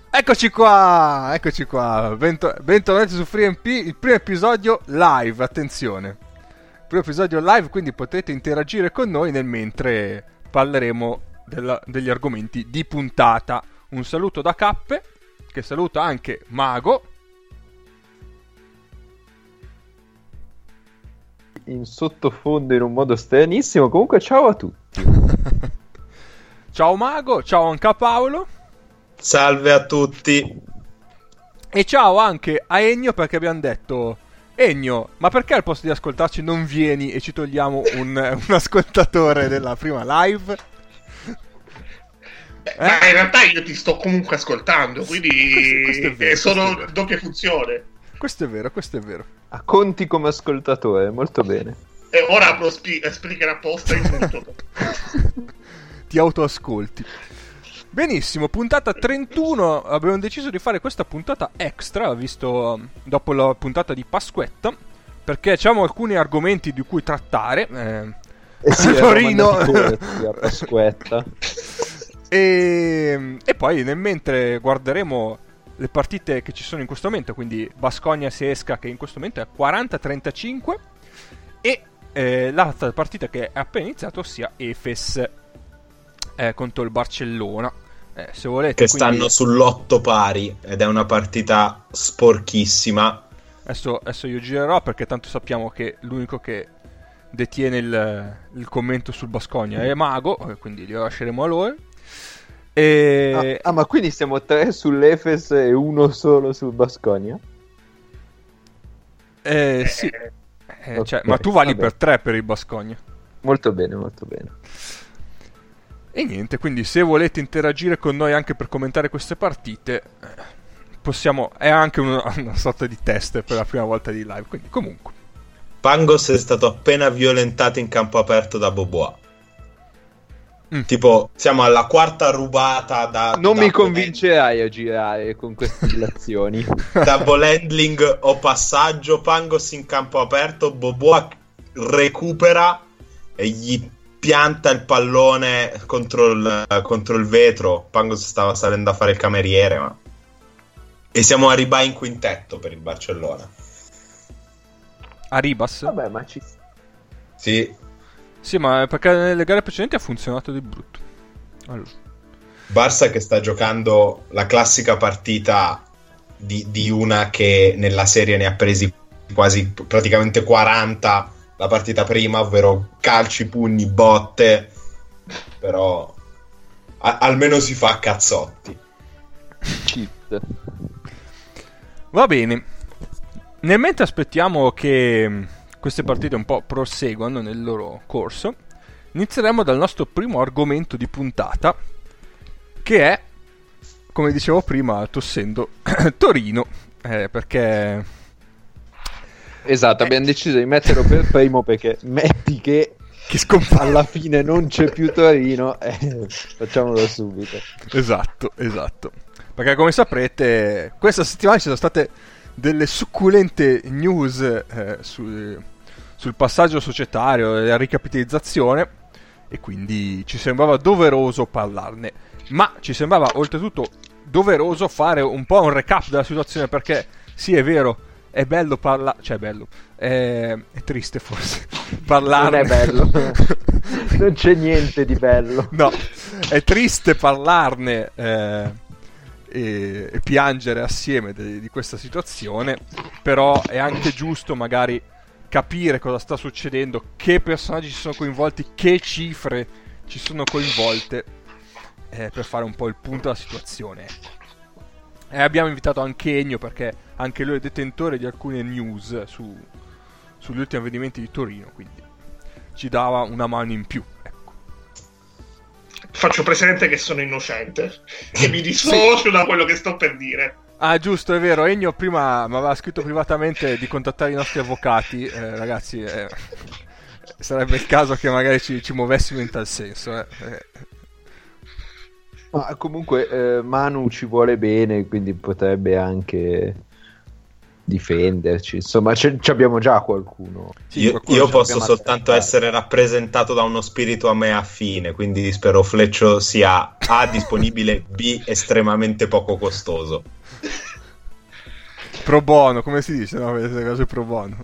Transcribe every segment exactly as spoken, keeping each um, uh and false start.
Eccoci qua, eccoci qua, Bento- bentornati su FreeMP, il primo episodio live, attenzione, il primo episodio live, quindi potete interagire con noi nel mentre parleremo della- degli argomenti di puntata. Un saluto da Cappe, che saluta anche Mago. In sottofondo in un modo stranissimo, comunque ciao a tutti. Ciao Mago, ciao anche a Paolo. Salve a tutti. E ciao anche a Ennio, perché abbiamo detto: Ennio, ma perché al posto di ascoltarci non vieni e ci togliamo un, un ascoltatore della prima live? Beh, eh? Ma in realtà io ti sto comunque ascoltando, quindi questo, questo è vero, sono doppia funzione. Questo è vero, questo è vero. A conti come ascoltatore, molto bene. E ora apro spi- Spreaker apposta in tutto. Ti autoascolti. Benissimo, puntata trentuno, abbiamo deciso di fare questa puntata extra, visto dopo la puntata di Pasquetta, perché abbiamo alcuni argomenti di cui trattare. Eh, eh sì, Torino a Pasquetta. e, e poi nel mentre guarderemo le partite che ci sono in questo momento, quindi Baskonia-Sesca che in questo momento è quaranta a trentacinque e eh, l'altra partita che è appena iniziata, ossia Efes Eh, contro il Barcellona, eh, se volete, che quindi... stanno sull'otto pari ed è una partita sporchissima. adesso, adesso io girerò perché tanto sappiamo che l'unico che detiene il, il commento sul Baskonia è Mago, quindi li lasceremo a loro. E... ah, ah, ma quindi siamo tre sull'Efes e uno solo sul Baskonia? Eh, sì, eh, okay, cioè, ma tu vali vabbè. per tre per il Baskonia. Molto bene, molto bene. E niente, quindi se volete interagire con noi anche per commentare queste partite, possiamo, è anche una, una sorta di test per la prima volta di live, quindi comunque. Pangos è stato appena violentato in campo aperto da Bobois. Mm. Tipo, siamo alla quarta rubata da... Non da mi convincerai a girare con queste illazioni. Double handling o passaggio, Pangos in campo aperto, Bobois recupera e gli pianta il pallone contro il, contro il vetro. Pangos stava salendo a fare il cameriere, ma... e siamo a riba in quintetto per il Barcellona. A Ribas? Vabbè, ma ci... Sì. Sì, ma perché nelle gare precedenti ha funzionato di brutto. Allora. Barça che sta giocando la classica partita di, di una che nella serie ne ha presi quasi praticamente quaranta la partita prima, ovvero calci, pugni, botte, però a- almeno si fa a cazzotti. Cheat. Va bene. Nel mentre aspettiamo che queste partite un po' proseguano nel loro corso, inizieremo dal nostro primo argomento di puntata, che è, come dicevo prima, tossendo, Torino, eh, perché... Esatto, abbiamo eh. deciso di metterlo per primo perché metti che, che scompare. Alla fine non c'è più Torino, eh, facciamolo subito. Esatto, esatto. Perché come saprete, questa settimana ci sono state delle succulente news eh, sul, sul passaggio societario e la ricapitalizzazione, e quindi ci sembrava doveroso parlarne. Ma ci sembrava oltretutto doveroso fare un po' un recap della situazione, perché sì, è vero, è bello parlare, cioè è bello, è, è triste forse parlarne. Non è bello, non c'è niente di bello. No, è triste parlarne eh, e, e piangere assieme de, di questa situazione, però è anche giusto magari capire cosa sta succedendo, che personaggi ci sono coinvolti, che cifre ci sono coinvolte, eh, per fare un po' il punto della situazione. E abbiamo invitato anche Ennio perché anche lui è detentore di alcune news su, sugli ultimi avvenimenti di Torino, quindi ci dava una mano in più, ecco. Faccio presente che sono innocente e mi dissocio sì. da quello che sto per dire. Ah, giusto, è vero, Ennio prima mi aveva scritto privatamente di contattare i nostri avvocati, eh, ragazzi, eh, sarebbe il caso che magari ci, ci muovessimo in tal senso, eh. Ma comunque eh, Manu ci vuole bene, quindi potrebbe anche difenderci, insomma ci abbiamo già qualcuno. Sì, io, qualcuno io posso soltanto aspettare. essere rappresentato da uno spirito a me affine, quindi spero Fleccio sia A disponibile, B estremamente poco costoso. Pro bono, come si dice? No, queste cose pro bono.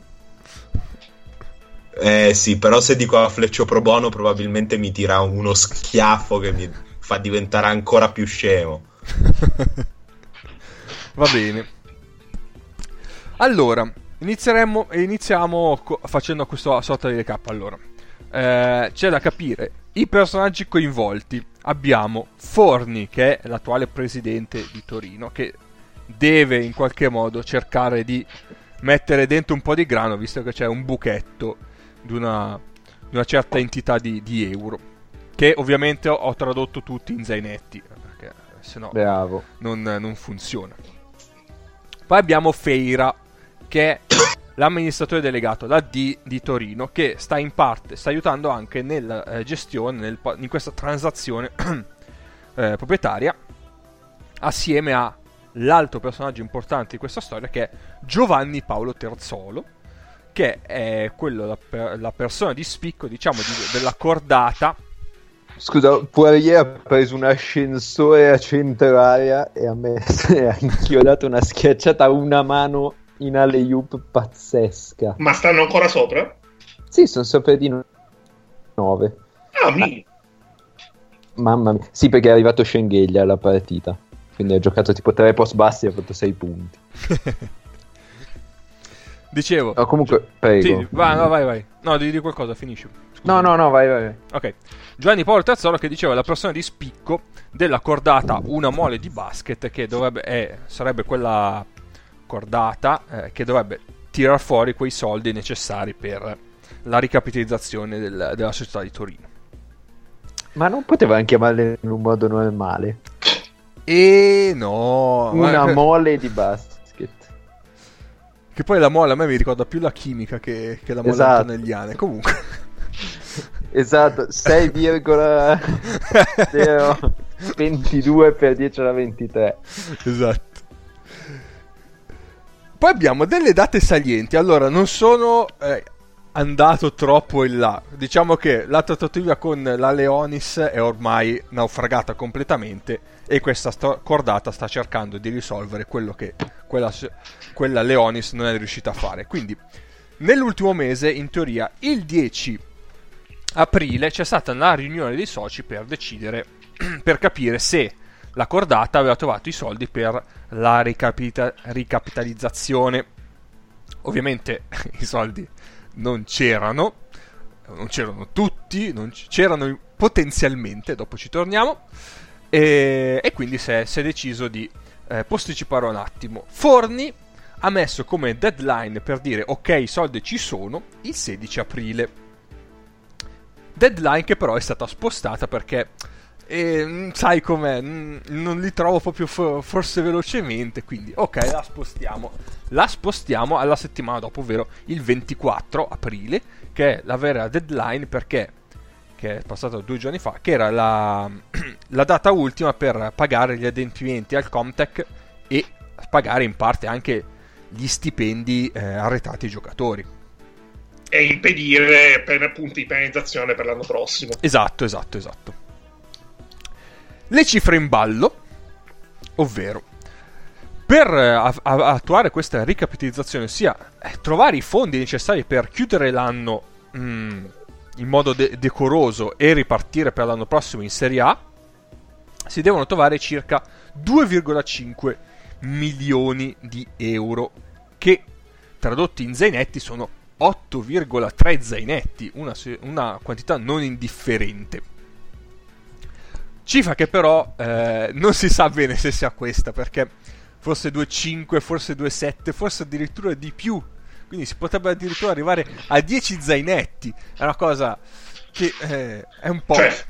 Eh sì, però se dico a Fleccio pro bono probabilmente mi tira uno schiaffo che mi fa diventare ancora più scemo. Va bene. Allora, inizieremo iniziamo co- facendo questa sorta di recap. Allora, eh, c'è da capire i personaggi coinvolti. Abbiamo Forni, che è l'attuale presidente di Torino, che deve in qualche modo cercare di mettere dentro un po' di grano, visto che c'è un buchetto di una, di una certa entità di, di euro, che ovviamente ho, ho tradotto tutti in zainetti, perché sennò Bravo. non, non funziona. Poi abbiamo Feira, che è l'amministratore delegato, la D di Torino, che sta in parte, sta aiutando anche nella eh, gestione, nel, in questa transazione eh, proprietaria, assieme a l'altro personaggio importante di questa storia, che è Giovanni Paolo Terzolo, che è quello, la, per, la persona di spicco, diciamo, di, della cordata. Scusa, Poirier ha preso un ascensore a centraria e a me ha inchiodato una schiacciata a una mano in alley-oop pazzesca. Ma stanno ancora sopra? Sì, sono sopra di nove. Ah, mi... Mamma mia. Sì, perché è arrivato Schengelia alla partita. Quindi ha giocato tipo tre post bassi e ha fatto sei punti. Dicevo. Oh, comunque, prego. Sì, vai, no, vai, vai. No, devi dire qualcosa, finisci. Scusa. No, no, no, vai, vai. Ok. Giovanni Paolo Terzolo, che diceva la persona di spicco della cordata Una Mole di Basket, che dovrebbe eh, sarebbe quella cordata eh, che dovrebbe tirar fuori quei soldi necessari per la ricapitalizzazione del, della società di Torino. Ma non potevano chiamarle in un modo normale? E no, Una ma... mole di basket. Che poi la mole a me mi ricorda più la chimica che, che la mole Esatto. antonelliana. Comunque. Esatto, sei virgola zero ventidue per dieci alla ventitré. Esatto. Poi abbiamo delle date salienti. Allora, non sono eh, andato troppo in là. Diciamo che la trattativa con la Leonis è ormai naufragata completamente e questa sto- cordata sta cercando di risolvere quello che quella, quella Leonis non è riuscita a fare. Quindi, nell'ultimo mese, in teoria, il dieci aprile c'è stata una riunione dei soci per decidere, per capire se la cordata aveva trovato i soldi per la ricapita- ricapitalizzazione. Ovviamente i soldi non c'erano, non c'erano tutti, non c- c'erano potenzialmente, dopo ci torniamo, e, e quindi si è, si è deciso di eh, posticipare un attimo. Forni ha messo come deadline per dire ok, i soldi ci sono, il sedici aprile. Deadline che però è stata spostata perché eh, sai com'è, n- non li trovo proprio fo- forse velocemente, quindi ok, la spostiamo la spostiamo alla settimana dopo, ovvero il ventiquattro aprile, che è la vera deadline, perché che è passato due giorni fa, che era la, la data ultima per pagare gli adempimenti al Comtech e pagare in parte anche gli stipendi eh, arretrati ai giocatori. E impedire per punti di penalizzazione per l'anno prossimo. Esatto, esatto, esatto. Le cifre in ballo, ovvero per a- a- attuare questa ricapitalizzazione, sia eh, trovare i fondi necessari per chiudere l'anno mh, in modo de- decoroso e ripartire per l'anno prossimo in Serie A, si devono trovare circa due virgola cinque milioni di euro, che tradotti in zainetti sono otto virgola tre zainetti, una, una quantità non indifferente. Cifra che però eh, non si sa bene se sia questa, perché forse due virgola cinque, forse due virgola sette, forse addirittura di più. Quindi si potrebbe addirittura arrivare a dieci zainetti. È una cosa che eh, è un po'... Cioè,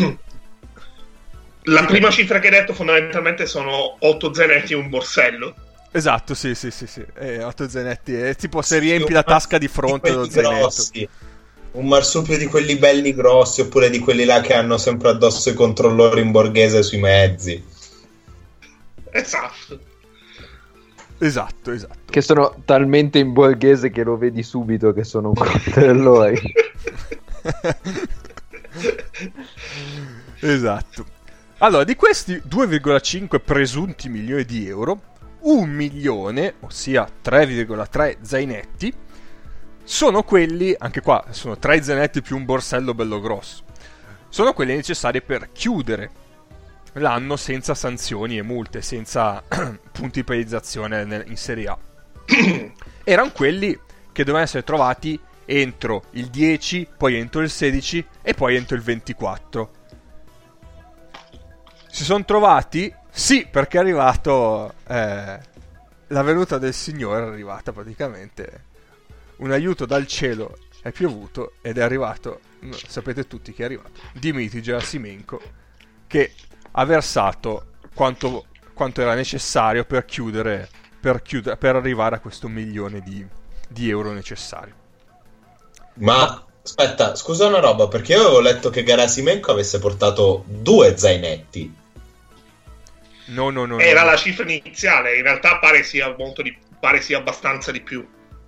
la prima cifra che hai detto fondamentalmente sono otto zainetti e un borsello. Esatto, sì, sì, sì, sì. Eh, otto zainetti. È tipo se riempi la tasca di fronte dello zainetto. Grossi. Un marsupio di quelli belli grossi, oppure di quelli là che hanno sempre addosso i controllori in borghese sui mezzi. Esatto. Esatto, esatto. Che sono talmente in borghese che lo vedi subito che sono un coltellone. Esatto. Allora, di questi due virgola cinque presunti milioni di euro, un milione, ossia tre virgola tre zainetti, sono quelli, anche qua sono tre zainetti più un borsello bello grosso, sono quelli necessari per chiudere l'anno senza sanzioni e multe, senza punti di penalizzazione nel- in Serie A. Erano quelli che dovevano essere trovati entro il dieci, poi entro il sedici e poi entro il ventiquattro. Si sono trovati? Sì, perché è arrivato eh, la venuta del Signore, è arrivata praticamente un aiuto dal cielo, è piovuto ed è arrivato, no, sapete tutti chi è arrivato, Dmitry Gerasimenko, che ha versato quanto, quanto era necessario per chiudere, per chiudere, per arrivare a questo milione di, di euro necessario. Ma aspetta, scusa una roba, perché io avevo letto che Gerasimenko avesse portato due zainetti. No, no, no. Era no. la cifra iniziale, in realtà pare sia molto di, pare sia abbastanza di più.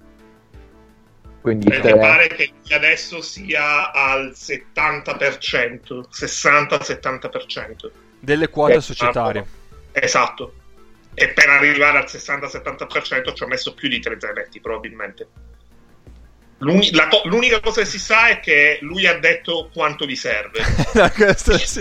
Quindi Perché tre. pare che adesso sia al settanta per cento, sessanta settanta per cento Delle quote Eh, societarie. Esatto. E per arrivare al sessanta settanta per cento ci ho messo più di tre zainetti probabilmente. L'uni- la co- l'unica cosa che si sa è che lui ha detto quanto gli serve. Questo sì.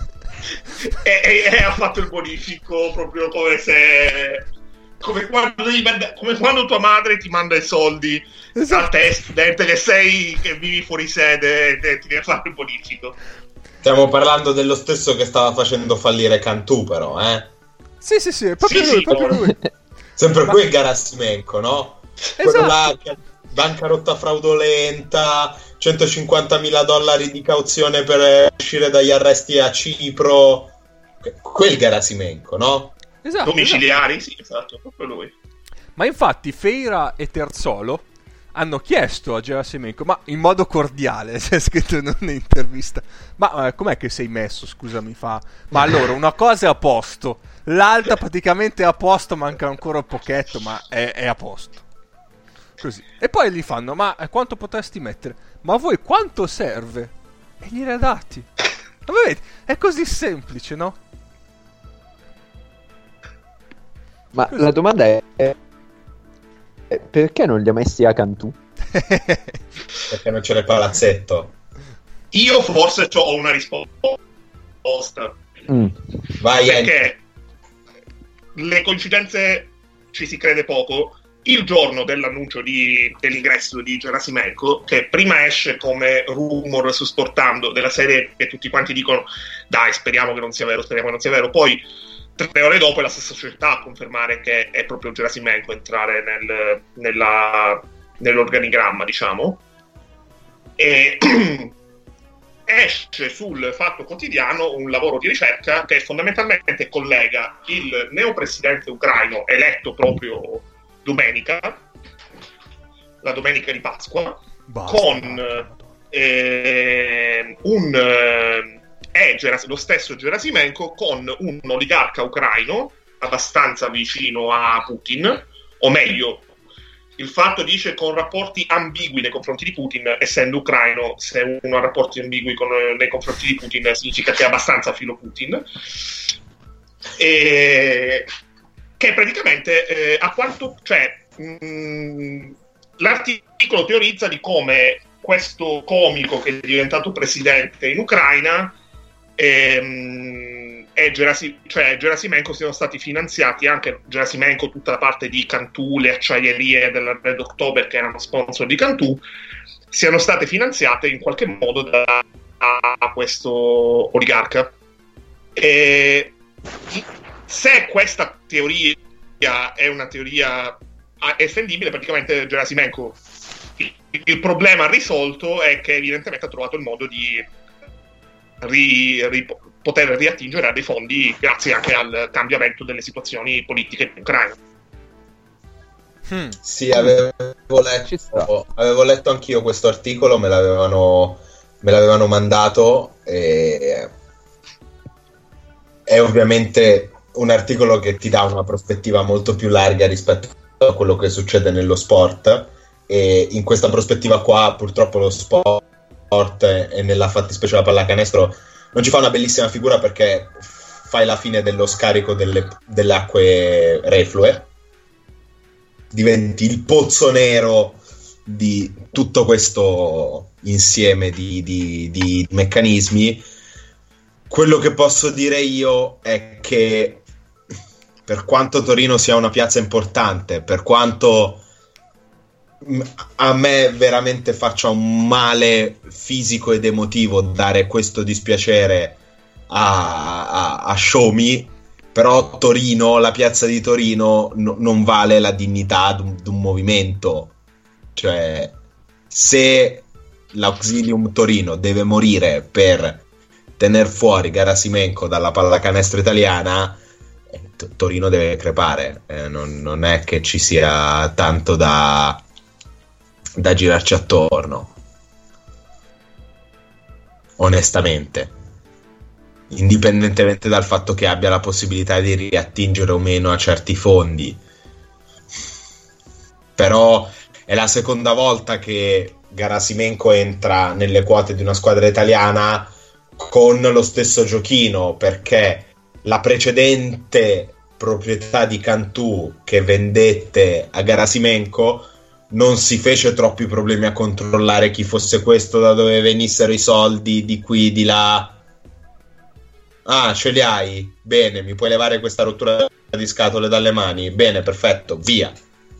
e, e- e ha fatto il bonifico proprio come se come quando, gli manda- come quando tua madre ti manda i soldi Esatto. a te studente che sei, che vivi fuori sede e ti deve fare il bonifico. Stiamo parlando dello stesso che stava facendo fallire Cantù, però, eh? Sì, sì, sì, è proprio Sì, lui, sì, proprio no. lui. Sempre Ma- qui Gerasimenko, no? Quello Esatto. là, che- bancarotta fraudolenta, centocinquantamila dollari di cauzione per uscire dagli arresti a Cipro. Quel Gerasimenko, no? Esatto, esatto. Domiciliari, sì, esatto, proprio lui. Ma infatti Feira e Terzolo hanno chiesto a Gerasimenko, ma in modo cordiale, c'è scritto in un'intervista, ma eh, com'è che sei messo, scusami, fa? Ma allora, una cosa è a posto, l'altra praticamente è a posto, manca ancora un pochetto, ma è, è a posto. Così. E poi gli fanno, ma eh, quanto potresti mettere? Ma a voi quanto serve? E gliene ha dati. Ma vedete, è così semplice, no? Ma Così. la domanda è, è perché non li ha messi a Cantù? Perché non c'era il palazzetto. Io forse ho una risposta. Mm. Vai, Andy. Perché le coincidenze ci si crede poco. Il giorno dell'annuncio di, dell'ingresso di Gerasimenko, che prima esce come rumor su Sportando della serie che tutti quanti dicono dai speriamo che non sia vero, speriamo che non sia vero, poi tre ore dopo è la stessa società a confermare che è proprio Gerasimenko entrare nel, nella, nell'organigramma, diciamo, e esce sul Fatto Quotidiano un lavoro di ricerca che fondamentalmente collega il neopresidente ucraino eletto proprio domenica, la domenica di Pasqua, Basta, con Madonna. eh, un eh, è Geras- lo stesso Gerasimenko con un oligarca ucraino abbastanza vicino a Putin, o meglio, il fatto dice con rapporti ambigui nei confronti di Putin, essendo ucraino, se uno ha rapporti ambigui con, nei confronti di Putin significa che è abbastanza filo Putin, e che praticamente eh, a quanto, cioè mh, l'articolo teorizza di come questo comico che è diventato presidente in Ucraina ehm, e Gerasi- cioè Gerasimenko siano stati finanziati, anche Gerasimenko, tutta la parte di Cantù, le acciaierie della Red October che erano sponsor di Cantù, siano state finanziate in qualche modo da a questo oligarca. E se questa teoria è una teoria estendibile, praticamente Gerasimenko il, il problema risolto è che evidentemente ha trovato il modo di ri, ri, poter riattingere a dei fondi grazie anche al cambiamento delle situazioni politiche in Ucraina. Hmm. Sì, avevo letto, avevo letto anch'io questo articolo, me l'avevano, me l'avevano mandato e, e ovviamente un articolo che ti dà una prospettiva molto più larga rispetto a quello che succede nello sport, e in questa prospettiva qua purtroppo lo sport e nella fattispecie la pallacanestro non ci fa una bellissima figura, perché fai la fine dello scarico delle, delle acque reflue, diventi il pozzo nero di tutto questo insieme di, di, di meccanismi. Quello che posso dire io è che, per quanto Torino sia una piazza importante, per quanto a me veramente faccia un male fisico ed emotivo dare questo dispiacere a, a, a Show Me, però Torino, la piazza di Torino no, non vale la dignità di un, di un movimento. Cioè, se l'Auxilium Torino deve morire per tener fuori Gerasimenko dalla pallacanestro italiana, eh, T- Torino deve crepare, eh, non, non è che ci sia tanto da da girarci attorno, onestamente, indipendentemente dal fatto che abbia la possibilità di riattingere o meno a certi fondi. Però è la seconda volta che Gerasimenko entra nelle quote di una squadra italiana con lo stesso giochino, perché la precedente proprietà di Cantù che vendette a Gerasimenko non si fece troppi problemi a controllare chi fosse questo, da dove venissero i soldi, di qui, di là. Ah, ce li hai? Bene, mi puoi levare questa rottura di scatole dalle mani? Bene, perfetto, via.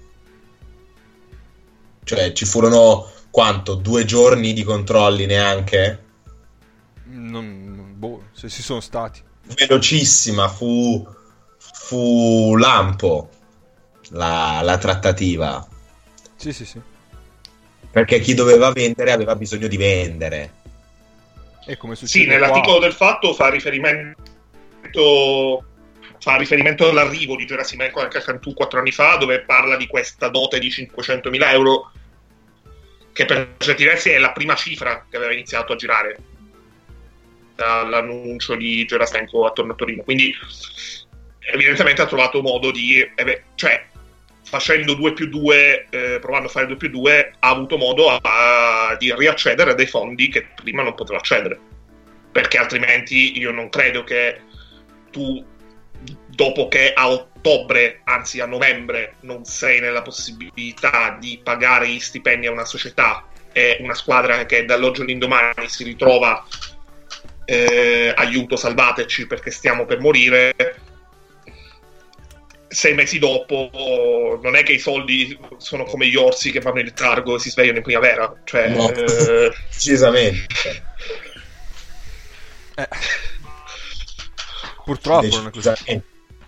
Cioè, ci furono, quanto? Due giorni di controlli neanche? Non, boh, se ci sono stati. Velocissima, fu, fu lampo la, la trattativa. Sì, sì, sì. Perché chi doveva vendere aveva bisogno di vendere. E come succede sì, nell'articolo qua... del Fatto fa riferimento fa riferimento all'arrivo di Gerasimenko anche a Cantù quattro anni fa, dove parla di questa dote di cinquecentomila euro, che per certi versi è la prima cifra che aveva iniziato a girare dall'annuncio di Gerasimenko attorno a Torino. Quindi evidentemente ha trovato modo di... Eh beh, cioè facendo due più due, eh, provando a fare due più due, ha avuto modo a, a, di riaccedere a dei fondi che prima non poteva accedere, perché altrimenti io non credo che tu, dopo che a ottobre, anzi a novembre, non sei nella possibilità di pagare gli stipendi a una società e una squadra che dall'oggi all'indomani si ritrova eh, aiuto, salvateci perché stiamo per morire, sei mesi dopo non è che i soldi sono come gli orsi che vanno in letargo e si svegliano in primavera, cioè no, eh... decisamente eh. Purtroppo non è così.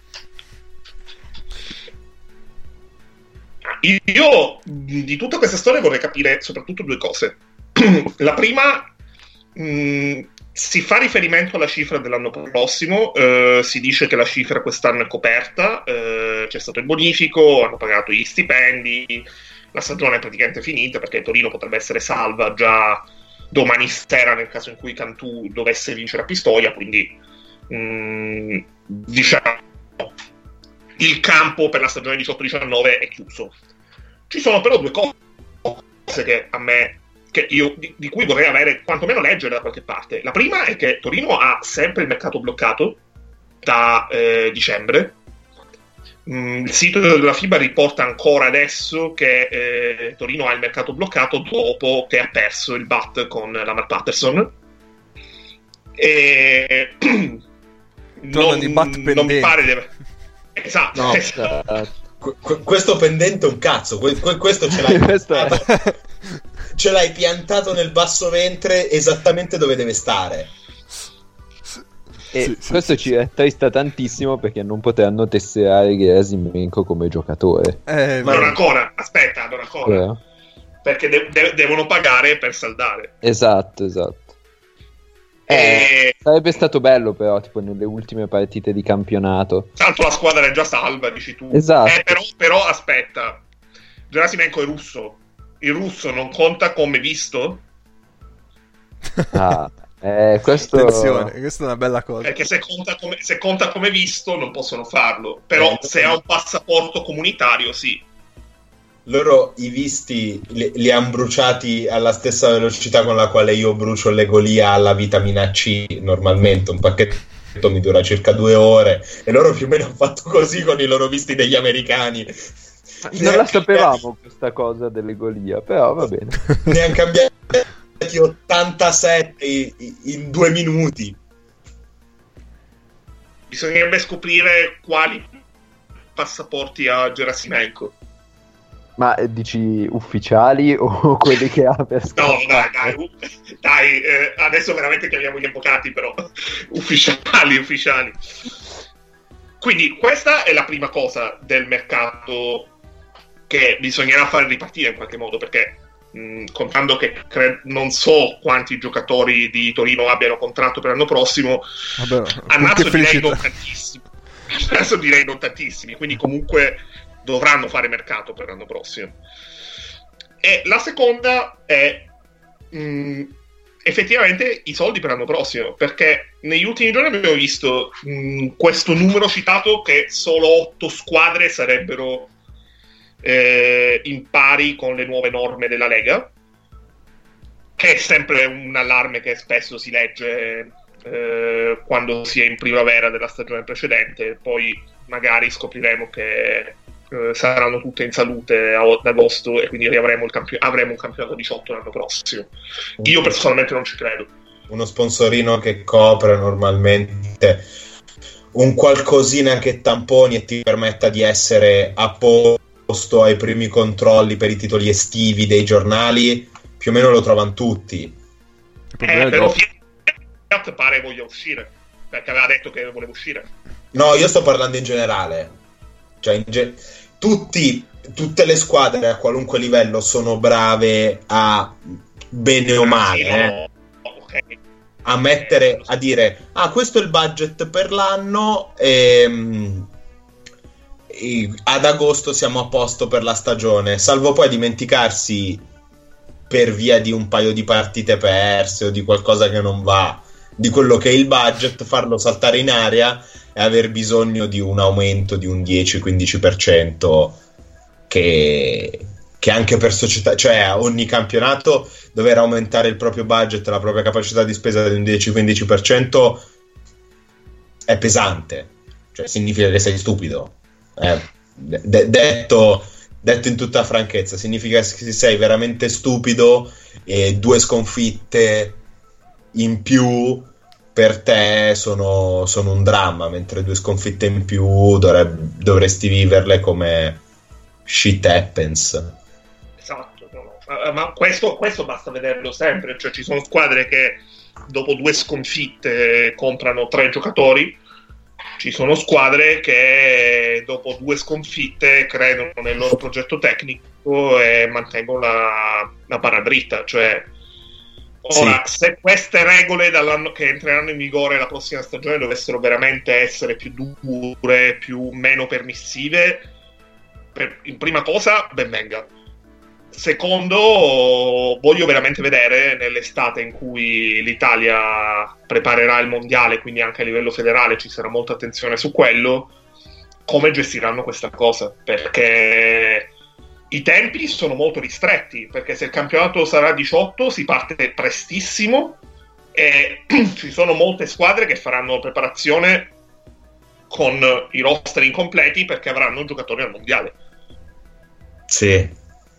Io di tutta questa storia vorrei capire soprattutto due cose. La prima, mh, si fa riferimento alla cifra dell'anno prossimo, eh, si dice che la cifra quest'anno è coperta, eh, c'è stato il bonifico, hanno pagato gli stipendi, la stagione è praticamente finita perché Torino potrebbe essere salva già domani sera nel caso in cui Cantù dovesse vincere a Pistoia, quindi mh, diciamo il campo per la stagione diciotto diciannove è chiuso. Ci sono però due cose che a me che io, di, di cui vorrei avere quantomeno leggere da qualche parte. La prima è che Torino ha sempre il mercato bloccato da eh, dicembre. Mm, il sito della FIBA riporta ancora adesso che eh, Torino ha il mercato bloccato dopo che ha perso il B A T con Lamar Patterson. E non, non mi pare deve... esatto, no, esatto. Qu- questo pendente è un cazzo, que- que- questo ce l'hai piantato, ce l'hai piantato nel basso ventre esattamente dove deve stare. E sì, sì, questo sì, ci sì. attrista tantissimo perché non potranno tesserare Gerasimenko come giocatore. Eh, ma non ancora, aspetta, non ancora. Eh. Perché de- de- devono pagare per saldare. Esatto, esatto. E... Eh, sarebbe stato bello però tipo nelle ultime partite di campionato. Tanto la squadra è già salva, dici tu. Esatto. Eh, però, però aspetta, Gerasimenko è russo. Il russo non conta come visto? Ah, Eh, questo... Attenzione, questa è una bella cosa. Perché se conta come, se conta come visto non possono farlo, però Eh, se ha un passaporto comunitario sì. Loro i visti li, li hanno bruciati alla stessa velocità con la quale io brucio le Golia alla vitamina C normalmente. Un pacchetto mi dura circa due ore e loro più o meno hanno fatto così con i loro visti degli americani. Non la sapevamo questa cosa delle Golia, però va bene. Ne hanno cambiati ottantasette in due minuti. Bisognerebbe scoprire quali passaporti ha Gerasimenko. Ma eh, dici ufficiali o quelli che ha per No, scappare? dai, dai, uh, dai eh, adesso veramente chiamiamo gli avvocati, però ufficiali, ufficiali. Quindi questa è la prima cosa del mercato che bisognerà far ripartire in qualche modo, perché mh, contando che cre- non so quanti giocatori di Torino abbiano contratto per l'anno prossimo, Vabbè, a naso che direi felicità. non tantissimi. A naso direi non tantissimi, quindi comunque dovranno fare mercato per l'anno prossimo. E la seconda è mh, effettivamente i soldi per l'anno prossimo, perché negli ultimi giorni abbiamo visto mh, questo numero citato che solo otto squadre sarebbero eh, in pari con le nuove norme della Lega, che è sempre un allarme che spesso si legge eh, quando si è in primavera della stagione precedente. Poi magari scopriremo che eh, saranno tutte in salute ad agosto e quindi avremo, il campio- avremo un campionato diciotto l'anno prossimo. Io personalmente non ci credo. Uno sponsorino che copre normalmente un qualcosina che tamponi e ti permetta di essere a posto ai primi controlli per i titoli estivi dei giornali, più o meno lo trovano tutti. Il problema Eh, è però dopo. Fiat pare voglia uscire, perché aveva detto che voleva uscire. No, io sto parlando in generale. Cioè, in ge- tutti, tutte le squadre a qualunque livello sono brave a, bene o male, Sì, eh, no, ok. a mettere, a dire, ah, questo è il budget per l'anno e, e ad agosto siamo a posto per la stagione, salvo poi dimenticarsi per via di un paio di partite perse o di qualcosa che non va, di quello che è il budget, farlo saltare in aria e aver bisogno di un aumento di un dieci-quindici per cento che, che anche per società, cioè ogni campionato dover aumentare il proprio budget, la propria capacità di spesa di un dieci-quindici per cento è pesante, cioè significa che sei stupido, eh, de- detto, detto in tutta franchezza, significa che sei veramente stupido e due sconfitte in più per te sono, sono un dramma, mentre due sconfitte in più dovrebbe, dovresti viverle come shit happens. Esatto, no, no. Ma questo, questo basta vederlo sempre, cioè ci sono squadre che dopo due sconfitte comprano tre giocatori, ci sono squadre che dopo due sconfitte credono nel loro progetto tecnico e mantengono la, la barra dritta, cioè ora, sì. Se queste regole dall'anno che entreranno in vigore la prossima stagione dovessero veramente essere più dure, più meno permissive, per, in prima cosa ben venga. Secondo, voglio veramente vedere nell'estate in cui l'Italia preparerà il mondiale, quindi anche a livello federale ci sarà molta attenzione su quello, come gestiranno questa cosa, perché i tempi sono molto ristretti, perché se il campionato sarà diciotto si parte prestissimo e ci sono molte squadre che faranno preparazione con i roster incompleti perché avranno giocatori al mondiale. Sì.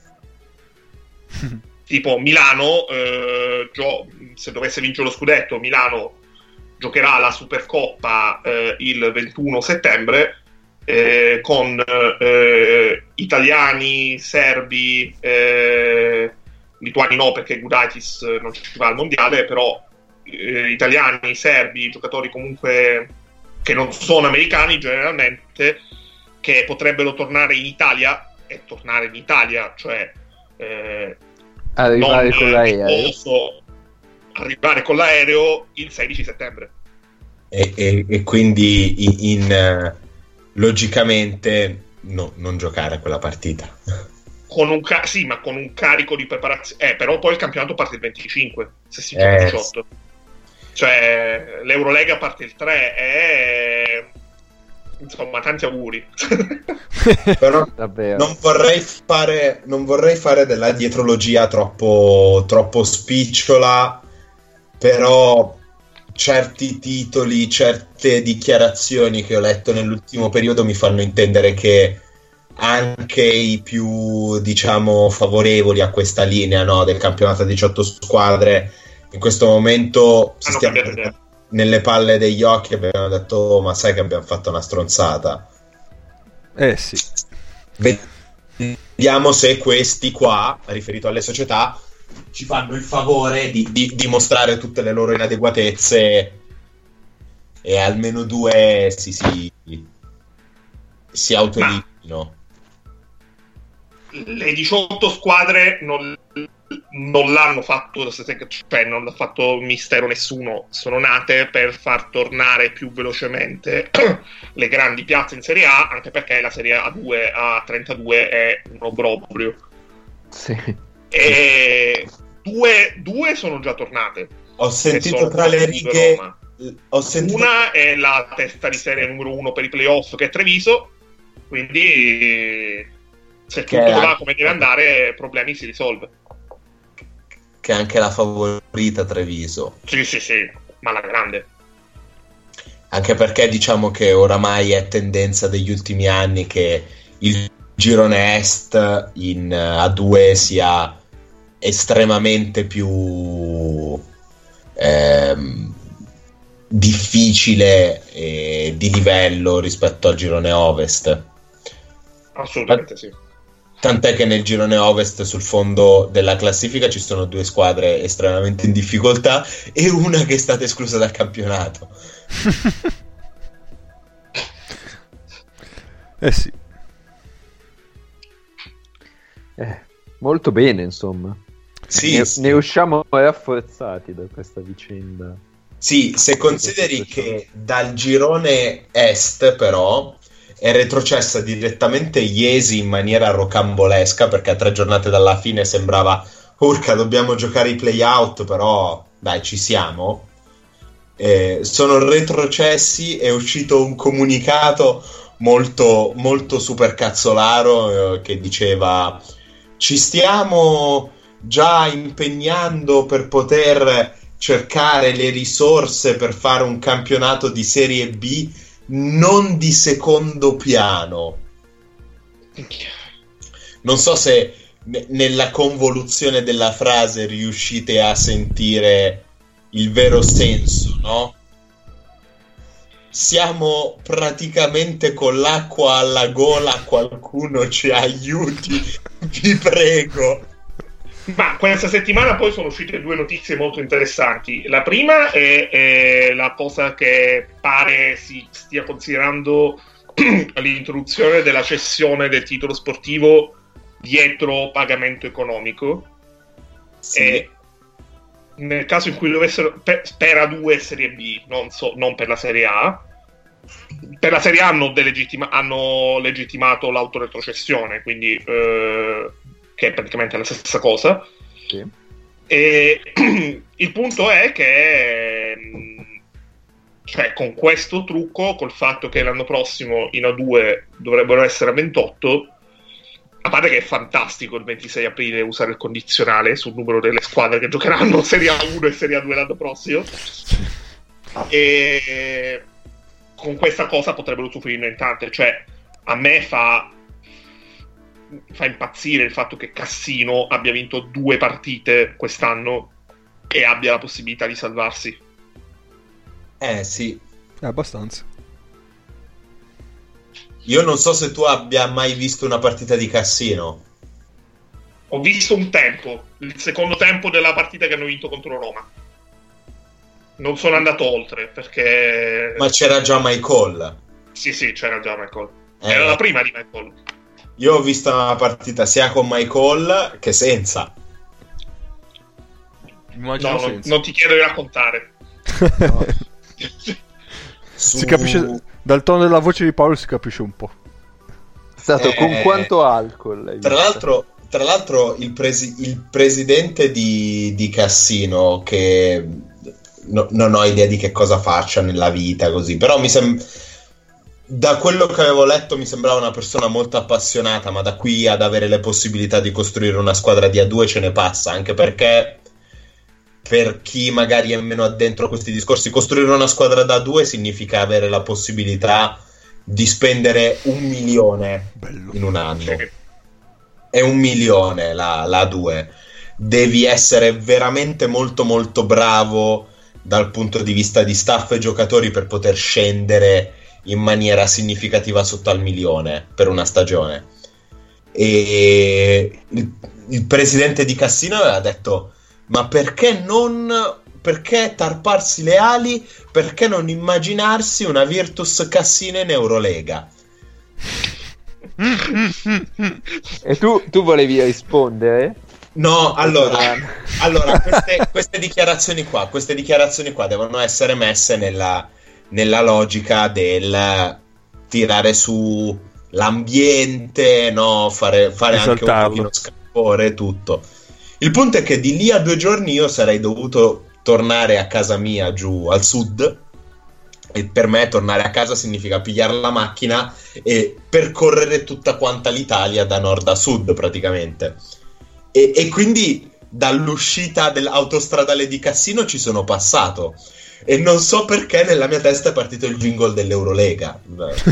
Tipo Milano, eh, gio- se dovesse vincere lo scudetto, Milano giocherà la Supercoppa eh, il ventuno settembre, Eh, con eh, italiani, serbi, eh, lituani no perché Gudaitis non ci va al mondiale, però eh, italiani, serbi, giocatori comunque che non sono americani generalmente, che potrebbero tornare in Italia e tornare in Italia, cioè eh, arrivare non, con l'aereo posso arrivare con l'aereo il sedici settembre e, e, e quindi in, in logicamente no, non giocare a quella partita con un ca- sì ma con un carico di preparazione, eh, però poi il campionato parte il venticinque se si gioca il eh, diciotto. Cioè, l'Eurolega parte il tre e... insomma, tanti auguri. Però non vorrei fare non vorrei fare della dietrologia troppo troppo spicciola, però certi titoli, certe dichiarazioni che ho letto nell'ultimo periodo mi fanno intendere che anche i più, diciamo, favorevoli a questa linea, no, del campionato a diciotto squadre in questo momento si stiamo nelle palle degli occhi, abbiamo detto oh, ma sai che abbiamo fatto una stronzata. Eh sì. Vediamo se questi qua, riferito alle società, ci fanno il favore di, di, di mostrare tutte le loro inadeguatezze e almeno due si, si, si autoeliminino. Le diciotto squadre non, non l'hanno fatto, cioè non l'ha fatto mistero nessuno, sono nate per far tornare più velocemente le grandi piazze in Serie A, anche perché la Serie A due a trentadue è un obbrobrio. Sì. E due, due sono già tornate. Ho sentito tra le righe ho sentito... Una è la testa di serie numero uno per i playoff, che è Treviso, quindi se tutto che va come deve andare, problemi si risolve. Che è anche la favorita Treviso. Sì, sì, sì, ma la grande. Anche perché diciamo che oramai è tendenza degli ultimi anni che il girone est in A due sia estremamente più ehm, difficile e di livello rispetto al girone ovest. Assolutamente sì. Tant'è che nel girone ovest sul fondo della classifica ci sono due squadre estremamente in difficoltà e una che è stata esclusa dal campionato. Eh sì. Eh, molto bene, insomma. Sì, ne, sì. ne usciamo rafforzati da questa vicenda. Sì, se consideri che dal girone est però è retrocessa direttamente Iesi in maniera rocambolesca, perché a tre giornate dalla fine sembrava urca, dobbiamo giocare i play-out, però dai, ci siamo. Eh, sono retrocessi, è uscito un comunicato molto, molto supercazzolaro eh, che diceva ci stiamo già impegnando per poter cercare le risorse per fare un campionato di Serie B non di secondo piano. Non so se ne- nella convoluzione della frase riuscite a sentire il vero senso, no? Siamo praticamente con l'acqua alla gola, qualcuno ci aiuti, vi prego. Ma questa settimana poi sono uscite due notizie molto interessanti. La prima è, è la cosa che pare si stia considerando l'introduzione della cessione del titolo sportivo dietro pagamento economico. Sì. E nel caso in cui dovessero per, per A due e Serie B, non, so, non per la Serie A, per la Serie A hanno, delegittima, hanno legittimato l'autoretrocessione, quindi eh, che è praticamente la stessa cosa. Sì. E il punto è che cioè con questo trucco, col fatto che l'anno prossimo in A due dovrebbero essere a ventotto, a parte che è fantastico il ventisei aprile usare il condizionale sul numero delle squadre che giocheranno Serie A uno e Serie A due l'anno prossimo, e con questa cosa potrebbero usufruirne in tante. Cioè a me fa fa impazzire il fatto che Cassino abbia vinto due partite quest'anno e abbia la possibilità di salvarsi. Eh sì, È abbastanza. io non so se tu abbia mai visto una partita di Cassino. Ho visto un tempo, il secondo tempo della partita che hanno vinto contro Roma. Non sono andato oltre perché Ma c'era già Michael. sì sì c'era già Michael. Eh. Era la prima di Michael. Io ho visto una partita sia con Michael che senza. Immagino No, non, senza. non ti chiedo di raccontare. No. Su... Si capisce, dal tono della voce di Paolo si capisce un po'. È stato Eh, con quanto alcol? hai Tra visto? l'altro, tra l'altro il, presi- il presidente di, di Cassino, che no, non ho idea di che cosa faccia nella vita, così, però mi sembra, da quello che avevo letto mi sembrava una persona molto appassionata, ma da qui ad avere le possibilità di costruire una squadra di A due ce ne passa, anche perché per chi magari è meno addentro a questi discorsi, costruire una squadra da due significa avere la possibilità di spendere un milione Bello. in un anno. È un milione la, la A due. Devi essere veramente molto molto bravo dal punto di vista di staff e giocatori per poter scendere in maniera significativa sotto al milione per una stagione. E il, il presidente di Cassino aveva detto: ma perché non, perché tarparsi le ali, perché non immaginarsi una Virtus Cassino in Eurolega? E tu, tu volevi rispondere? No, allora, allora queste, queste dichiarazioni qua, queste dichiarazioni qua devono essere messe nella, nella logica del tirare su l'ambiente, no? Fare, fare anche un pochino scalpore, tutto. Il punto è che di lì a due giorni io sarei dovuto tornare a casa mia giù al sud, e per me tornare a casa significa pigliare la macchina e percorrere tutta quanta l'Italia da nord a sud praticamente. E, e quindi dall'uscita dell'autostradale di Cassino ci sono passato e non so perché nella mia testa è partito il jingle dell'Eurolega.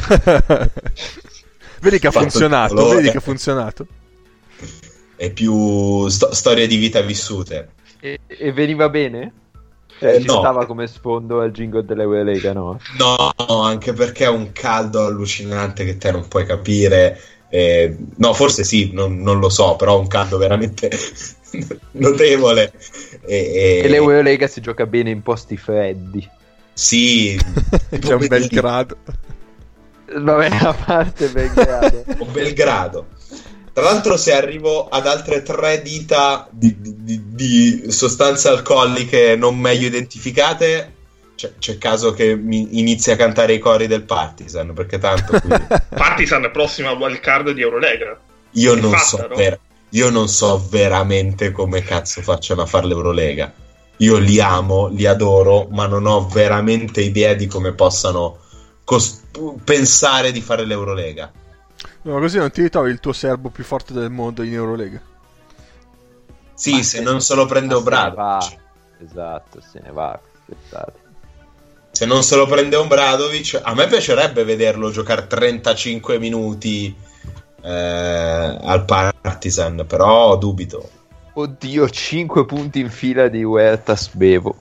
Vedi che ha funzionato, vedi che ha funzionato. È più sto- storie di vita vissute. E, e veniva bene? Cioè, Eh, ci no. stava come sfondo al jingle dell'Eurolega, no? No, no, anche perché è un caldo allucinante che te non puoi capire. Eh, no, forse sì, non, non lo so, però un caldo veramente notevole. E, e... E l'Eurolega si gioca bene in posti freddi. Sì, c'è un bel grado. Vabbè, a parte Belgrado. o Belgrado. Tra l'altro, se arrivo ad altre tre dita di, di, di sostanze alcoliche non meglio identificate, c'è, c'è caso che mi inizi a cantare i cori del Partizan, perché tanto qui... Partizan è prossima al wild card di Eurolega. io, È non fatta, so no? ver- io non so veramente come cazzo facciano a fare l'Eurolega. Io li amo, li adoro, ma non ho veramente idea di come possano cos- pensare di fare l'Eurolega. No, così non ti ritrovi il tuo serbo più forte del mondo in Eurolega. Sì, Ma se non se lo prende ma se ne va. Obradovic. Esatto, se ne va. Aspettate. Se non se lo prende Obradovic, a me piacerebbe vederlo giocare trentacinque minuti eh, al Partizan, però dubito. Oddio, cinque punti in fila di Huertas Bevo.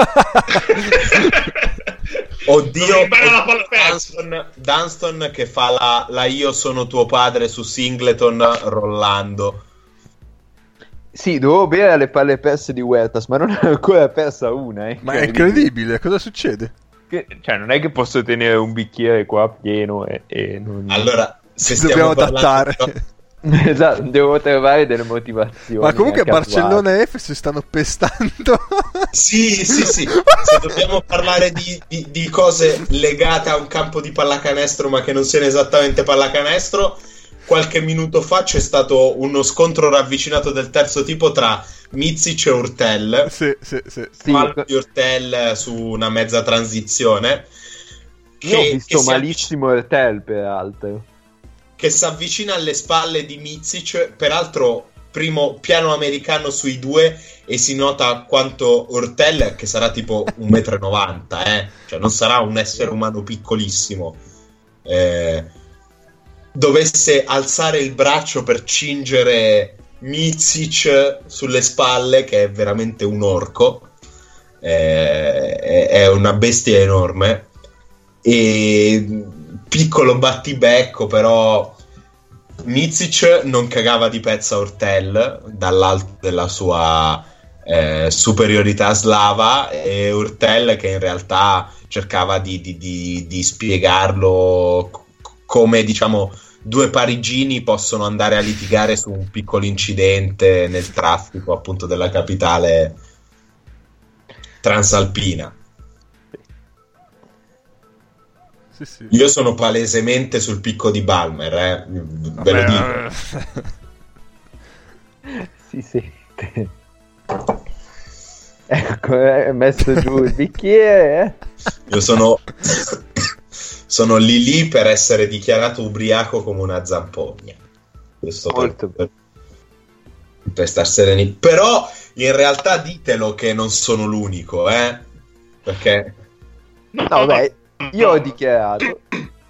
Oddio, Dovevi fare la palla persa. Dunston, Dunston che fa la, la io sono tuo padre su Singleton rollando. Sì, dovevo bere alle palle perse di Huertas, ma non è ancora persa una. Eh. Ma è incredibile, cosa succede? Che, cioè, non è che posso tenere un bicchiere qua pieno e, e non... Allora, se Ci dobbiamo stiamo parlando adattare. Esatto, devo trovare delle motivazioni. Ma comunque anche Barcellona e Efes si stanno pestando. Sì, sì, sì. Se dobbiamo parlare di, di, di cose legate a un campo di pallacanestro, ma che non siano esattamente pallacanestro, qualche minuto fa c'è stato uno scontro ravvicinato del terzo tipo tra Micic e Urtel. Sì, sì, sì. Sì, Fallo di Urtel su una mezza transizione. io ho Che, visto che si malissimo il tel, peraltro. che si avvicina alle spalle di Micic, peraltro primo piano americano sui due, e si nota quanto Urtel, che sarà tipo un metro e novanta, eh? Cioè non sarà un essere umano piccolissimo, eh, dovesse alzare il braccio per cingere Micic sulle spalle, che è veramente un orco, eh, è, è una bestia enorme, e piccolo battibecco, però Micic non cagava di pezza Urtel dall'alto della sua eh, superiorità slava, e Urtel che in realtà cercava di, di, di, di spiegarlo c- come, diciamo, due parigini possono andare a litigare su un piccolo incidente nel traffico appunto della capitale transalpina. Sì, sì. Io sono palesemente sul picco di Balmer, eh? Ve lo dico. Si sente. Ecco, è messo giù il bicchiere. Eh? Io sono sono lì lì per essere dichiarato ubriaco come una zampogna. Questo Molto per, per star sereni. Però in realtà ditelo che non sono l'unico, eh? Perché no, beh, io ho dichiarato.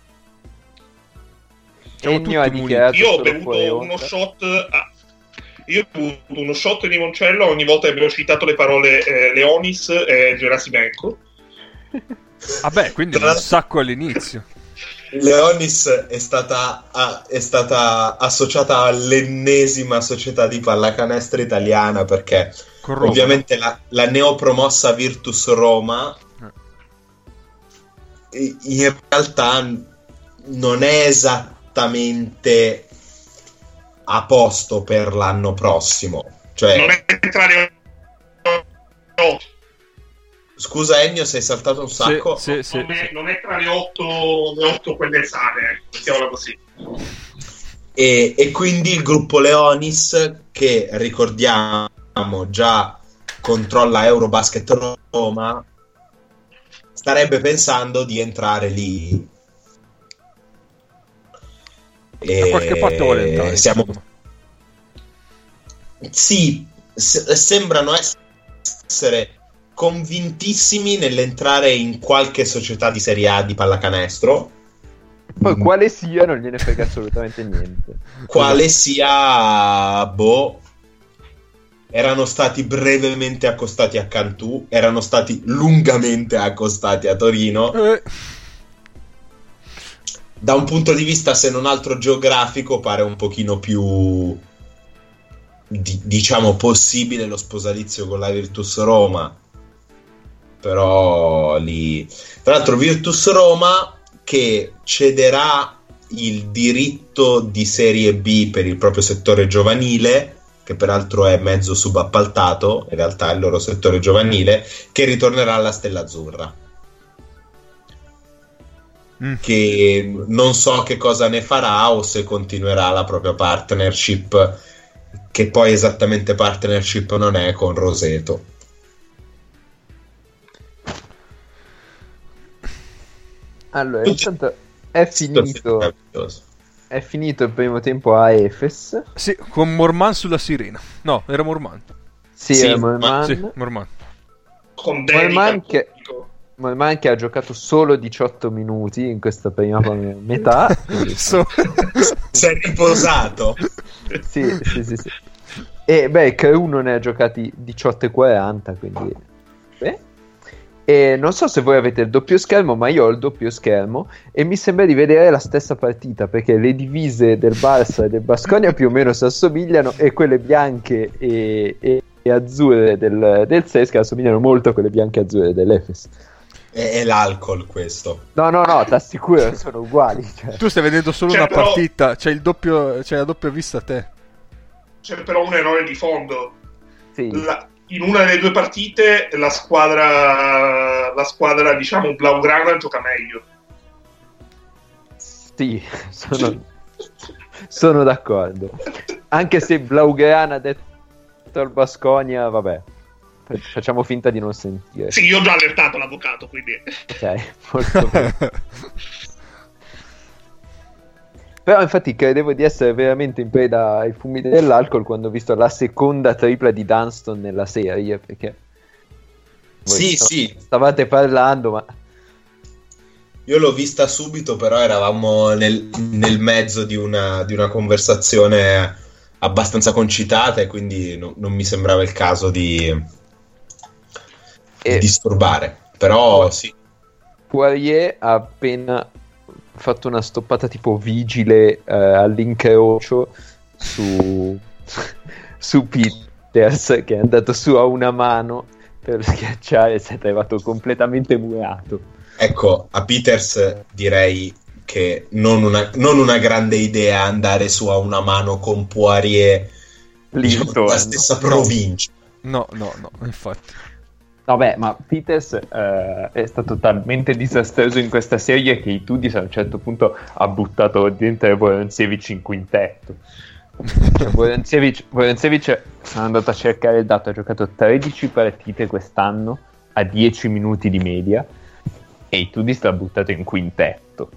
Ennio ha dichiarato. Io ho solo bevuto fuori uno onda. shot. Ah, io ho bevuto uno shot di limoncello ogni volta che abbiamo citato le parole eh, Leonis e Gerasimenko. Vabbè, quindi un sacco all'inizio. Leonis è stata, a- è stata associata all'ennesima società di pallacanestro italiana, perché Con Roma. ovviamente la, la neopromossa Virtus Roma i- in realtà non è esattamente a posto per l'anno prossimo. Cioè, Non è tra le otto. scusa Ennio, sei saltato un sacco? Sì, sì, non, sì, è, sì. non è tra le otto, le otto quelle sane, ecco, mettiamola così. E, e quindi il gruppo Leonis, che ricordiamo già controlla Eurobasket Roma, starebbe pensando di entrare lì. E Da qualche parte vuole entrare, siamo... insomma. Sì, s- sembrano essere convintissimi nell'entrare in qualche società di Serie A di pallacanestro. Poi quale sia non gliene frega assolutamente niente. Quale sia, boh, erano stati brevemente accostati a Cantù, erano stati lungamente accostati a Torino. Eh, Da un punto di vista, se non altro geografico, pare un pochino più, di- diciamo, possibile lo sposalizio con la Virtus Roma. Però lì... Tra l'altro Virtus Roma che cederà il diritto di Serie B per il proprio settore giovanile, che peraltro è mezzo subappaltato, in realtà è il loro settore giovanile, che ritornerà alla Stella Azzurra. Mm. Che non so che cosa ne farà o se continuerà la propria partnership, che poi esattamente partnership non è, con Roseto. Allora, intanto è finito, Meraviglioso. è finito il primo tempo a Efes. Sì, con Morman sulla sirena. No, era Morman. Sì, Sì, è ma- Mollman. Sì, Morman. Con Mollman dedica. che, Mollman che ha giocato solo diciotto minuti in questa prima metà. So- Si è riposato. Sì, sì, sì, sì. E beh, Crew ne ha giocati diciotto e quaranta, quindi beh. E non so se voi avete il doppio schermo, ma io ho il doppio schermo e mi sembra di vedere la stessa partita, perché le divise del Barça e del Baskonia più o meno si assomigliano, e quelle bianche e, e, e azzurre del, del Cesca assomigliano molto a quelle bianche e azzurre dell'Efes. È, è l'alcol questo. No, no, no, ti assicuro, sono uguali. Cioè. Tu stai vedendo solo Cioè, una però- partita, c'è il doppio, c'è la doppia vista a te. C'è però un errore di fondo. Sì. La- in una delle due partite la squadra, la squadra diciamo blaugrana gioca meglio. Sì, sono, sono d'accordo. Anche se Blaugrana ha detto al Baskonia, vabbè, facciamo finta di non sentire. Sì, io ho già allertato l'avvocato, quindi Ok, molto bene. Però infatti credevo di essere veramente in preda ai fumi dell'alcol quando ho visto la seconda tripla di Dunston nella serie, perché voi Sì, sta- sì. stavate parlando, ma Io l'ho vista subito, però eravamo nel, nel mezzo di una, di una conversazione abbastanza concitata e quindi no- non mi sembrava il caso di, di E- disturbare. Però sì. Poirier ha appena fatto una stoppata tipo vigile eh, all'incrocio su, su Peters, che è andato su a una mano per schiacciare e si è trovato completamente murato. Ecco, a Peters direi che non una, non una grande idea andare su a una mano con Poirier, Lì diciamo, intorno. la stessa provincia. No, no, no, infatti. Vabbè, ma Peters eh, è stato talmente disastroso in questa serie che Itudis a un certo punto ha buttato dentro Vorontsevich in quintetto. Cioè, Vorontsevich, Vorontsevich sono andato a cercare il dato, ha giocato tredici partite quest'anno a dieci minuti di media e Itudis l'ha buttato in quintetto.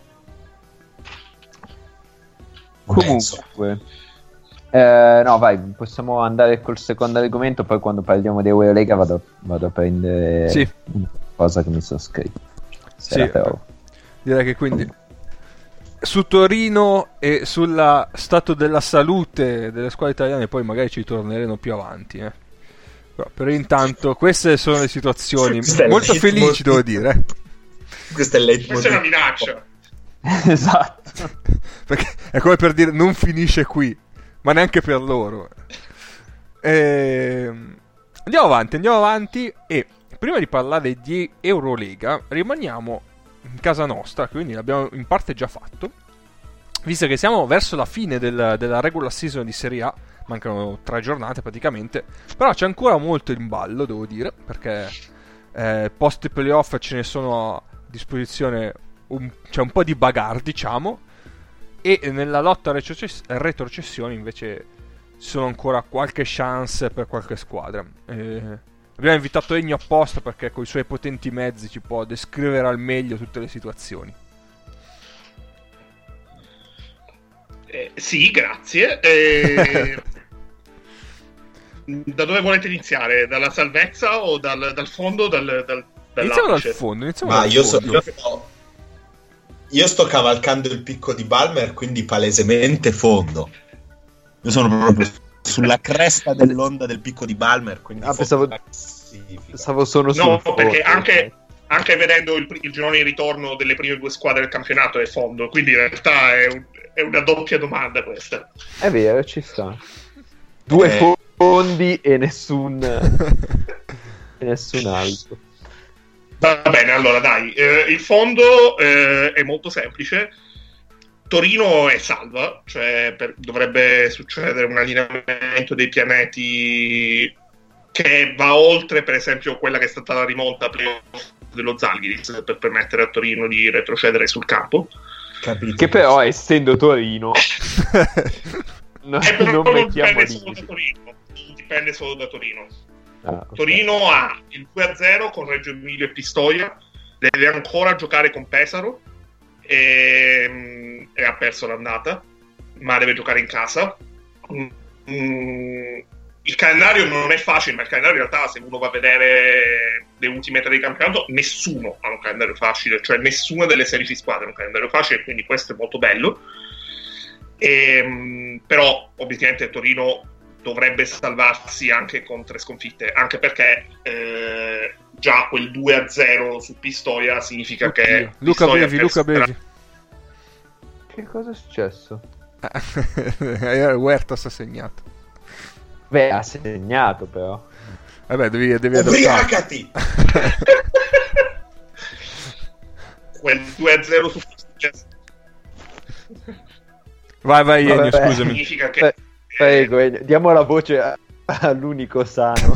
Comunque eh, no vai, possiamo andare col secondo argomento, poi quando parliamo di Eurolega vado, vado a prendere sì. una cosa che mi sono scritto. Se sì, direi che quindi su Torino e sul stato della salute delle squadre italiane poi magari ci torneremo più avanti, eh. Però per intanto queste sono le situazioni molto felici, devo dire, eh. Questa è, Questa è una minaccia. Esatto, perché è come per dire non finisce qui, ma neanche per loro. E... andiamo avanti, andiamo avanti e prima di parlare di Eurolega rimaniamo in casa nostra, quindi l'abbiamo in parte già fatto, visto che siamo verso la fine del, della regular season di Serie A, mancano tre giornate praticamente, però c'è ancora molto in ballo, devo dire, perché eh, post playoff ce ne sono a disposizione un, c'è un po' di bagarre, diciamo, e nella lotta a retrocess- retrocessione invece ci sono ancora qualche chance per qualche squadra. Eh, abbiamo invitato Ennio apposta perché con i suoi potenti mezzi ci può descrivere al meglio tutte le situazioni. Eh, sì, grazie. Eh, da dove volete iniziare? Dalla salvezza o dal, dal fondo? Dal, dal, iniziamo dal fondo. Iniziamo Ma dal io, fondo. So, io, sto, io sto cavalcando il picco di Balmer, quindi palesemente fondo. Io sono proprio sulla cresta dell'onda del picco di Balmer, quindi ah, pensavo, pensavo sono no, sul perché fondo, anche, anche vedendo il, il girone di ritorno delle prime due squadre del campionato è fondo, quindi in realtà è, un, è una doppia domanda questa. È vero, ci sta. Due eh. fondi e nessun e nessun altro. Va bene, allora dai, eh, il fondo eh, è molto semplice. Torino è salva, cioè per, dovrebbe succedere un allineamento dei pianeti che va oltre, per esempio, quella che è stata la rimonta playoff dello Zalgiris per permettere a Torino di retrocedere sul campo. Capito. Che però, essendo Torino, no, eh, però non non mettiamo dipende solo da Torino, dipende solo da Torino. Ah, okay. Torino ha il due a zero con Reggio Emilia e Pistoia, deve ancora giocare con Pesaro e, e ha perso l'andata, ma deve giocare in casa. Mm, il calendario non è facile, ma il calendario in realtà, se uno va a vedere le ultime tre di campionato, nessuno ha un calendario facile, cioè nessuna delle sedici squadre ha un calendario facile, quindi questo è molto bello. E, però obiettivamente Torino dovrebbe salvarsi anche con tre sconfitte, anche perché eh, già quel due a zero su Pistoia significa Oddio. che Luca Pistoia Bevi, Luca Bevi. Che cosa è successo? Huertas ha segnato. Beh, ha segnato però. Vabbè, devi, devi ubriacati. Quel due a zero su Pistoia vai vai Ennio, Vabbè, scusami. significa che eh, prego, Ennio, diamo la voce a, all'unico sano.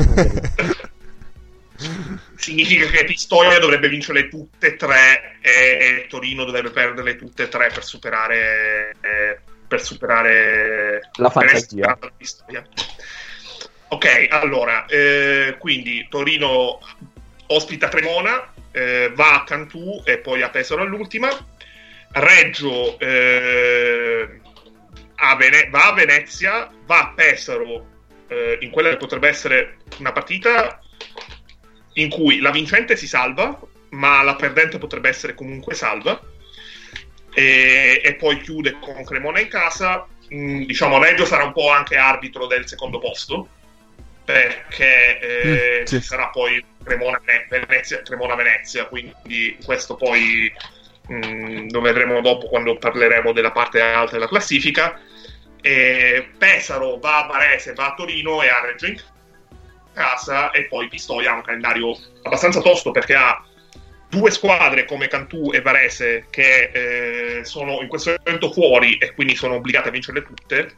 significa che Pistoia dovrebbe vincerle tutte e tre e, e Torino dovrebbe perderle tutte e tre per superare eh, per superare la fantasia. Per Pistoia. Ok, allora eh, quindi Torino ospita Cremona, eh, va a Cantù e poi a Pesaro all'ultima. Reggio eh, a Vene- va a Venezia, va a Pesaro eh, in quella che potrebbe essere una partita in cui la vincente si salva, ma la perdente potrebbe essere comunque salva, e, e poi chiude con Cremona in casa. Mm, diciamo Reggio sarà un po' anche arbitro del secondo posto, perché eh, mm, sì. ci sarà poi Cremona Venezia, Cremona Venezia, quindi questo poi mm, lo vedremo dopo quando parleremo della parte alta della classifica. E Pesaro va a Varese, va a Torino e a Reggio in casa, e poi Pistoia ha un calendario abbastanza tosto perché ha due squadre come Cantù e Varese che eh, sono in questo momento fuori e quindi sono obbligate a vincerle tutte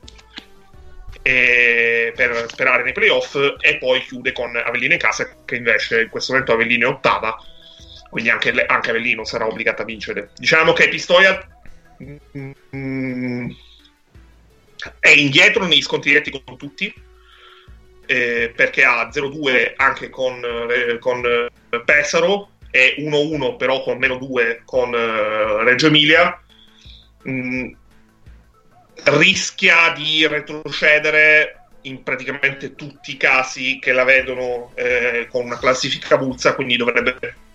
e per sperare nei playoff, e poi chiude con Avellino in casa che invece in questo momento Avellino è ottava, quindi anche, anche Avellino sarà obbligata a vincere. Diciamo che Pistoia mm, è indietro negli scontri diretti con tutti, eh, perché ha zero due anche con, eh, con eh, Pesaro e uno uno però con meno due con eh, Reggio Emilia. Mm, rischia di retrocedere in praticamente tutti i casi che la vedono eh, con una classifica avulsa, quindi dovrebbe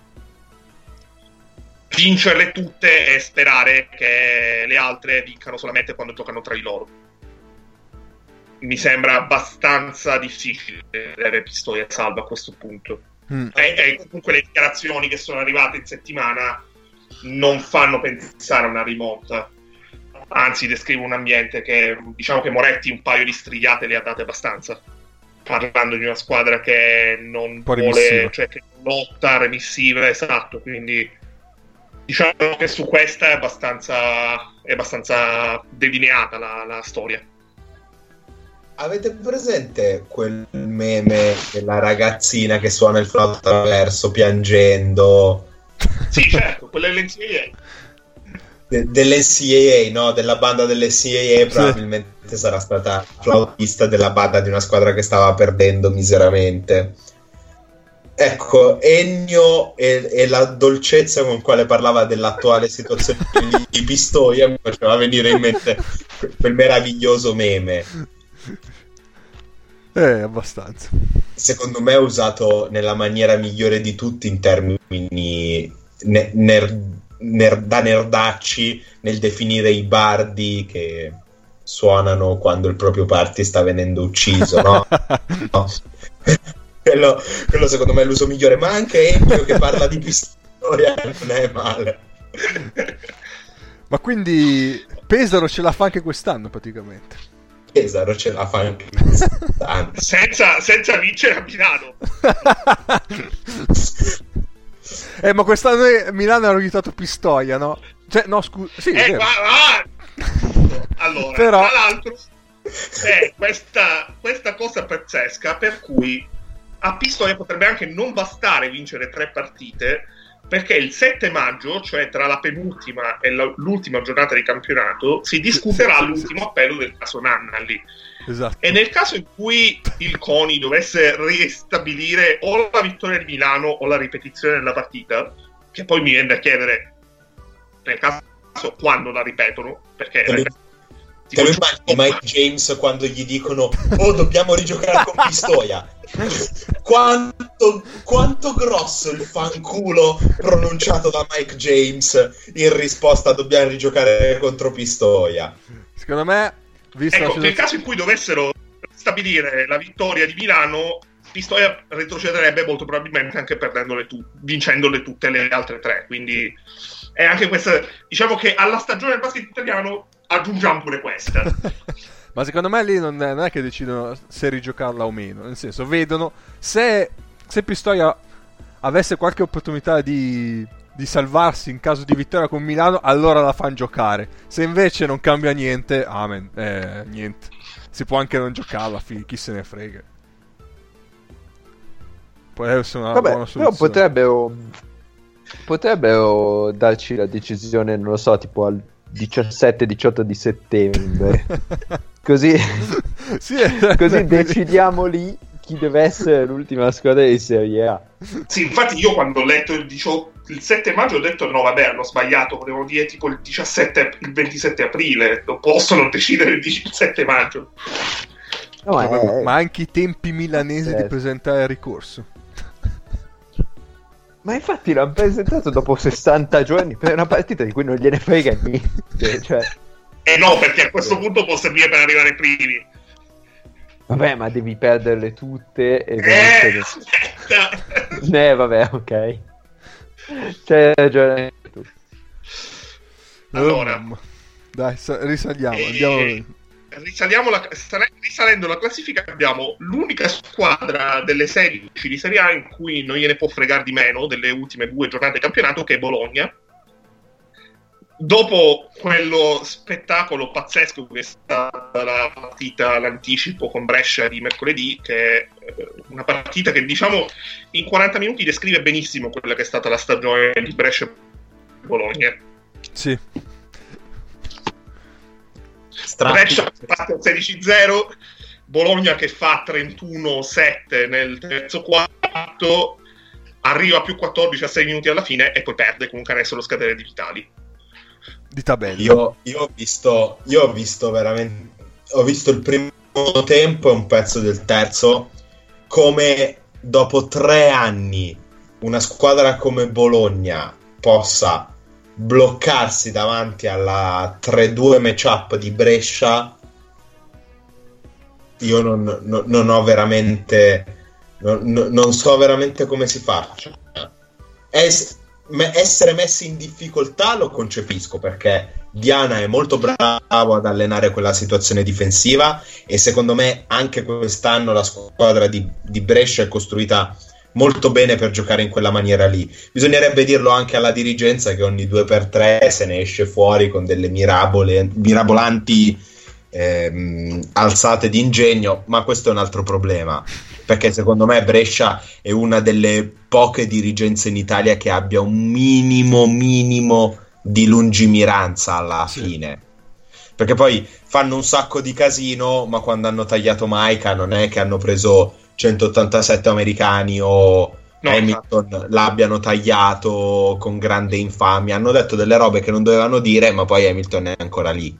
vincerle tutte e sperare che le altre vincano solamente quando giocano tra di loro. Mi sembra abbastanza difficile avere Pistoia salva a questo punto. Mm. E, e comunque le dichiarazioni che sono arrivate in settimana non fanno pensare a una rimonta, anzi descrive un ambiente che, diciamo che Moretti un paio di strigliate le ha date abbastanza, parlando di una squadra che non vuole, remissiva. Cioè che lotta, remissiva, esatto, quindi diciamo che su questa è abbastanza è abbastanza delineata la, la storia. Avete presente quel meme della ragazzina che suona il flauto traverso piangendo? Sì, certo, quella dell'N C A A. De- dell'N C A A, no? Della banda dell'N C A A, probabilmente sì. Sarà stata flautista della banda di una squadra che stava perdendo miseramente. Ecco, Ennio e, e la dolcezza con quale parlava dell'attuale situazione di, di Pistoia mi faceva venire in mente quel meraviglioso meme. Eh, abbastanza. Secondo me è usato nella maniera migliore di tutti in termini ne- ner- ner- da nerdacci nel definire i bardi che suonano quando il proprio party sta venendo ucciso, no? No. Quello, quello secondo me è l'uso migliore, ma anche Ennio che parla di Pistoia non è male. Ma quindi Pesaro ce la fa anche quest'anno praticamente. Pesaro ce la fa anche quest'anno. senza, senza vincere a Milano. Eh, ma quest'anno Milano ha aiutato Pistoia, no? Cioè, no, scusa. Sì, eh, ma, ma... Allora, però... tra l'altro c'è questa, questa cosa pazzesca per cui a Pistoia potrebbe anche non bastare vincere tre partite, perché il sette maggio, cioè tra la penultima e la, l'ultima giornata di campionato, si discuterà sì, sì, l'ultimo sì. appello del caso Nannali. Esatto. E nel caso in cui il CONI dovesse ristabilire o la vittoria di Milano o la ripetizione della partita, che poi mi viene da chiedere nel caso quando la ripetono, perché... Te lo immagini Mike James quando gli dicono oh dobbiamo rigiocare con Pistoia? Quanto, quanto grosso il fanculo pronunciato da Mike James in risposta a dobbiamo rigiocare contro Pistoia. Secondo me, visto ecco, la nel caso in cui dovessero stabilire la vittoria di Milano, Pistoia retrocederebbe molto probabilmente anche perdendole tu- vincendole tutte le altre tre, quindi è anche questa, diciamo che alla stagione del basket italiano aggiungiamo pure questa. Ma secondo me lì non è, non è che decidono se rigiocarla o meno, nel senso vedono se, se Pistoia avesse qualche opportunità di, di salvarsi in caso di vittoria con Milano, allora la fanno giocare. Se invece non cambia niente, amen, eh, niente, si può anche non giocarla, fi- chi se ne frega. Può essere una Vabbè, buona soluzione. però potrebbero potrebbero darci la decisione, non lo so, tipo al diciassette diciotto di settembre. Così, sì, così decidiamo lì chi deve essere l'ultima squadra di Serie A. Sì, infatti io quando ho letto il, diciotto, il sette maggio ho detto no vabbè hanno sbagliato, volevo dire tipo il diciassette, il ventisette aprile, non possono decidere il diciassette maggio. No, ma, è... ma anche i tempi milanesi certo. di presentare il ricorso. Ma infatti l'hanno presentato dopo sessanta giorni per una partita di cui non gliene frega niente, cioè... Eh no, perché a questo punto può servire per arrivare ai primi. Vabbè, ma devi perderle tutte e... Eh, aspetta! Eh, vabbè, ok. C'hai ragione tu. Allora... Oh, dai, risaliamo, e... andiamo... Risaliamo la, risalendo la classifica abbiamo l'unica squadra delle sedici di Serie A in cui non gliene può fregare di meno delle ultime due giornate di campionato, che è Bologna. Dopo quello spettacolo pazzesco che è stata la partita, l'anticipo con Brescia di mercoledì, che è una partita che diciamo in quaranta minuti descrive benissimo quella che è stata la stagione di Brescia e Bologna. Sì. Brescia parte al sedici zero, Bologna che fa trentuno sette nel terzo quarto, arriva a più quattordici a sei minuti alla fine e poi perde comunque adesso lo scadere di Vitali. Di tabella. Io, io ho visto, io ho visto veramente, ho visto il primo tempo e un pezzo del terzo, come dopo tre anni una squadra come Bologna possa bloccarsi davanti alla tre due matchup di Brescia. Io non, non, non ho veramente non, non so veramente come si faccia. Es, me, essere messi in difficoltà lo concepisco, perché Diana è molto bravo ad allenare quella situazione difensiva e secondo me anche quest'anno la squadra di, di Brescia è costruita molto bene per giocare in quella maniera lì. Bisognerebbe dirlo anche alla dirigenza, che ogni due per tre se ne esce fuori con delle mirabole, mirabolanti ehm, alzate di ingegno, ma questo è un altro problema, perché secondo me Brescia è una delle poche dirigenze in Italia che abbia un minimo minimo di lungimiranza alla sì. fine, perché poi fanno un sacco di casino, ma quando hanno tagliato Maika non è che hanno preso centottantasette americani o no, Hamilton no. l'abbiano tagliato con grande infamia. Hanno detto delle robe che non dovevano dire, ma poi Hamilton è ancora lì.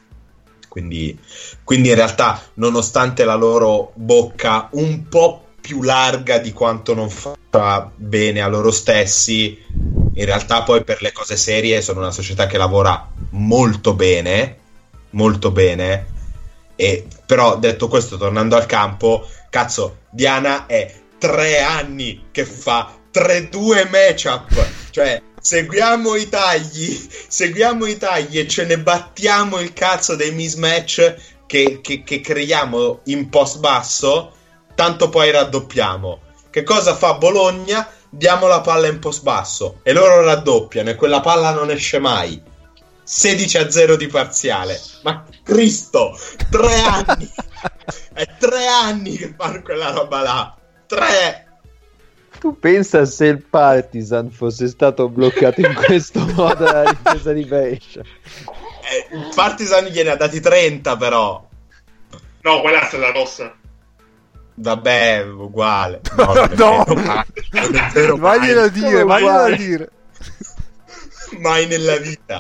Quindi, quindi in realtà, nonostante la loro bocca un po' più larga di quanto non fa bene a loro stessi, in realtà poi per le cose serie sono una società che lavora molto bene, molto bene. E però, detto questo, tornando al campo, cazzo, Diana è tre anni che fa tre due matchup, cioè seguiamo i tagli, seguiamo i tagli e ce ne battiamo il cazzo dei mismatch che, che, che creiamo in post basso, tanto poi raddoppiamo. Che cosa fa Bologna? Diamo la palla in post basso e loro raddoppiano e quella palla non esce mai. sedici a zero di parziale. Ma Cristo, tre anni! È tre anni che fanno quella roba là. Tre! Tu pensa se il Partizan fosse stato bloccato in questo modo dalla difesa di Brescia? Eh, il Partizan gliene ha dati trenta però. No, quella è stata rossa. Vabbè, uguale. No, no. no. Vaglielo dire, vaglielo dire. Mai nella vita.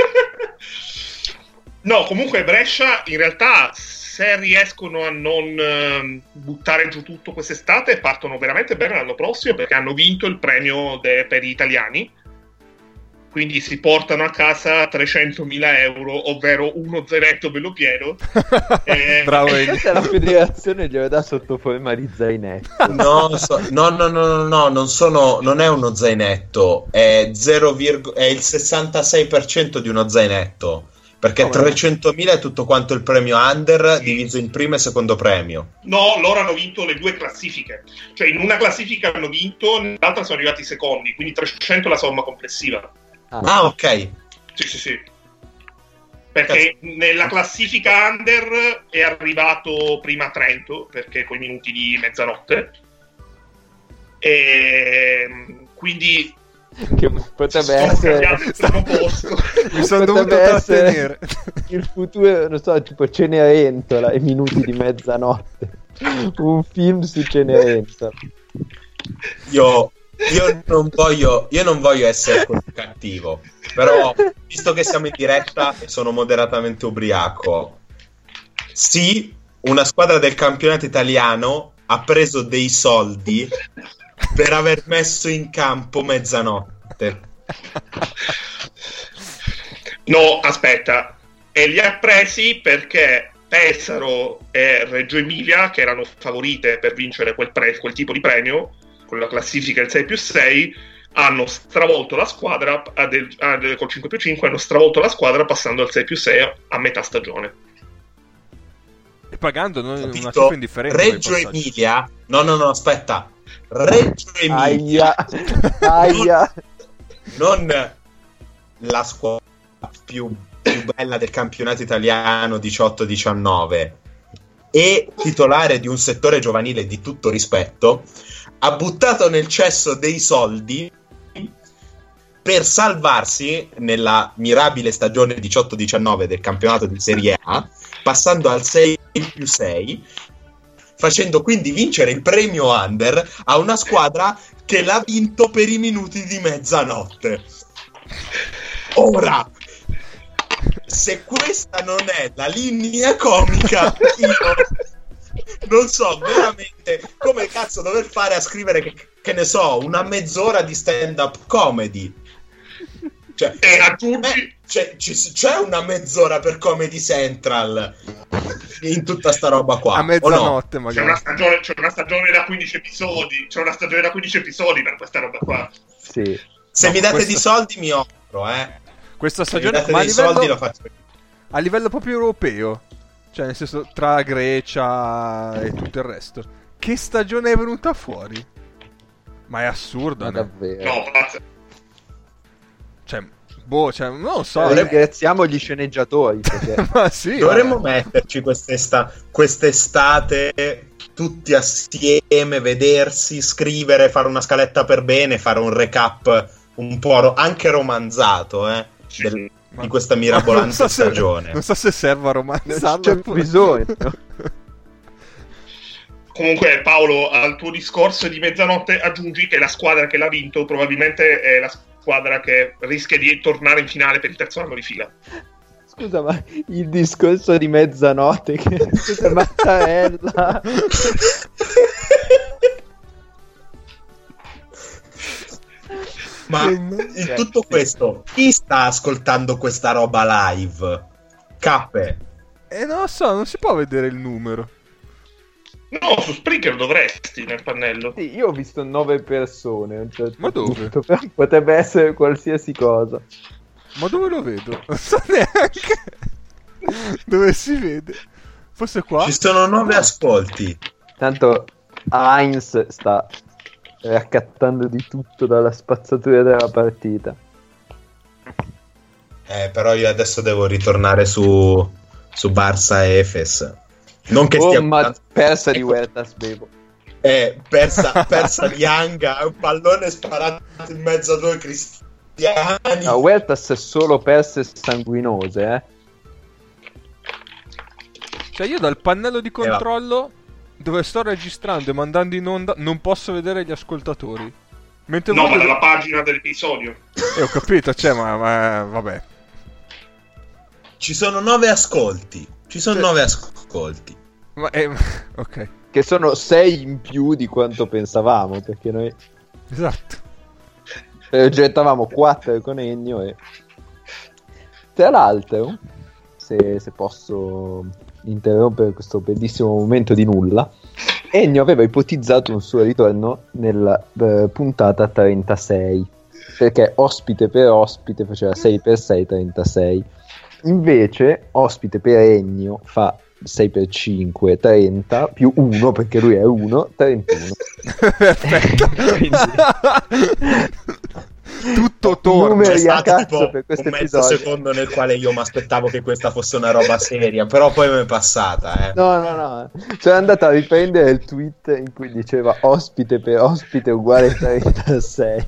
No, comunque Brescia in realtà, se riescono a non uh, buttare giù tutto quest'estate, partono veramente bene l'anno prossimo, perché hanno vinto il premio de- per gli italiani, quindi si portano a casa trecentomila euro, ovvero uno zeretto bello pieno. e... Bravo. La federazione glielo dà sotto forma di zainetto. No, so, no, no, no, no, no, non sono, non è uno zainetto, è zero, è il sessantasei per cento di uno zainetto, perché oh, trecentomila è tutto quanto il premio under sì. diviso in primo e secondo premio. No, loro hanno vinto le due classifiche, cioè in una classifica hanno vinto, nell'altra sono arrivati secondi, quindi trecento la somma complessiva. Ah, ah ok. Sì, sì, sì. Perché Cazzo. nella classifica under è arrivato prima Trento, perché coi minuti di mezzanotte. E quindi che potrebbe essere posto. Mi sono dovuto trattenere. Il futuro, non so, tipo Cenerentola, i minuti di mezzanotte. Un film su Cenerentola. Io Io non voglio io non voglio essere così cattivo, però visto che siamo in diretta e sono moderatamente ubriaco, sì, una squadra del campionato italiano ha preso dei soldi per aver messo in campo mezzanotte. No, aspetta, e li ha presi perché Pesaro e Reggio Emilia, che erano favorite per vincere quel, pre- quel tipo di premio con la classifica del sei più sei, hanno stravolto la squadra a del, a del, col cinque più cinque, hanno stravolto la squadra passando al sei più sei a metà stagione e pagando non Capito? Una cifra indifferente. Reggio Emilia, no no no aspetta, Reggio Emilia aia, aia. Non, non la squadra più, più bella del campionato italiano diciotto diciannove e titolare di un settore giovanile di tutto rispetto, ha buttato nel cesso dei soldi per salvarsi nella mirabile stagione diciotto diciannove del campionato di Serie A, passando al sei più sei, facendo quindi vincere il premio under a una squadra che l'ha vinto per i minuti di mezzanotte. Ora, se questa non è la linea comica, io non so veramente come cazzo dover fare a scrivere, che, che ne so, una mezz'ora di stand-up comedy. Cioè, e aggiungi... eh, c'è, c'è una mezz'ora per Comedy Central in tutta sta roba qua. A mezzanotte no? magari. C'è una, stagione, c'è una stagione da quindici episodi. C'è una stagione da quindici episodi per questa roba qua. Sì. Se No, mi date questa... di soldi mi offro, eh. Questa Se mi stagione, date ma a dei livello... soldi lo faccio. a livello proprio europeo, cioè nel senso tra Grecia e tutto il resto, che stagione è venuta fuori? Ma è assurdo, Ma no? davvero. No, pazzo. Cioè, boh, cioè, non lo so. Eh, eh. ringraziamo gli sceneggiatori perché... Ma sì, Dovremmo vabbè. metterci quest'esta- quest'estate tutti assieme, vedersi, scrivere, fare una scaletta per bene, fare un recap un po' ro- anche romanzato, eh, Sì, del- sì. Ma- di questa ma mirabolante non so se- stagione. Non so se serva a romanzarlo. c'è bisogno. Comunque, Paolo, al tuo discorso di mezzanotte aggiungi che la squadra che l'ha vinto probabilmente è la squadra che rischia di tornare in finale per il terzo anno di fila. Scusa, ma il discorso di mezzanotte che è Mattarella. Ma in tutto questo, chi sta ascoltando questa roba live? Cappe. Eh, non lo so, non si può vedere il numero. No, su Spreaker dovresti nel pannello. Sì, io ho visto nove persone a un certo Ma dove? punto, però potrebbe essere qualsiasi cosa. Ma dove lo vedo? Non so neanche dove si vede. Forse qua? Ci sono nove ascolti. Tanto Heinz sta raccattando di tutto dalla spazzatura della partita. Eh, però io adesso devo ritornare su, su Barça e Efes. Non che Oh, stia ma persa di Ecco. Huertas, bevo. Eh, persa, persa di Anga, un pallone sparato in mezzo a due cristiani. No, Huertas è solo perse sanguinose, eh. Cioè io dal pannello di controllo dove sto registrando e mandando in onda non posso vedere gli ascoltatori. Mentre No, voi ma dove- dalla pagina dell'episodio. Eh, ho capito, cioè, ma, ma vabbè. Ci sono nove ascolti. Ci sono Cioè- nove ascolti. Ma, eh, ok, Che sono sei in più di quanto pensavamo, perché noi esatto. progettavamo quattro con Ennio e... Tra l'altro, se, se posso interrompere questo bellissimo momento di nulla, Ennio aveva ipotizzato un suo ritorno nella eh, puntata trentasei, perché ospite per ospite faceva sei per sei, trentasei. Invece ospite per Ennio fa sei per cinque, trenta, più uno perché lui è uno, trentuno. Perfetto. Quindi- Tutto torna. Numeri C'è a stato cazzo tipo per questo un mezzo episodio. secondo nel quale io mi aspettavo che questa fosse una roba seria, però poi mi è passata, eh. No, no, no. Sono andato a riprendere il tweet in cui diceva ospite per ospite uguale trentasei.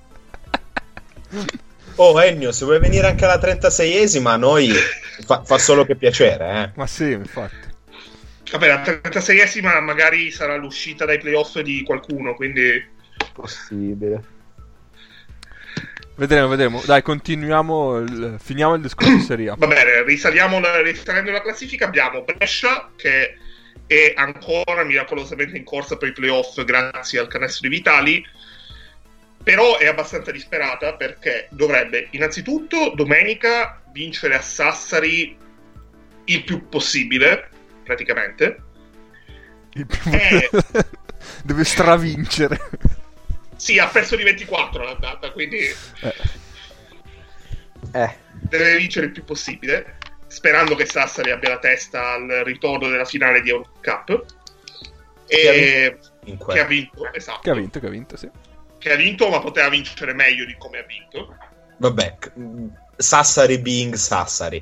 Oh Ennio, se vuoi venire anche alla trentaseiesima, a noi fa, fa solo che piacere, eh. Ma sì, infatti. Vabbè, la trentaseiesima magari sarà l'uscita dai playoff di qualcuno, quindi... Possibile. Vedremo, vedremo. Dai, continuiamo. Il... Finiamo il discorso di Serie A. Va bene, risaliamo la, risalendo la classifica, abbiamo Brescia che è ancora miracolosamente in corsa per i playoff grazie al canestro di Vitali, però è abbastanza disperata perché dovrebbe innanzitutto domenica vincere a Sassari il più possibile, praticamente. Il più- Eh. Deve stravincere. Sì, ha perso di ventiquattro l'andata, quindi Eh. Eh, deve vincere il più possibile, sperando che Sassari abbia la testa al ritorno della finale di Eurocup. E In che ha que- vinto, esatto. Che ha vinto, che ha vinto, sì. Che ha vinto, ma poteva vincere meglio di come ha vinto. Vabbè, c- Sassari being Sassari.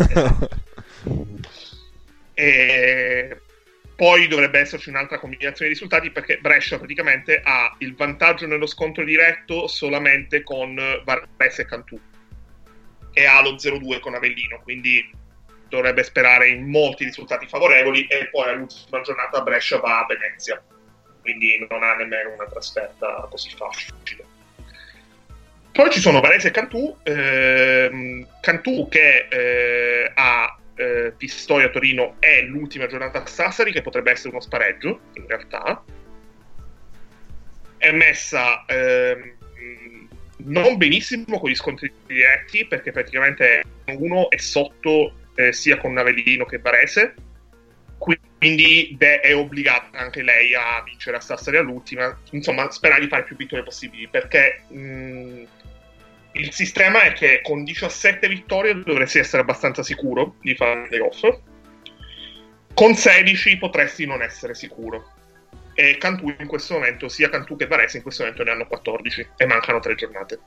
E poi dovrebbe esserci un'altra combinazione di risultati perché Brescia praticamente ha il vantaggio nello scontro diretto solamente con Varese e Cantù e ha lo zero due con Avellino, quindi dovrebbe sperare in molti risultati favorevoli, e poi all'ultima giornata Brescia va a Venezia, quindi non ha nemmeno una trasferta così facile. Poi ci sono Varese e Cantù, ehm, Cantù che eh, ha eh, Pistoia Torino e l'ultima giornata a Sassari, che potrebbe essere uno spareggio in realtà. È messa ehm, non benissimo con gli scontri diretti, perché praticamente uno è sotto eh, sia con Avellino che Varese, quindi beh, è obbligata anche lei a vincere a Sassari all'ultima. Insomma, spera di fare più vittorie possibili, perché mh, il sistema è che con diciassette vittorie dovresti essere abbastanza sicuro di fare il playoff, con sedici potresti non essere sicuro. E Cantù in questo momento, sia Cantù che Varese in questo momento ne hanno quattordici e mancano tre giornate.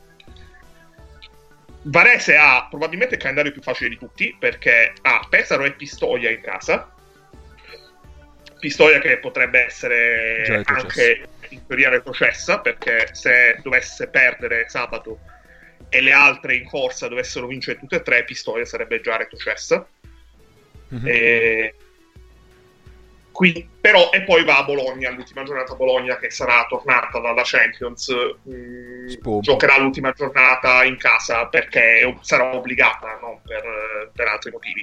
Varese ha probabilmente il calendario più facile di tutti, perché ha Pesaro e Pistoia in casa. Pistoia che potrebbe essere anche in teoria retrocessa, perché se dovesse perdere sabato e le altre in corsa dovessero vincere tutte e tre, Pistoia sarebbe già retrocessa. Mm-hmm. E... Qui, però, e poi va a Bologna, l'ultima giornata a Bologna, che sarà tornata dalla Champions, mh, giocherà l'ultima giornata in casa perché sarà obbligata, non per, per altri motivi.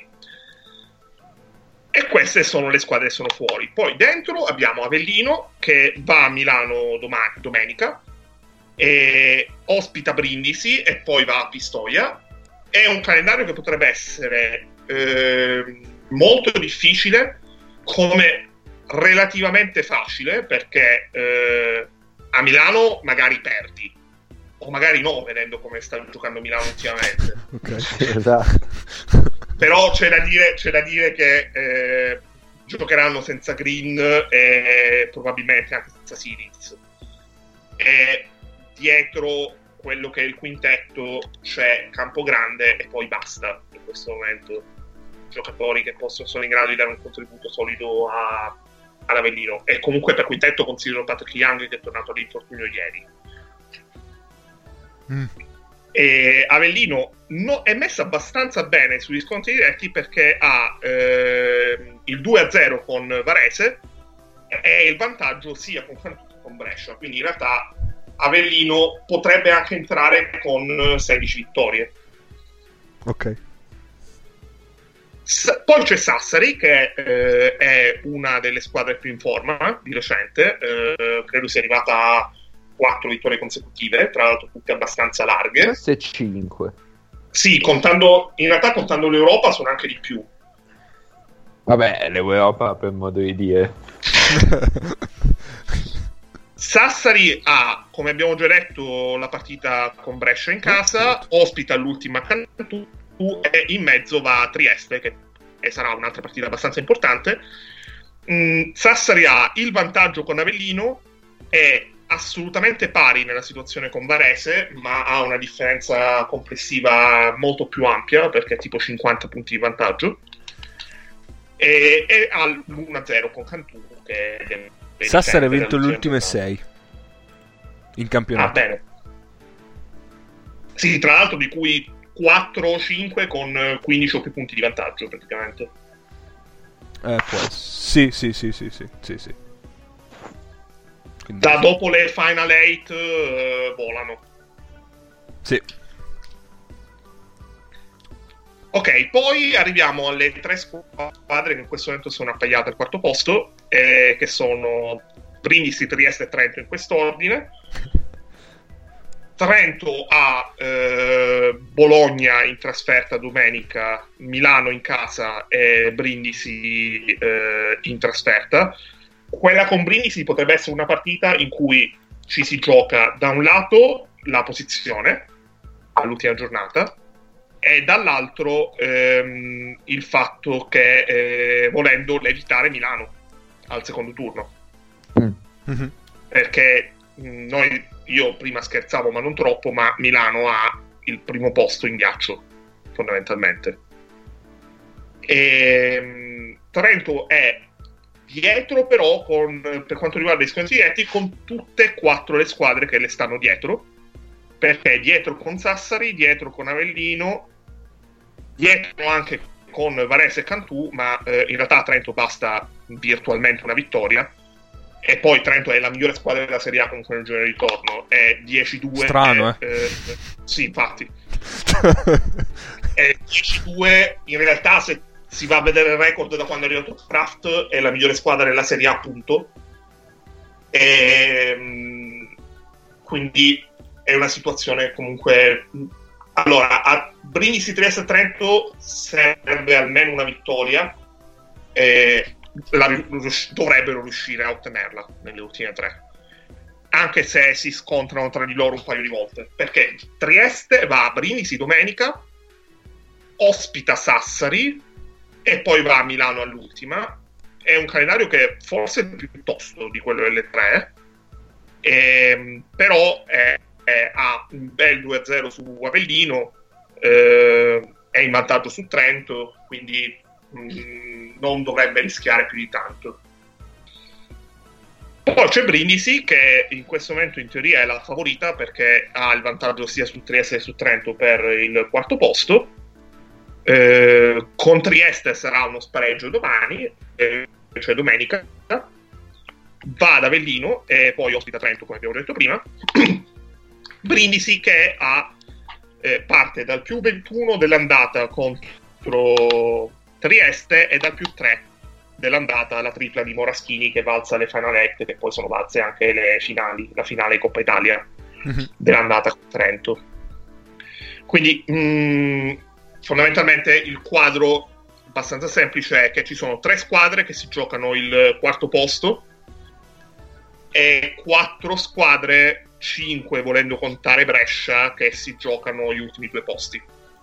E queste sono le squadre che sono fuori. Poi dentro abbiamo Avellino che va a Milano domani, domenica, e ospita Brindisi e poi va a Pistoia. È un calendario che potrebbe essere eh, molto difficile, come relativamente facile, perché eh, a Milano magari perdi, o magari no, vedendo come sta giocando Milano ultimamente. Okay. Esatto. Però c'è da dire, c'è da dire che eh, giocheranno senza Green e probabilmente anche senza Sirius, e dietro quello che è il quintetto c'è Campogrande e poi basta in questo momento, giocatori che possono, sono in grado di dare un contributo solido a, all'Avellino. E comunque per quintetto considero Patrick Young, che è tornato all'infortunio ieri. mm. E Avellino no, è messa abbastanza bene sugli scontri diretti, perché ha eh, il due a zero con Varese e il vantaggio sia con Cantù che con Brescia, quindi in realtà Avellino potrebbe anche entrare con sedici vittorie. Ok. S- poi c'è Sassari, che eh, è una delle squadre più in forma di recente, eh, credo sia arrivata a quattro vittorie consecutive, tra l'altro tutte abbastanza larghe. Forse cinque. Sì, contando, in realtà contando l'Europa sono anche di più. Vabbè, l'Europa per modo di dire. Sassari ha, come abbiamo già detto, la partita con Brescia in casa, ospita l'ultima Cantù e in mezzo va a Trieste, che e sarà un'altra partita abbastanza importante. Mm, Sassari ha il vantaggio con Avellino, è assolutamente pari nella situazione con Varese, ma ha una differenza complessiva molto più ampia, perché è tipo cinquanta punti di vantaggio, e, e ha l'uno a zero con Cantù, che è Sassari ha vinto le ultime sei in campionato. Ah, bene. Sì, tra l'altro di cui quattro o cinque con quindici o più punti di vantaggio praticamente. Eh, può sì, sì, sì, sì, sì, sì, sì. Quindi... Da dopo le Final eight uh, volano. Sì. Ok, poi arriviamo alle tre squadre che in questo momento sono appaiate al quarto posto, eh, che sono Brindisi, Trieste e Trento in quest'ordine. Trento ha eh, Bologna in trasferta domenica, Milano in casa e Brindisi eh, in trasferta. Quella con Brindisi potrebbe essere una partita in cui ci si gioca da un lato la posizione all'ultima giornata e dall'altro ehm, il fatto che eh, volendo evitare Milano al secondo turno. Mm-hmm. Perché mh, noi io prima scherzavo, ma non troppo, ma Milano ha il primo posto in ghiaccio, fondamentalmente. E Trento è dietro, però, con, per quanto riguarda i scontri diretti, con tutte e quattro le squadre che le stanno dietro, perché è dietro con Sassari, dietro con Avellino, dietro anche con Varese e Cantù, ma eh, in realtà a Trento basta virtualmente una vittoria. E poi Trento è la migliore squadra della Serie A comunque nel giorno di ritorno, è dieci due. Strano, è, eh? eh? Sì, infatti. È dieci due, in realtà se si va a vedere il record da quando è arrivato Kraft, è la migliore squadra della Serie A, appunto. E, quindi è una situazione comunque... Allora, a Brindisi, Trieste e Trento serve almeno una vittoria, e la, dovrebbero riuscire a ottenerla nelle ultime tre, anche se si scontrano tra di loro un paio di volte, perché Trieste va a Brindisi domenica, ospita Sassari e poi va a Milano all'ultima. È un calendario che forse è più tosto di quello delle tre, e, però è, è, ha un bel due a zero su Avellino, eh, è in vantaggio su Trento, quindi mh, non dovrebbe rischiare più di tanto. Poi c'è Brindisi, che in questo momento in teoria è la favorita perché ha il vantaggio sia su Trieste che su Trento per il quarto posto. Eh, con Trieste sarà uno spareggio domani, eh, cioè domenica, va ad Avellino e poi ospita Trento, come abbiamo detto prima. Brindisi che ha eh, parte dal più ventuno dell'andata contro Trieste e dal più tre dell'andata la tripla di Moraschini, che valsa le finalette, che poi sono valse anche le finali, la finale Coppa Italia mm-hmm. dell'andata con Trento. Quindi mh, fondamentalmente il quadro abbastanza semplice è che ci sono tre squadre che si giocano il quarto posto e quattro squadre, cinque volendo contare Brescia, che si giocano gli ultimi due posti.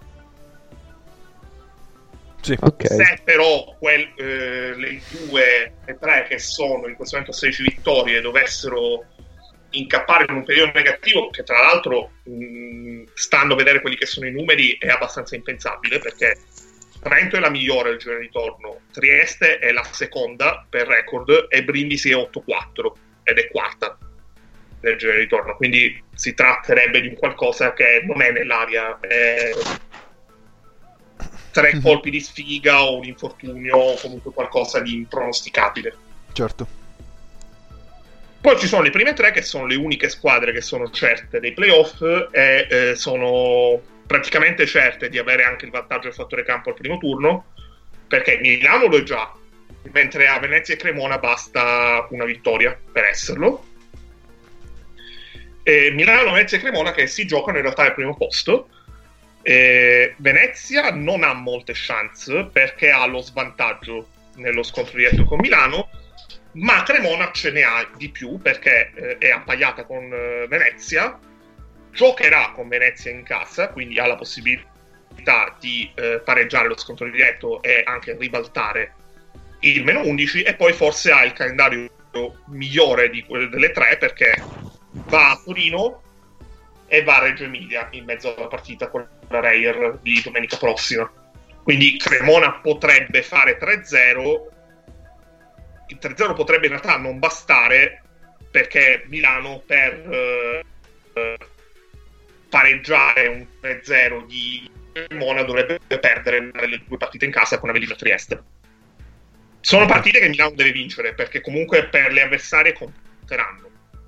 Sì. Okay. Se però quel, eh, le due e tre che sono in questo momento a sedici vittorie dovessero incappare in un periodo negativo, che tra l'altro mh, stando a vedere quelli che sono i numeri è abbastanza impensabile, perché Trento è la migliore al giorno di ritorno, Trieste è la seconda per record e Brindisi è otto quattro ed è quarta nel giorno di ritorno, quindi si tratterebbe di un qualcosa che non è nell'aria, è tre mm-hmm. colpi di sfiga o un infortunio o comunque qualcosa di impronosticabile. Certo. Poi ci sono le prime tre, che sono le uniche squadre che sono certe dei playoff e eh, sono praticamente certe di avere anche il vantaggio del fattore campo al primo turno, perché Milano lo è già, mentre a Venezia e Cremona basta una vittoria per esserlo. E Milano, Venezia e Cremona che si giocano in realtà al primo posto. E Venezia non ha molte chance perché ha lo svantaggio nello scontro diretto con Milano, ma Cremona ce ne ha di più perché eh, è appaiata con eh, Venezia, giocherà con Venezia in casa, quindi ha la possibilità di eh, pareggiare lo scontro diretto e anche ribaltare il meno undici, e poi forse ha il calendario migliore di quelle delle tre, perché va a Torino e va a Reggio Emilia in mezzo alla partita con la Reyer di domenica prossima, quindi Cremona potrebbe fare tre zero. Il tre zero potrebbe in realtà non bastare, perché Milano per eh, pareggiare un tre zero di Cremona dovrebbe perdere le due partite in casa con Avellino e Trieste. Sono partite che Milano deve vincere, perché comunque per le avversarie conteranno,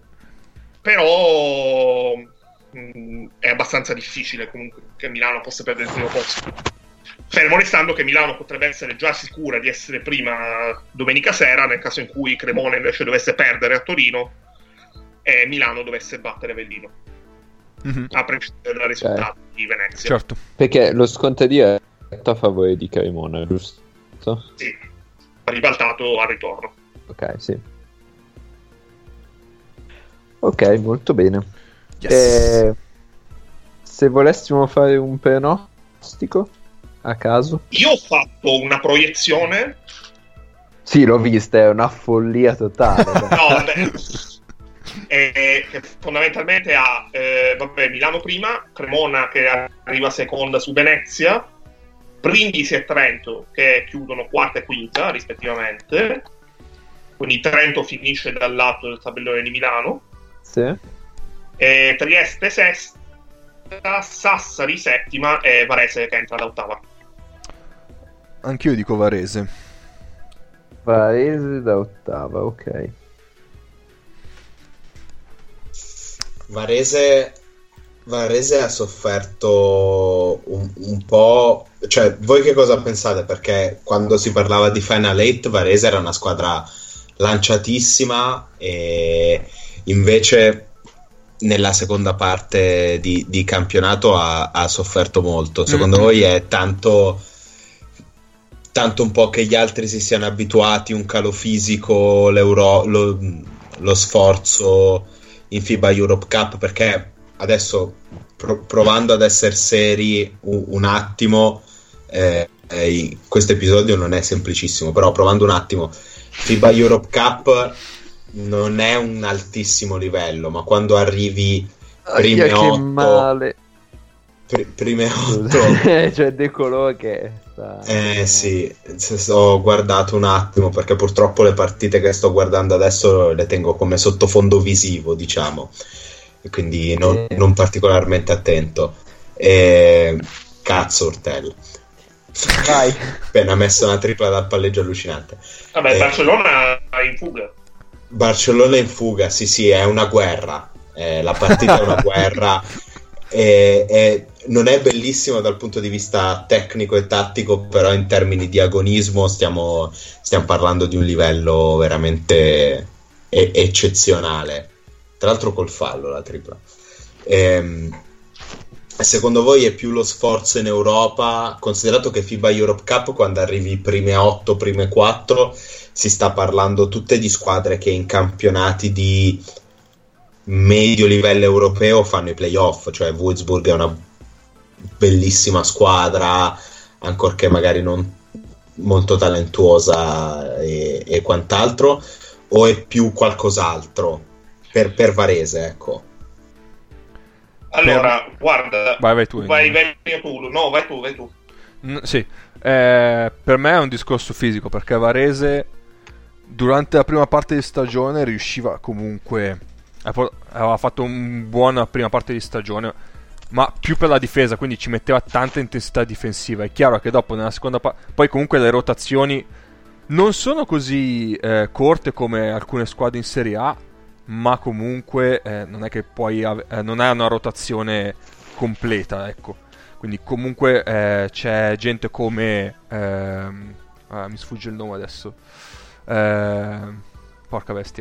però mh, è abbastanza difficile comunque che Milano possa perdere il primo posto, fermo restando che Milano potrebbe essere già sicura di essere prima domenica sera nel caso in cui Cremona invece dovesse perdere a Torino e Milano dovesse battere Avellino, mm-hmm. a prescindere dal risultato okay. di Venezia. Certo. Perché lo sconto diretto a favore di Cremona, giusto? Sì, ribaltato al ritorno. Ok, sì. Ok, molto bene. Yes. E se volessimo fare un pronostico a caso? Io ho fatto una proiezione. Sì, l'ho vista, è una follia totale. No, vabbè. E, che fondamentalmente ha eh, vabbè, Milano prima, Cremona che arriva seconda su Venezia, Brindisi e Trento che chiudono quarta e quinta rispettivamente, quindi Trento finisce dal lato del tabellone di Milano, sì. E Trieste sesta, Sassari settima e Varese che entra all'ottava. Anch'io dico Varese. Varese da ottava, ok. Varese, Varese ha sofferto un, un po'. Cioè, voi che cosa pensate? Perché quando si parlava di Final Eight, Varese era una squadra lanciatissima e invece nella seconda parte di, di campionato ha, ha sofferto molto. Secondo mm-hmm. voi è tanto, tanto un po' che gli altri si siano abituati, un calo fisico, l'euro, lo, lo sforzo in FIBA Europe Cup? Perché adesso pro- provando ad essere seri un, un attimo, eh, eh, questo episodio non è semplicissimo, però provando un attimo, FIBA Europe Cup non è un altissimo livello, ma quando arrivi prime ah, otto male. Pr- prime otto cioè De Colò che sta... eh sì, ho guardato un attimo perché purtroppo le partite che sto guardando adesso le tengo come sottofondo visivo, diciamo, e quindi non, eh. non particolarmente attento. E... cazzo Urtel, vai. appena messo una tripla dal palleggio allucinante. Vabbè, eh, Barcellona in fuga. Barcellona in fuga, sì sì, è una guerra, eh, la partita è una guerra e, e non è bellissima dal punto di vista tecnico e tattico, però in termini di agonismo stiamo, stiamo parlando di un livello veramente e- eccezionale, tra l'altro col fallo la tripla. Ehm, secondo voi è più lo sforzo in Europa, considerato che FIBA Europe Cup quando arrivi prime otto, prime quattro si sta parlando tutte di squadre che in campionati di medio livello europeo fanno i playoff, cioè Würzburg è una bellissima squadra, ancorché magari non molto talentuosa e, e quant'altro, o è più qualcos'altro per, per Varese, ecco? Allora, guarda, vai, vai tu, vai, vai tu, no, vai tu, vai tu. Mm, sì, eh, per me è un discorso fisico, perché Varese durante la prima parte di stagione riusciva comunque, aveva fatto una buona prima parte di stagione, ma più per la difesa, quindi ci metteva tanta intensità difensiva. È chiaro che dopo nella seconda parte, poi comunque le rotazioni non sono così eh, corte come alcune squadre in Serie A, ma comunque eh, non è che poi ave- eh, non è una rotazione completa, ecco. Quindi comunque eh, c'è gente come ehm, ah, mi sfugge il nome adesso, eh, porca bestia,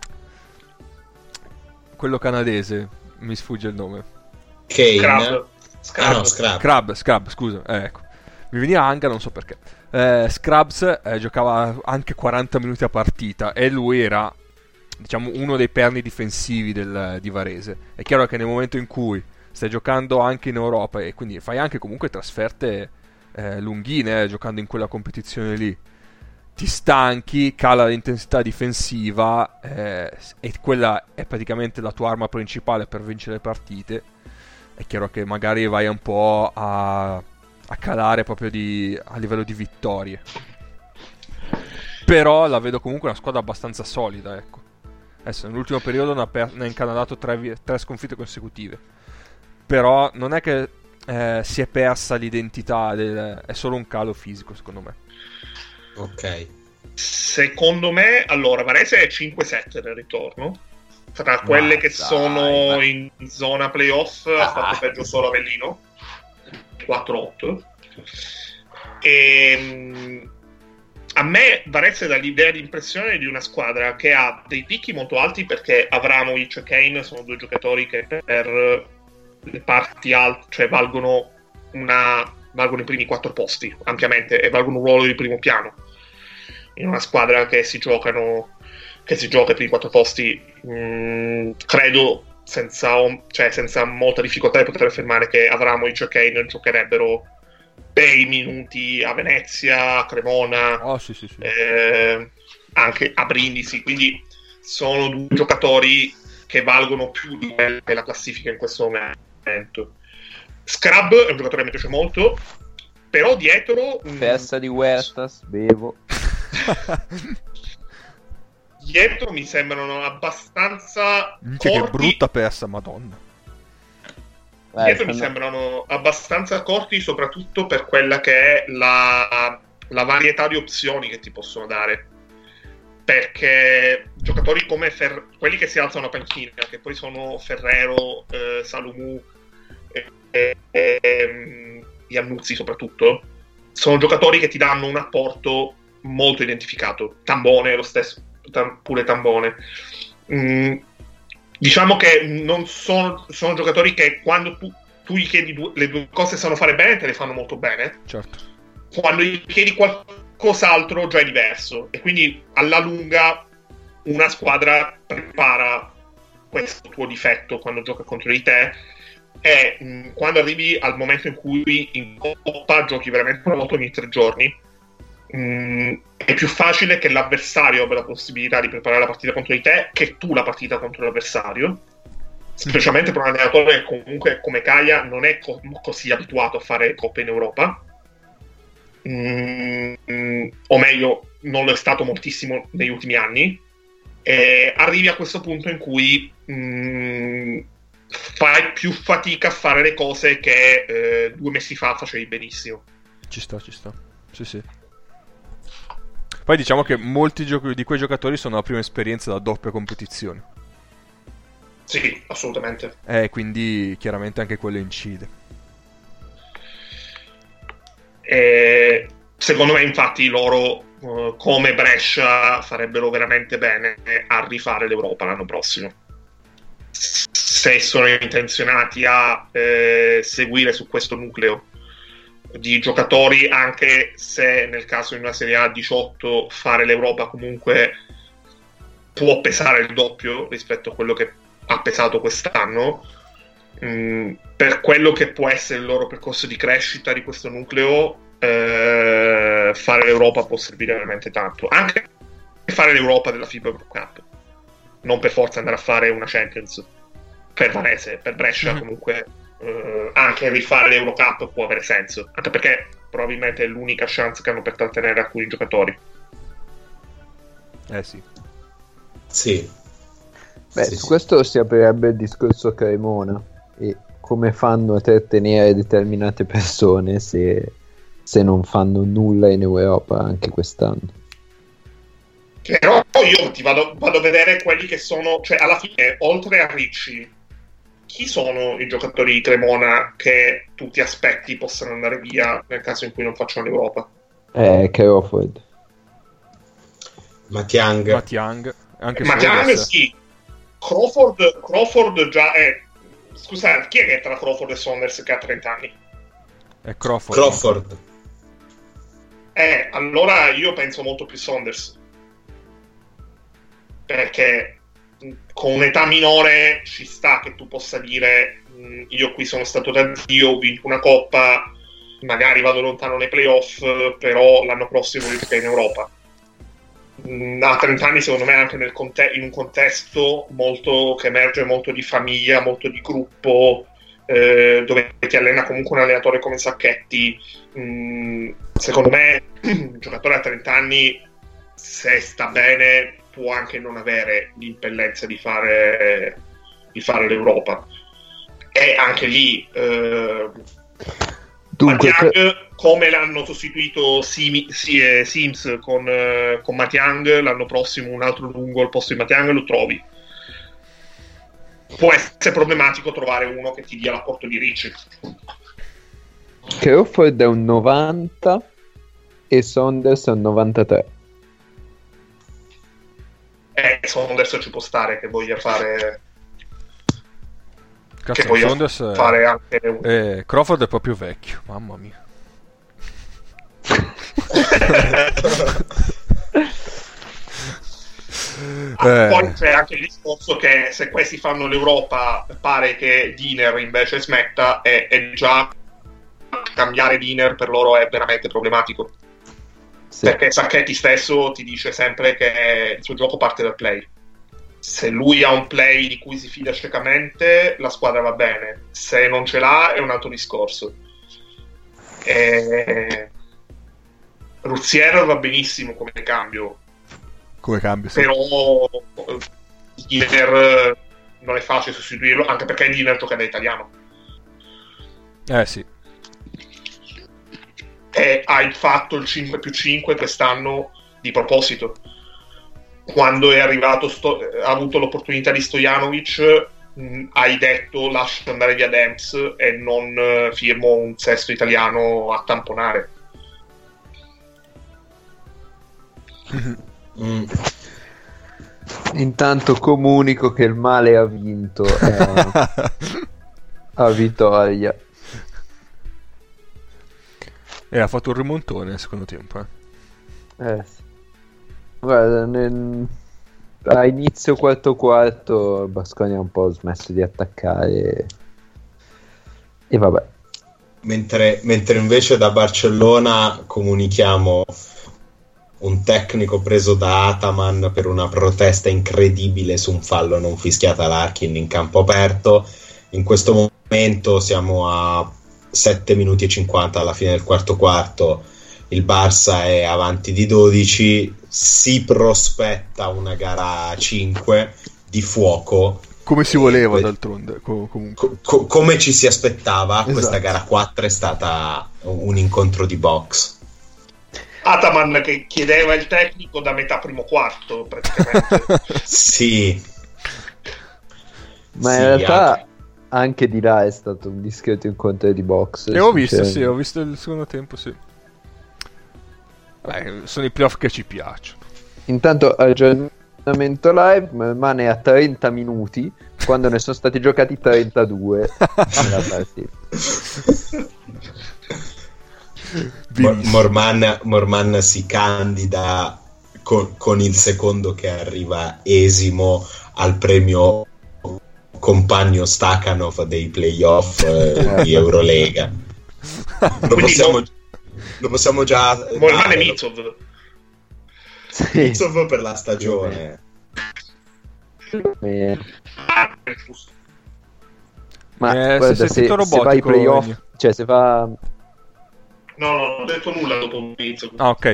quello canadese, mi sfugge il nome. Kane. Scrub. Scrub. Ah, no, Scrub. Scrub, Scrub, scusa, eh, ecco. Mi veniva anche, non so perché. Eh, Scrubs eh, giocava anche quaranta minuti a partita e lui era, diciamo, uno dei perni difensivi del, di Varese. È chiaro che nel momento in cui stai giocando anche in Europa e quindi fai anche comunque trasferte eh, lunghine, eh, giocando in quella competizione lì, ti stanchi, cala l'intensità difensiva eh, e quella è praticamente la tua arma principale per vincere le partite. È chiaro che magari vai un po' a, a calare proprio di, a livello di vittorie, però la vedo comunque una squadra abbastanza solida, ecco. Adesso nell'ultimo periodo ne ha, per, ne ha incanalato tre, tre sconfitte consecutive, però non è che eh, si è persa l'identità del, è solo un calo fisico, secondo me. Ok. Secondo me, allora, Varese è cinque sette nel ritorno. Tra quelle ma che dai, sono ma... in zona playoff ah. ha fatto peggio solo Avellino, quattro otto. E a me Varese dà l'idea di impressione di una squadra che ha dei picchi molto alti, perché Avramovic e Kane sono due giocatori che per le parti alte, cioè valgono una valgono i primi quattro posti ampiamente e valgono un ruolo di primo piano in una squadra che si giocano che si gioca per i quattro posti. Mh, credo senza, cioè, senza molta difficoltà di poter affermare che Avramovic e Kane giocherebbero bei minuti a Venezia, a Cremona, oh, sì, sì, sì. Eh, anche a Brindisi, quindi sono due giocatori che valgono più di quella che è la classifica in questo momento. Scrub è un giocatore che mi piace molto, però dietro festa di Huertas, bevo dietro mi sembrano abbastanza Minchia, corti. Che brutta persa, madonna. Dietro eh, mi sembrano abbastanza corti, soprattutto per quella che è la la varietà di opzioni che ti possono dare, perché giocatori come Fer- quelli che si alzano a panchina, che poi sono Ferrero, eh, Salomù e eh, eh, Iannuzzi soprattutto, sono giocatori che ti danno un apporto molto identificato. Tambone lo stesso, tam- pure Tambone. Mm, diciamo che non sono, sono giocatori che quando tu, tu gli chiedi due, le due cose sanno fare bene, te le fanno molto bene. Certo. Quando gli chiedi qualcos'altro già è diverso, e quindi alla lunga una squadra prepara questo tuo difetto quando gioca contro di te, e mh, quando arrivi al momento in cui in Coppa giochi veramente una volta ogni tre giorni, mh, è più facile che l'avversario abbia la possibilità di preparare la partita contro di te che tu la partita contro l'avversario, specialmente per un allenatore che comunque come Kaya non è co- così abituato a fare coppe in Europa. Mm, o meglio, non lo è stato moltissimo negli ultimi anni, e arrivi a questo punto in cui mm, fai più fatica a fare le cose che eh, due mesi fa facevi benissimo. Ci sta, ci sta. Sì, sì. Poi diciamo che molti giochi di quei giocatori sono la prima esperienza da doppia competizione. Sì, assolutamente. Eh, quindi chiaramente anche quello incide. E secondo me infatti loro uh, come Brescia farebbero veramente bene a rifare l'Europa l'anno prossimo, se sono intenzionati a eh, seguire su questo nucleo di giocatori, anche se nel caso di una Serie A diciotto fare l'Europa comunque può pesare il doppio rispetto a quello che ha pesato quest'anno. Mm, per quello che può essere il loro percorso di crescita di questo nucleo, eh, fare l'Europa può servire veramente tanto, anche fare l'Europa della FIBA Pro Cup, non per forza andare a fare una Champions. Per Varese, per Brescia comunque eh, anche rifare l'Eurocup può avere senso, anche perché probabilmente è l'unica chance che hanno per trattenere alcuni giocatori. Eh sì. Sì. Beh, Sì, su sì. questo si aprirebbe il discorso Cremona e come fanno a trattenere determinate persone se, se non fanno nulla in Europa anche quest'anno. Però io ti vado, vado a vedere quelli che sono, cioè alla fine, oltre a Ricci, chi sono i giocatori di Cremona che tu ti aspetti possano andare via nel caso in cui non facciano l'Europa? Eh, Crawford. Matiang. Matiang, anche Matiang Saunders. sì. Crawford, Crawford già è... Scusate, chi è che è tra Crawford e Saunders che ha trenta anni? È Crawford. Crawford. Eh, allora io penso molto più Saunders. Perché mh, con un'età minore ci sta che tu possa dire mh, io qui sono stato da Dio, ho vinto una coppa, magari vado lontano nei playoff, però l'anno prossimo voglio giocare in Europa. Mh, a trenta anni secondo me anche nel conte- in un contesto molto che emerge molto di famiglia, molto di gruppo, eh, dove ti allena comunque un allenatore come Sacchetti, mh, secondo me un giocatore a trenta anni, se sta bene, può anche non avere l'impellenza di fare di fare l'Europa. E anche lì eh, Dunque, Matiang, per- come l'hanno sostituito Simi, si, eh, Sims con, eh, con Matiang, l'anno prossimo un altro lungo al posto di Matiang lo trovi. Può essere problematico trovare uno che ti dia l'apporto di Ricci. Crawford è un novanta e Saunders è un novantatré. Eh, adesso ci può stare che voglia fare Cazzo, che voglia Saunders è- fare anche un... Eh, Crawford è proprio vecchio, mamma mia. Ah, Eh. poi c'è anche il discorso che se questi fanno l'Europa pare che Diner invece smetta, e, e già cambiare Diner per loro è veramente problematico, Sì. perché Sacchetti stesso ti dice sempre che il suo gioco parte dal play. Se lui ha un play di cui si fida ciecamente, la squadra va bene, se non ce l'ha è un altro discorso. E... Ruzier va benissimo come cambio, Come cambio, sì. però Diner non è facile sostituirlo, anche perché Diner gioca da italiano, Eh sì. E hai fatto il cinque più cinque quest'anno di proposito. Quando è arrivato Sto- ha avuto l'opportunità di Stojanovic, mh, hai detto lascio andare via Demps e non uh, firmo un sesto italiano a tamponare. Mm. Intanto comunico che il male ha vinto eh, a Vittoria. E ha fatto un rimontone nel secondo tempo. Eh. Eh, sì. Guarda, nel... a inizio quarto quarto il Baskonia ha un po' smesso di attaccare e vabbè. Mentre, mentre invece da Barcellona comunichiamo un tecnico preso da Ataman per una protesta incredibile su un fallo non fischiato a Larkin in campo aperto. In questo momento siamo a sette minuti e cinquanta alla fine del quarto quarto, il Barça è avanti di dodici, si prospetta una gara cinque di fuoco. Come si voleva que- d'altronde, co- comunque. co- come ci si aspettava, Esatto. Questa gara quattro è stata un incontro di box. Ataman che chiedeva il tecnico da metà primo quarto praticamente. Sì, Ma sì, in realtà anche- anche di là è stato un discreto incontro di box. E ho visto, sinceramente. sì, ho visto il secondo tempo, sì. Beh, sono i playoff che ci piacciono. Intanto aggiornamento live, Merman è a trenta minuti quando ne sono stati giocati trentadue nella partita. Mor- Morman, Morman si candida con, con il secondo che arriva esimo al premio compagno Stakhanov dei playoff eh, di Eurolega. Lo possiamo, lo possiamo già Morman dare, e Mitsov. Sì. Mitsov per la stagione. Eh, Ah, giusto. Ma Eh, guarda, sei se, sentito se va ai robotico, playoff, Ennio. cioè se va No, no, non ho detto nulla dopo Mitsov. Ah, ok.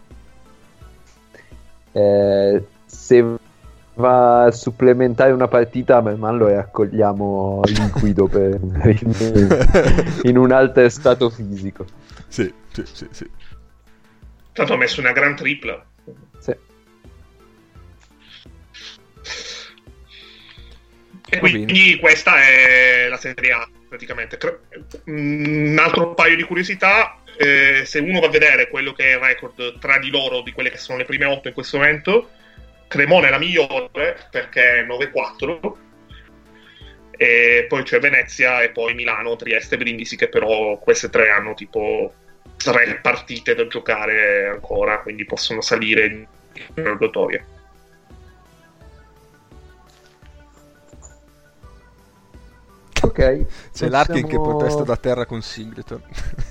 eh, se va a supplementare una partita, Merman lo raccogliamo liquido per in, in un altro stato fisico. Sì, sì, sì, sì. Tanto ha messo una gran tripla. Sì. E Va quindi questa è la Serie A praticamente. Cre- Un altro paio di curiosità, eh, se uno va a vedere quello che è il record tra di loro di quelle che sono le prime otto in questo momento, Cremona è la migliore perché è nove quattro, e poi c'è Venezia e poi Milano, Trieste e Brindisi, che però queste tre hanno tipo tre partite da giocare ancora, quindi possono salire in graduatoria. Ok. C'è Larkin che protesta da terra con Singleton.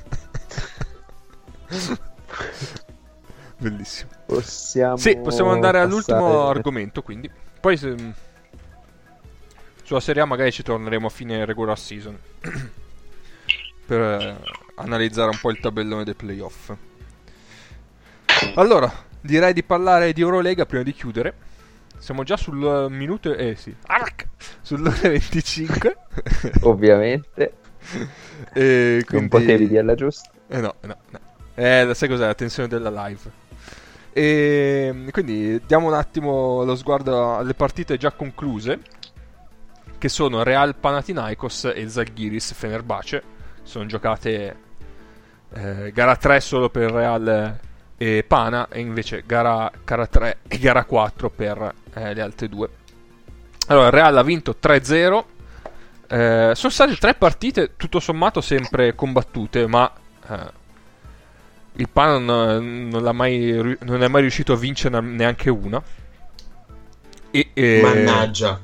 Bellissimo. Possiamo Sì, possiamo andare all'ultimo passare- argomento, quindi. Poi se... sulla Serie A magari ci torneremo a fine regular season per eh, analizzare un po' il tabellone dei playoff. Allora, direi di parlare di Eurolega prima di chiudere. Siamo già sul uh, minuto eh sì, Arc! Sull'ora e venticinque. Ovviamente. E quindi... Non potevi dirla giusta. Eh no, no, no. Eh, sai cos'è? La tensione della live. E quindi diamo un attimo lo sguardo alle partite già concluse, che sono Real Panathinaikos e Zalgiris Fenerbahce. Sono giocate eh, gara tre solo per Real e Pana, e invece gara, gara tre e gara quattro per eh, le altre due. Allora, il Real ha vinto tre zero. Eh, sono state tre partite tutto sommato sempre combattute, ma eh, il Pana non, non, l'ha mai, non è mai riuscito a vincere neanche una. E, e... Mannaggia.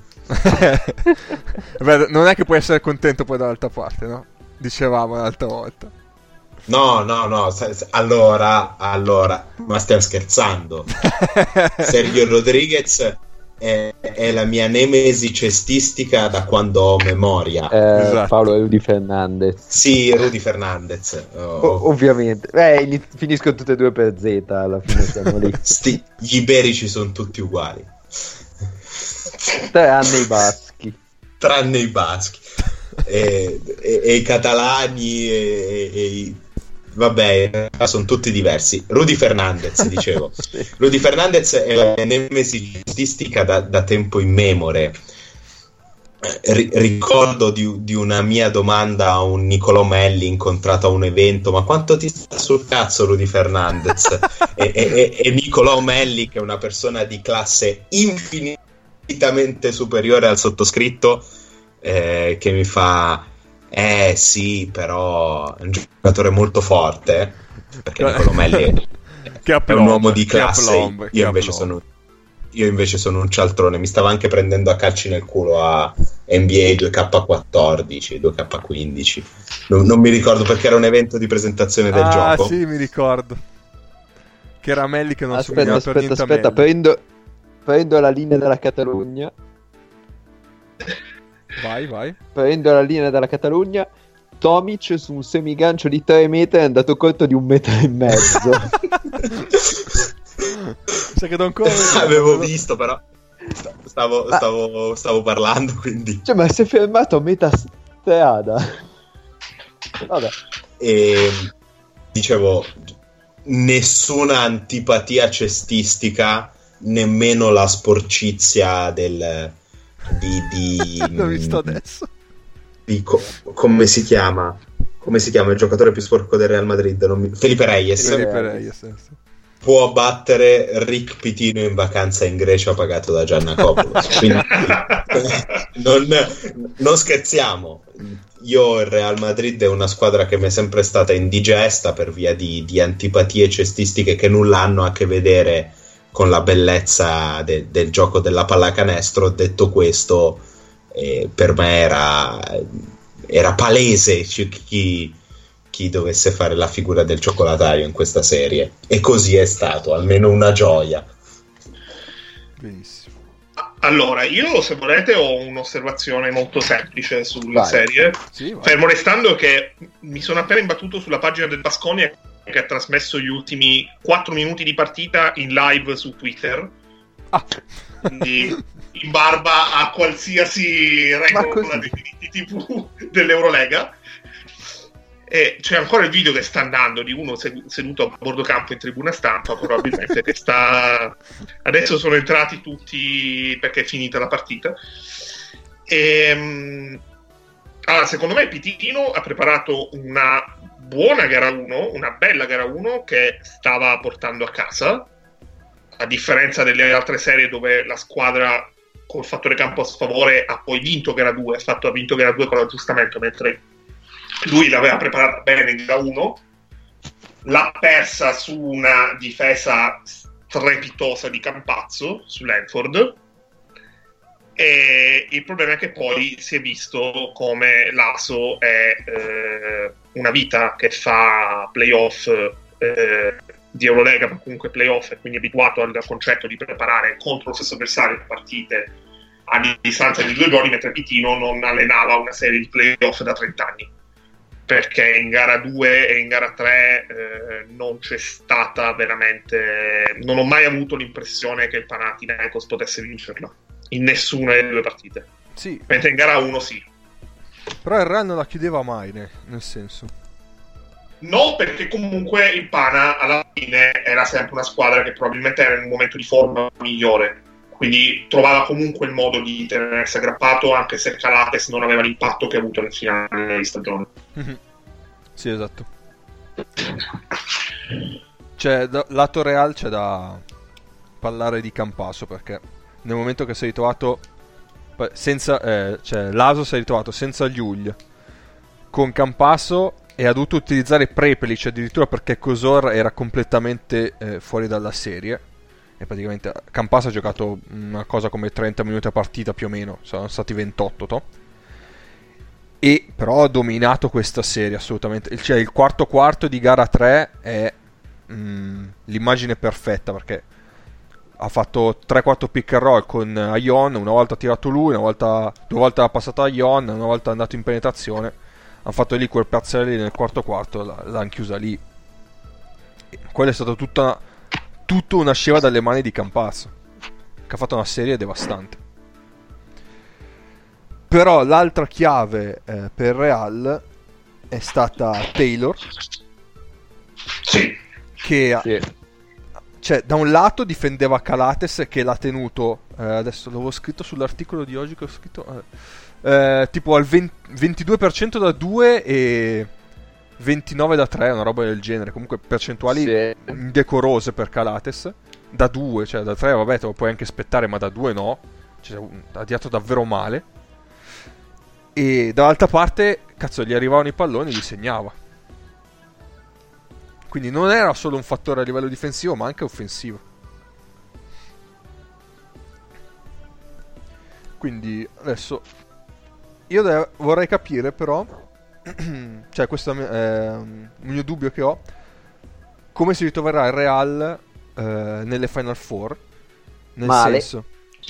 Beh, non è che puoi essere contento poi dall'altra parte, no? Dicevamo l'altra volta. No, no, no, allora, allora, ma stiamo scherzando. Sergio Rodriguez è, è la mia nemesi cestistica da quando ho memoria. Eh, Esatto. Paolo e Rudy Fernandez. Sì, Rudy Fernandez. Oh. O- ovviamente. Eh, ini- finiscono tutte e due per Z, alla fine siamo lì. Sti, gli iberici sono tutti uguali. Tranne i baschi. Tranne i baschi. E, e, e i catalani e, e, e i vabbè, sono tutti diversi. Rudy Fernandez, dicevo. Sì. Rudy Fernandez è la nemesi statistica da, da tempo immemore. R- ricordo di, di una mia domanda a un Nicolò Melli incontrato a un evento: ma quanto ti sta sul cazzo Rudy Fernandez? e, e, e Nicolò Melli, che è una persona di classe infinitamente superiore al sottoscritto, eh, che mi fa: eh sì, però è un giocatore molto forte, perché Nicolò Melli è, che è aplomb, un uomo di classe. aplomb, io invece sono io invece sono un cialtrone. Mi stava anche prendendo a calci nel culo a N B A due K quattordici, due K quindici, non, non mi ricordo, perché era un evento di presentazione del ah, gioco. Ah sì, mi ricordo che era Melli che non aspetta, somigliava per aspetta, niente aspetta, a Melli. prendo, prendo la linea della Catalogna. Vai, vai. Prendo la linea della Catalogna. Tomic su un semigancio di tre metri è andato corto di un metro e mezzo. Sai che Don Cole avevo visto, però stavo, ma... stavo, stavo parlando, quindi cioè, ma si è fermato a metà strada. Vabbè. E dicevo, nessuna antipatia cestistica, nemmeno la sporcizia del di, di l'ho visto adesso di co- come si chiama come si chiama il giocatore più sporco del Real Madrid? Non mi... Felipe Reyes. Felipe Reyes, sì. Può battere Rick Pitino in vacanza in Grecia pagato da Giannakopoulos. Quindi non, non scherziamo. Io il Real Madrid è una squadra che mi è sempre stata indigesta per via di, di antipatie cestistiche che nulla hanno a che vedere con la bellezza de, del gioco della pallacanestro. Detto questo, eh, per me era, era palese chi, chi dovesse fare la figura del cioccolatario in questa serie, e così è stato, almeno una gioia. Benissimo. Allora, io se volete ho un'osservazione molto semplice sulla vai. serie, sì, fermo restando che mi sono appena imbattuto sulla pagina del Baskonia, che ha trasmesso gli ultimi quattro minuti di partita in live su Twitter, ah. quindi in barba a qualsiasi regola dei diritti tivù dell'Eurolega. E c'è ancora il video che sta andando di uno seduto a bordo campo in tribuna stampa, probabilmente, che sta... Adesso sono entrati tutti perché è finita la partita. E... Allora, secondo me Pitino ha preparato una buona gara uno, una bella gara uno che stava portando a casa, a differenza delle altre serie dove la squadra col fattore campo a sfavore ha poi vinto gara due, ha, fatto, ha vinto gara due con l'aggiustamento, mentre lui l'aveva preparata bene in gara uno, l'ha persa su una difesa strepitosa di Campazzo su Langford, e il problema è che poi si è visto come l'Aso è eh, una vita che fa playoff eh, di Eurolega, ma comunque playoff, e quindi abituato al concetto di preparare contro lo stesso avversario partite a distanza di due gol, mentre Pitino non allenava una serie di playoff da trenta anni, perché in gara due e in gara tre eh, non c'è stata veramente, non ho mai avuto l'impressione che il Panathinaikos potesse vincerla in nessuna delle due partite, sì. Mentre in gara uno sì, però il Real non la chiudeva mai, ne, nel senso no, perché comunque il Pana alla fine era sempre una squadra che probabilmente era in un momento di forma migliore, quindi trovava comunque il modo di tenersi aggrappato, anche se Calates non aveva l'impatto che ha avuto nel finale di stagione. Mm-hmm. Sì, esatto. C'è da, lato Real c'è da parlare di Campasso, perché nel momento che si è ritrovato senza eh, cioè l'Aso si è ritrovato senza Giuglia con Campasso e ha dovuto utilizzare Prepelic addirittura, perché Kosor era completamente eh, fuori dalla serie, e praticamente Campasso ha giocato una cosa come trenta minuti a partita più o meno, sono stati ventotto to? E però ha dominato questa serie assolutamente, cioè il quarto quarto di gara tre è mm, l'immagine perfetta, perché ha fatto tre quattro pick and roll con Aion, una volta ha tirato lui, una volta, due volte ha passato a Aion, una volta è andato in penetrazione, hanno fatto lì quel piazzale lì nel quarto quarto, l'hanno chiusa lì. E quella è stata tutta tutto nasceva dalle mani di Campasso, che ha fatto una serie devastante. Però l'altra chiave eh, per Real è stata Taylor, Sì. Che Sì. cioè, da un lato difendeva Calates, che l'ha tenuto, eh, adesso l'avevo scritto sull'articolo di oggi che ho scritto, eh, eh, tipo al venti ventidue per cento da due e ventinove da tre, una roba del genere. Comunque percentuali Sì. indecorose per Calates. Da due, cioè da tre vabbè te lo puoi anche aspettare, ma da due no. Cioè, ha diato davvero male. E dall'altra parte, cazzo, gli arrivavano i palloni e li segnava. Quindi non era solo un fattore a livello difensivo, ma anche offensivo. Quindi adesso io de- vorrei capire però, cioè questo è eh, un mio dubbio che ho, come si ritroverà il Real eh, nelle Final Four. Nel Male. senso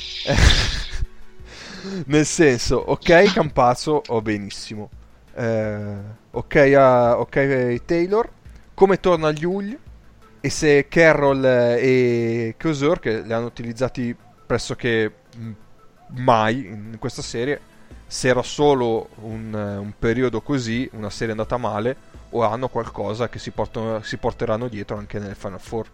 nel senso, ok Campazzo, oh benissimo, eh, ok, a, ok Taylor, come torna agli U L I, e se Carroll e Causeur, che li hanno utilizzati pressoché mai in questa serie, se era solo un, un periodo così, una serie andata male, o hanno qualcosa che si, portano, si porteranno dietro anche nelle Final Four.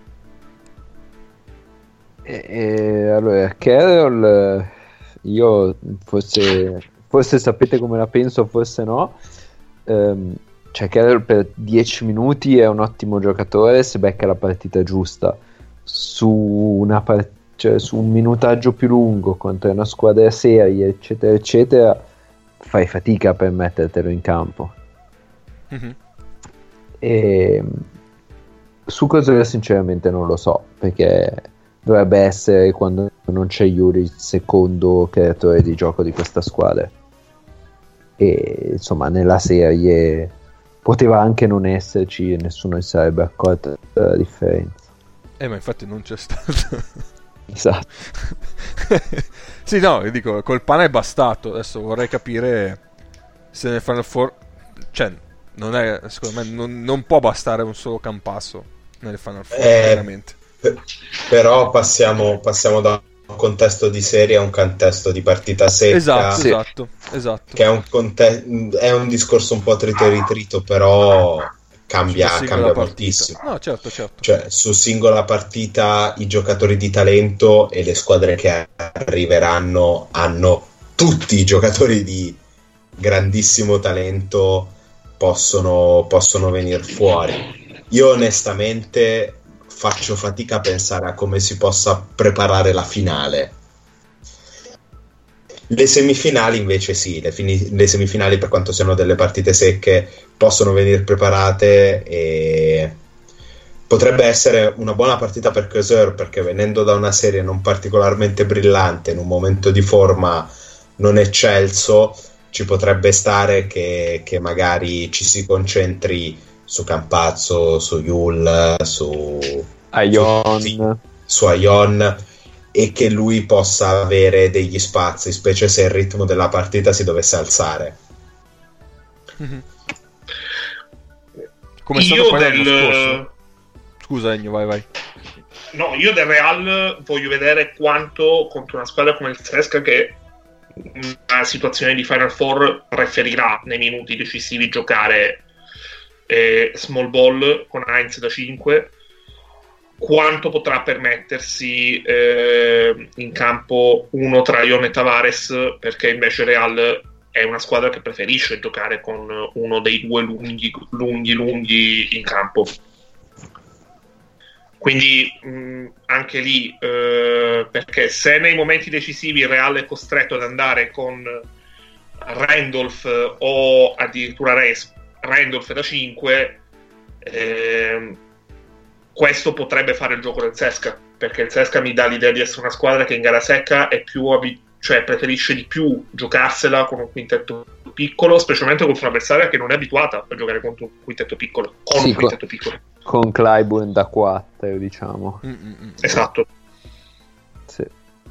E, e, allora, Carroll, io forse, forse sapete come la penso, forse no. Um, cioè, Carroll per dieci minuti è un ottimo giocatore se becca la partita giusta. Su una part- cioè, su un minutaggio più lungo contro una squadra seria, eccetera, eccetera, fai fatica per mettertelo in campo. Mm-hmm. E su cosa sinceramente non lo so, perché dovrebbe essere, quando non c'è Yuri, il secondo creatore di gioco di questa squadra, e insomma nella serie poteva anche non esserci e nessuno si sarebbe accorto della differenza. Eh ma infatti non c'è stato. Esatto. Sì, no, io dico, col pane è bastato. Adesso vorrei capire se nel Final Four, cioè non è, secondo me non, non può bastare un solo Campasso nelle Final Four, Eh, veramente. Però passiamo, passiamo da un contesto di serie a un contesto di partita secca. Esatto, Sì. esatto, esatto. Che è un, conte- è un discorso un po' trito e ritrito, però cambia, Sulla singola cambia partita. moltissimo. No, certo, certo. Cioè, su singola partita i giocatori di talento e le squadre che arriveranno hanno tutti i giocatori di grandissimo talento, possono, possono venire fuori. Io onestamente faccio fatica a pensare a come si possa preparare la finale. Le semifinali invece sì, le, fini- le semifinali, per quanto siano delle partite secche, possono venire preparate, e potrebbe essere una buona partita per Causeur, perché venendo da una serie non particolarmente brillante, in un momento di forma non eccelso, ci potrebbe stare che, che magari ci si concentri su Campazzo, su Yul, su Aion, su, su Aion, e che lui possa avere degli spazi, specie se il ritmo della partita si dovesse alzare. Mm-hmm. Come è stato Io poi l'anno del... scorso. Scusa Ennio, vai vai. No, io del Real voglio vedere quanto contro una squadra come il Cesca, che in una situazione di Final Four preferirà nei minuti decisivi giocare eh, small ball con Heinz da cinque, quanto potrà permettersi eh, in campo uno tra Ion e Tavares, perché invece Real è una squadra che preferisce giocare con uno dei due lunghi lunghi lunghi in campo. Quindi mh, anche lì, eh, perché se nei momenti decisivi il Real è costretto ad andare con Randolph o addirittura Res- Randolph da cinque, eh, questo potrebbe fare il gioco del Cesca, perché il Cesca mi dà l'idea di essere una squadra che in gara secca è più abi- cioè preferisce di più giocarsela con un quintetto piccolo, specialmente contro un'avversaria che non è abituata a giocare contro un quintetto piccolo, con sì, un quintetto piccolo. Con Clyburn da quattro, diciamo. Mm-mm. Esatto. Sì.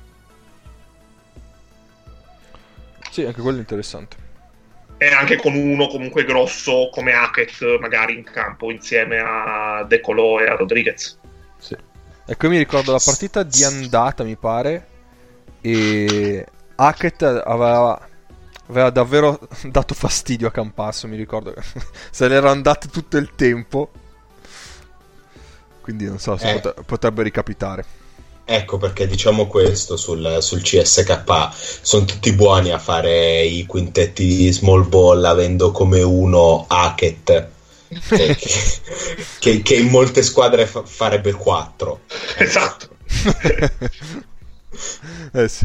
Sì, anche quello è interessante. E anche con uno comunque grosso come Hackett magari in campo insieme a De Colo e a Rodriguez. Sì. Ecco, io mi ricordo la partita di andata, mi pare, e Hackett aveva, aveva davvero dato fastidio a Campasso, mi ricordo. Se l'era andate tutto il tempo. quindi non so se Eh. pot- potrebbe ricapitare. Ecco perché diciamo questo sul, sul C S K A sono tutti buoni a fare i quintetti di small ball avendo come uno Hackett che, che, che in molte squadre fa- farebbe il quattro. Esatto. Eh sì.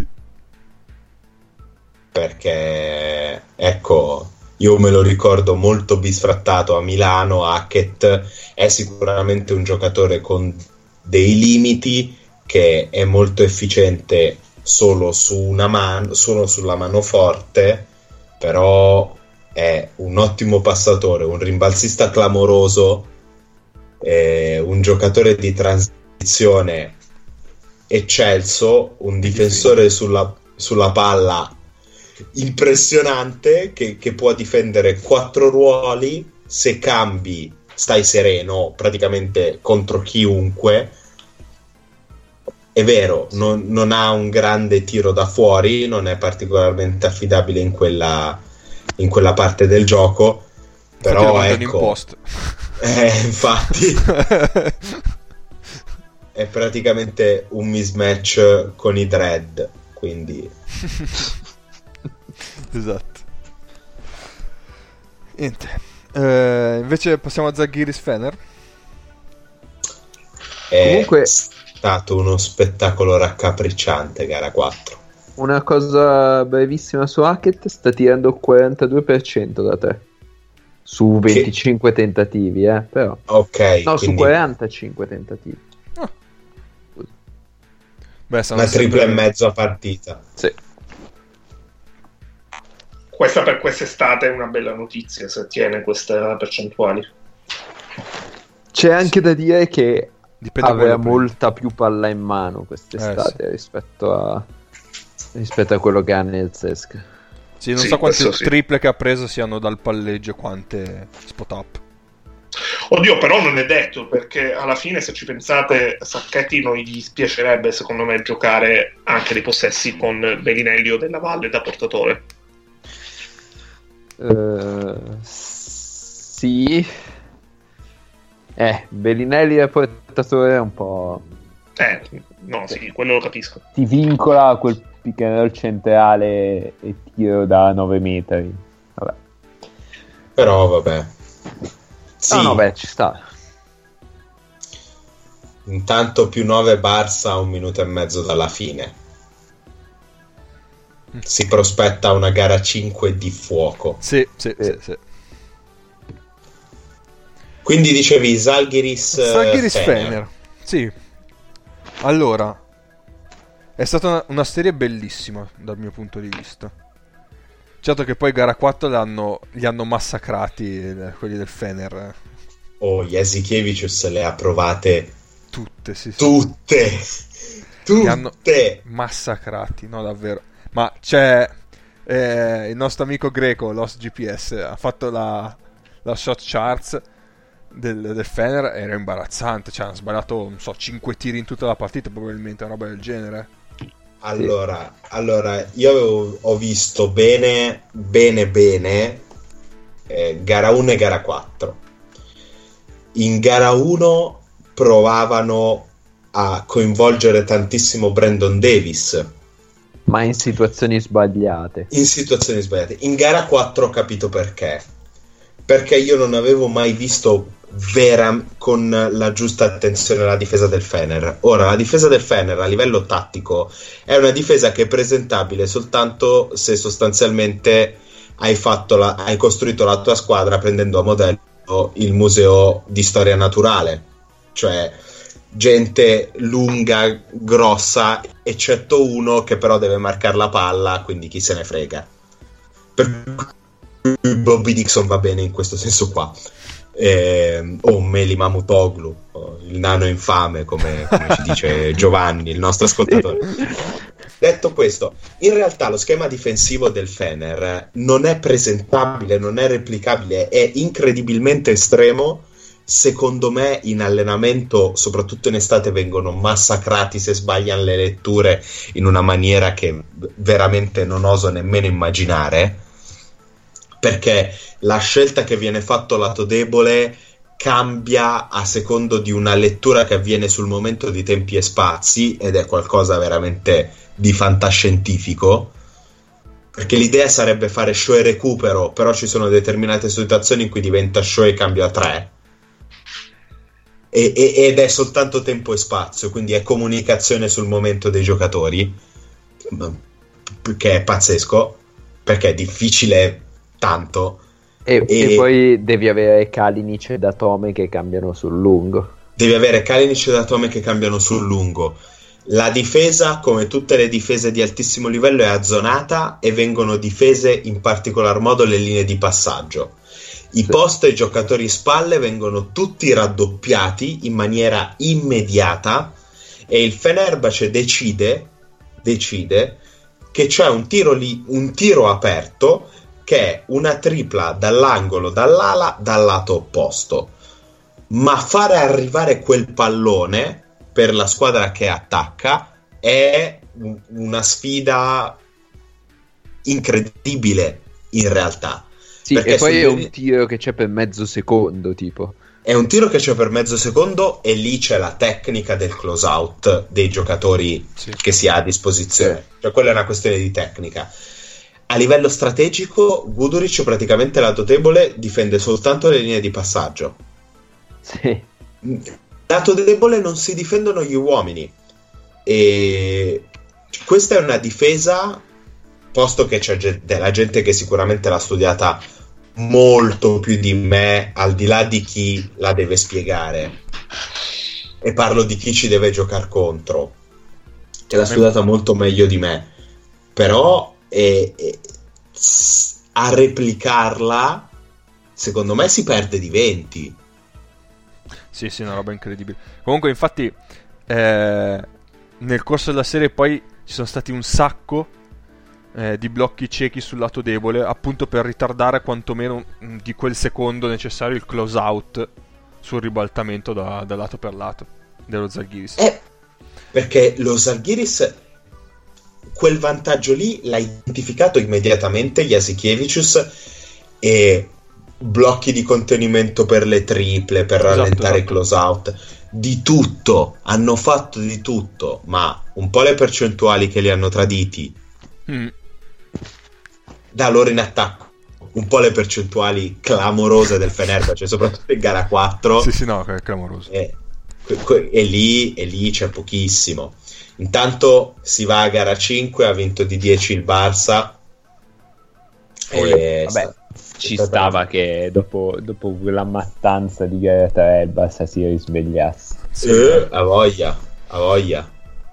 Perché ecco, io me lo ricordo molto bisfrattato a Milano. Hackett è sicuramente un giocatore con dei limiti, che è molto efficiente solo su una mano, solo sulla mano forte, però è un ottimo passatore, un rimbalzista clamoroso, eh, un giocatore di transizione eccelso, un difensore sulla, sulla palla impressionante, che, che può difendere quattro ruoli. Se cambi stai sereno praticamente contro chiunque. È vero, non, non ha un grande tiro da fuori, non è particolarmente affidabile in quella, in quella parte del gioco, però Infatti lo mandano ecco, in post. eh, infatti è praticamente un mismatch con i Dread, quindi Esatto. Niente. Eh, invece passiamo a Zaghiris Fener. è Comunque- stato uno spettacolo raccapricciante gara quattro. Una cosa brevissima su Hackett: sta tirando il quarantadue per cento da tre su venticinque tentativi, eh, però. Ok, No, su quindi quarantacinque tentativi. Beh, sono una tripla sempre- e mezzo a partita. Sì. Questa per quest'estate è una bella notizia se tiene queste percentuali. C'è anche da dire che Dipende da aveva quello molta più palla in mano quest'estate Eh, rispetto a rispetto a quello che ha nel C E S C. Sì, non Sì, so quante questo sì. triple che ha preso siano dal palleggio e quante spot up. Oddio, però non è detto, perché alla fine, se ci pensate, Sacchetti non gli dispiacerebbe, secondo me, giocare anche dei possessi con Bellinelli o Della Valle da portatore. Eh, sì. Eh, Bellinelli da portatore è un po'... Eh, no, sì, quello lo capisco. Ti vincola quel pick and roll centrale e tiro da nove metri. Vabbè. Però vabbè. Sì, No, no, beh, ci sta. intanto più nove Barça a un minuto e mezzo dalla fine. Si prospetta una gara cinque di fuoco. Sì, sì, Eh. sì, sì. Quindi dicevi Zalgiris eh, Zalgiris Fener. Fener. Sì. Allora, è stata una, una serie bellissima dal mio punto di vista. Certo che poi gara quattro l'hanno, li hanno massacrati eh, quelli del Fener. Oh, Jasikevicius le ha provate Tutte, sì, sì. tutte. Li hanno Tutte. massacrati, no davvero. Ma c'è eh, il nostro amico greco, Los G P S, ha fatto la, la shot charts del, del Fener, era imbarazzante, cioè hanno sbagliato, non so, cinque tiri in tutta la partita probabilmente, una roba del genere. Allora, allora io avevo- ho visto bene, bene, bene eh, gara uno e gara quattro. In gara uno provavano a coinvolgere tantissimo Brandon Davis Ma in situazioni sbagliate. in situazioni sbagliate. In gara quattro ho capito perché. Perché io non avevo mai visto vera con la giusta attenzione la difesa del Fener. Ora, la difesa del Fener a livello tattico è una difesa che è presentabile soltanto se sostanzialmente hai fatto la, hai costruito la tua squadra prendendo a modello il museo di storia naturale, cioè gente lunga, grossa, eccetto uno che però deve marcare la palla, quindi chi se ne frega. Per cui Bobby Dixon va bene in questo senso qua. Eh, o Meli Mamutoglu, o il nano infame, come, come ci dice Giovanni, il nostro ascoltatore. Detto questo, in realtà lo schema difensivo del Fener non è presentabile, non è replicabile, è incredibilmente estremo. Secondo me in allenamento, soprattutto in estate, vengono massacrati se sbagliano le letture in una maniera che veramente non oso nemmeno immaginare, perché la scelta che viene fatto lato debole cambia a secondo di una lettura che avviene sul momento di tempi e spazi, ed è qualcosa veramente di fantascientifico, perché l'idea sarebbe fare show e recupero, però ci sono determinate situazioni in cui diventa show e cambio a tre, e, e, ed è soltanto tempo e spazio, quindi è comunicazione sul momento dei giocatori, che è pazzesco, perché è difficile tanto. E, e, e poi devi avere Kalinic e Datome che cambiano sul lungo. Devi avere Kalinic e Datome che cambiano sul lungo. La difesa, come tutte le difese di altissimo livello, è azzonata e vengono difese in particolar modo le linee di passaggio. I sì. post e i giocatori spalle vengono tutti raddoppiati in maniera immediata, e il Fenerbahce decide, decide che c'è un tiro, lì, un tiro aperto che è una tripla dall'angolo, dall'ala, dal lato opposto. Ma fare arrivare quel pallone per la squadra che attacca è una sfida incredibile in realtà. Sì, e poi è un tiro che c'è per mezzo secondo, tipo. È un tiro che c'è per mezzo secondo, e lì c'è la tecnica del close out dei giocatori sì. che si ha a disposizione. Sì. Cioè, quella è una questione di tecnica. A livello strategico, Guduric praticamente lato debole difende soltanto le linee di passaggio. Sì. Lato debole non si difendono gli uomini, e questa è una difesa, posto che c'è della gente che sicuramente l'ha studiata molto più di me, al di là di chi la deve spiegare, e parlo di chi ci deve giocare contro, che l'ha studiata molto meglio di me, però e, e, a replicarla secondo me si perde di venti. Sì, sì, una roba incredibile. Comunque, infatti, eh, nel corso della serie poi ci sono stati un sacco eh, di blocchi ciechi sul lato debole, appunto per ritardare quantomeno mh, di quel secondo necessario il close out sul ribaltamento da, da lato per lato dello Zalgiris. Eh, perché lo Zalgiris quel vantaggio lì l'ha identificato immediatamente Jasikevičius, e blocchi di contenimento per le triple, per esatto, rallentare esatto. close out, di tutto, hanno fatto di tutto, ma un po' le percentuali che li hanno traditi mm. da loro in attacco, un po' le percentuali clamorose del Fenerbahce, soprattutto in gara quattro. Sì, sì, no, è clamoroso. E, e, lì, e lì c'è pochissimo. Intanto si va a gara cinque, ha vinto di dieci il Barça. E vabbè, ci stava che dopo, dopo quella mattanza di gara tre il Barça si risvegliasse. Sì, eh, a voglia, a voglia.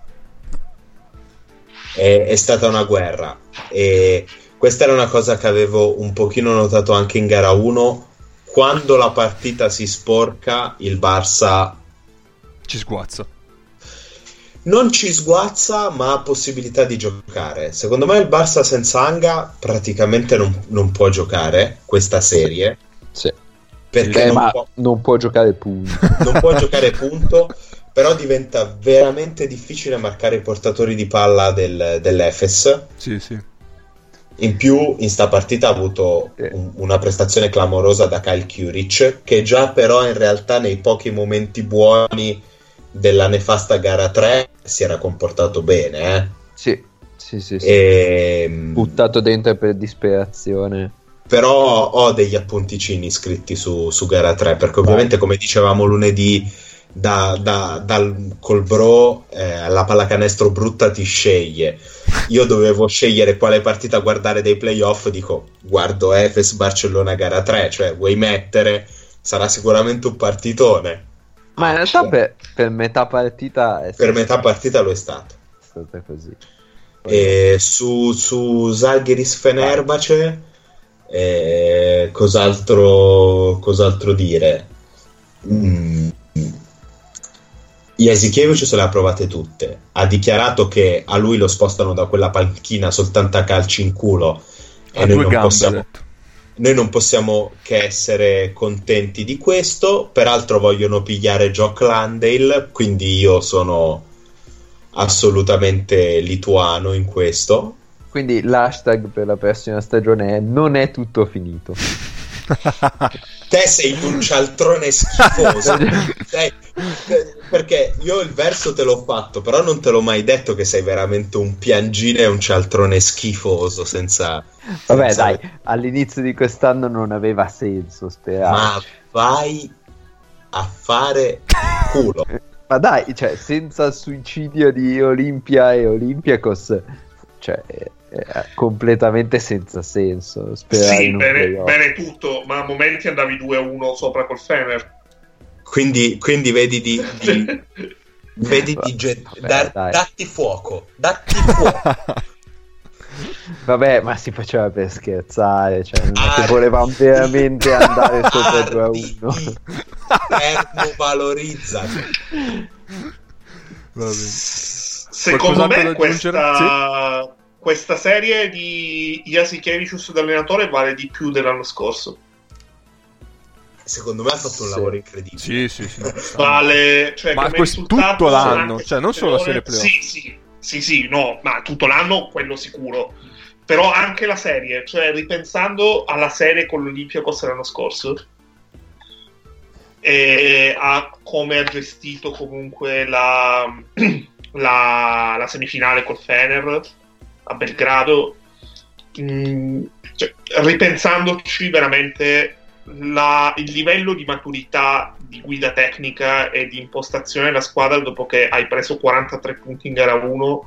È, è stata una guerra, e questa era una cosa che avevo un pochino notato anche in gara uno. Quando la partita si sporca, il Barça ci sguazza. Non ci sguazza, ma ha possibilità di giocare. Secondo me il Barça senza Anga praticamente non, non può giocare questa serie. Sì. Perché eh, non, ma può, non può giocare punto. Non può giocare punto, però diventa veramente difficile marcare i portatori di palla del, dell'Efes. Sì, sì. In più, in sta partita ha avuto un, una prestazione clamorosa da Kyle Kuric, che già però in realtà nei pochi momenti buoni della nefasta gara tre si era comportato bene, eh? Sì, sì, sì, sì. E... buttato dentro per disperazione. Però ho degli appunticini scritti su, su gara tre, perché ovviamente, come dicevamo lunedì, da, da, dal col bro eh, la pallacanestro brutta ti sceglie. Io dovevo scegliere quale partita guardare dei playoff, dico guardo Efes Barcellona gara tre, cioè vuoi mettere, sarà sicuramente un partitone. Ma in realtà per, per metà partita è per metà partita lo è stato. È stata così. E su, su Zalgiris Fenerbahce eh, cos'altro cos'altro dire? Mm. Jasikevičius se le ha provate tutte. Ha dichiarato che a lui lo spostano da quella panchina soltanto a calci in culo, a e due noi non gambe, possiamo detto. Noi non possiamo che essere contenti di questo. Peraltro vogliono pigliare Jock Landale, quindi io sono assolutamente lituano in questo. Quindi l'hashtag per la prossima stagione è non è tutto finito. Te sei un cialtrone schifoso. Sei, perché io il verso te l'ho fatto, però non te l'ho mai detto che sei veramente un piangine e un cialtrone schifoso senza... Vabbè, senza... dai, all'inizio di quest'anno non aveva senso sperare. Ma vai a fare culo. Ma dai, cioè, senza il suicidio di Olimpia e Olympiacos, cioè, è, è completamente senza senso sperare sì, in un bene, playoff. bene tutto, ma a momenti andavi due a uno sopra col Fener. Quindi, quindi vedi di, di vedi di get- Vabbè, dar- datti fuoco, datti fuoco. Vabbè, ma si faceva per scherzare, cioè non è che Ardi. volevamo veramente andare sopra due a uno. Termovalorizzato. Va bene. Secondo Qualcos'altro me da aggiungere? questa, questa serie di Jasikevicius da allenatore vale di più dell'anno scorso. Secondo me ha fatto un Sì. lavoro incredibile. Sì, sì, sì. Vale, cioè, Ma come questo- risultato, tutto l'anno, anche cioè, non solo la serie playoff. Sì, sì, sì, sì, no, ma tutto l'anno, quello sicuro. Però anche la serie, cioè ripensando alla serie con l'Olympiacos l'anno scorso e a come ha gestito comunque la, la, la semifinale col Fener a Belgrado, mh, cioè, ripensandoci veramente la, il livello di maturità di guida tecnica e di impostazione della squadra dopo che hai preso quarantatré punti in gara uno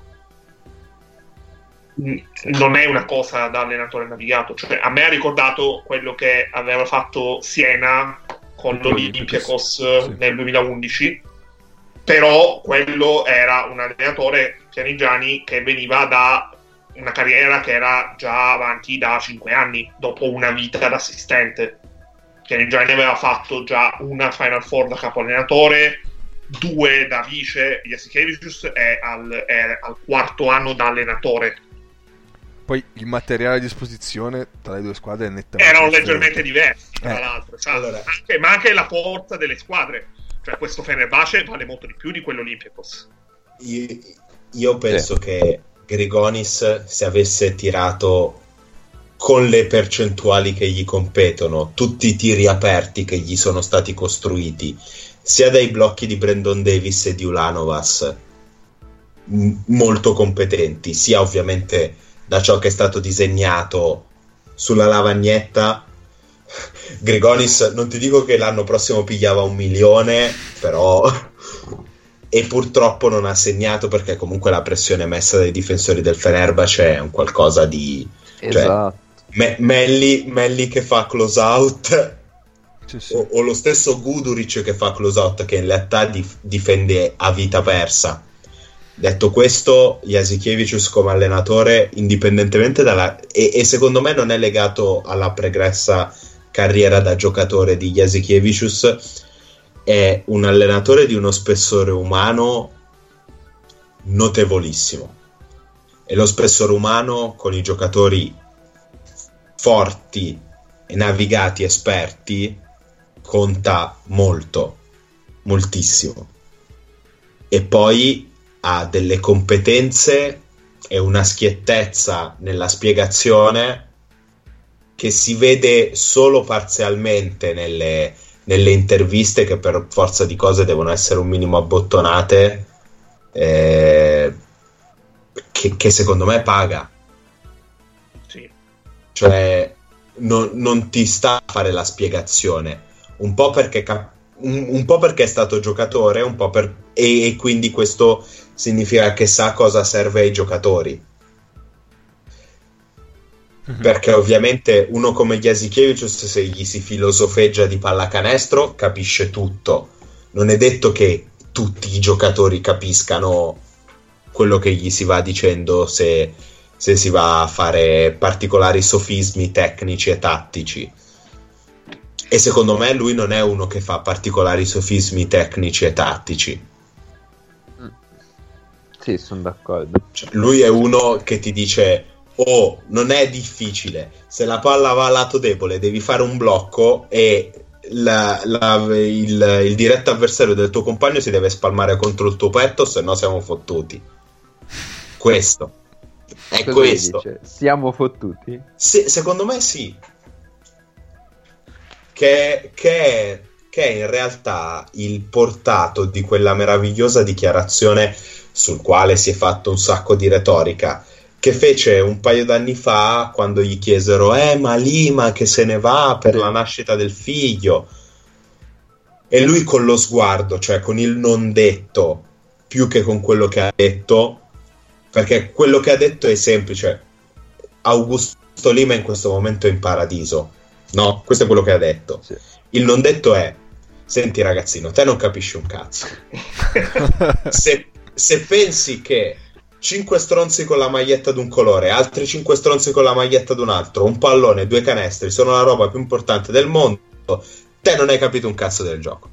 non è una cosa da allenatore navigato. Cioè, a me ha ricordato quello che aveva fatto Siena con l'Olympiacos sì. nel duemilaundici, però quello era un allenatore, Pianigiani, che veniva da una carriera che era già avanti da cinque anni dopo una vita da assistente. Pianigiani aveva fatto già una Final Four da capo allenatore, due da vice. Jasikevicius è al, è al quarto anno da allenatore. Poi il materiale a disposizione tra le due squadre è nettamente Erano differente. leggermente diversi tra Eh. l'altro, esatto. Allora. Anche, ma anche la forza delle squadre, cioè questo Fenerbahce vale molto di più di quello Olympiacos. Io, io penso Sì. che Grigonis, se avesse tirato con le percentuali che gli competono tutti i tiri aperti che gli sono stati costruiti sia dai blocchi di Brandon Davis e di Ulanovas, m- molto competenti, sia ovviamente da ciò che è stato disegnato sulla lavagnetta, Grigonis non ti dico che l'anno prossimo pigliava un milione, però e purtroppo non ha segnato perché comunque la pressione messa dai difensori del Fenerbahce è un qualcosa di Esatto. Me- Melli, Melli che fa close out Sì, sì. o, o lo stesso Guduric che fa close out, che in realtà dif- difende a vita persa. Detto questo, Jasikevicius come allenatore, indipendentemente dalla e, e secondo me non è legato alla pregressa carriera da giocatore di Jasikevicius, è un allenatore di uno spessore umano notevolissimo, e lo spessore umano con i giocatori forti e navigati esperti conta molto, moltissimo. E poi ha delle competenze e una schiettezza nella spiegazione che si vede solo parzialmente nelle, nelle interviste, che per forza di cose devono essere un minimo abbottonate, eh, che, che secondo me paga. Sì. Cioè non, non ti sta a fare la spiegazione, un po' perché cap- un, un po' perché è stato giocatore, un po' per e, e quindi questo significa che sa cosa serve ai giocatori. Mm-hmm. Perché ovviamente uno come Jasikevicius, se gli si filosofeggia di pallacanestro, capisce tutto. Non è detto che tutti i giocatori capiscano quello che gli si va dicendo, se, se si va a fare particolari sofismi tecnici e tattici. E secondo me lui non è uno che fa particolari sofismi tecnici e tattici. Sì, sono d'accordo. Cioè, lui è uno che ti dice: oh, non è difficile, se la palla va al lato debole devi fare un blocco e la, la, il, il diretto avversario del tuo compagno si deve spalmare contro il tuo petto, se no siamo fottuti. Questo è Cosa questo dice? Siamo fottuti? Se, secondo me sì. che, che, è, che è in realtà il portato di quella meravigliosa dichiarazione sul quale si è fatto un sacco di retorica, che fece un paio d'anni fa quando gli chiesero eh ma Lima che se ne va per la nascita del figlio, e lui con lo sguardo, cioè con il non detto più che con quello che ha detto, perché quello che ha detto è semplice: Augusto Lima in questo momento è in paradiso, no? Questo è quello che ha detto. Sì. Il non detto è: senti ragazzino, te non capisci un cazzo. se, se pensi che cinque stronzi con la maglietta d'un colore, altri cinque stronzi con la maglietta d'un altro, un pallone, due canestri sono la roba più importante del mondo, te non hai capito un cazzo del gioco.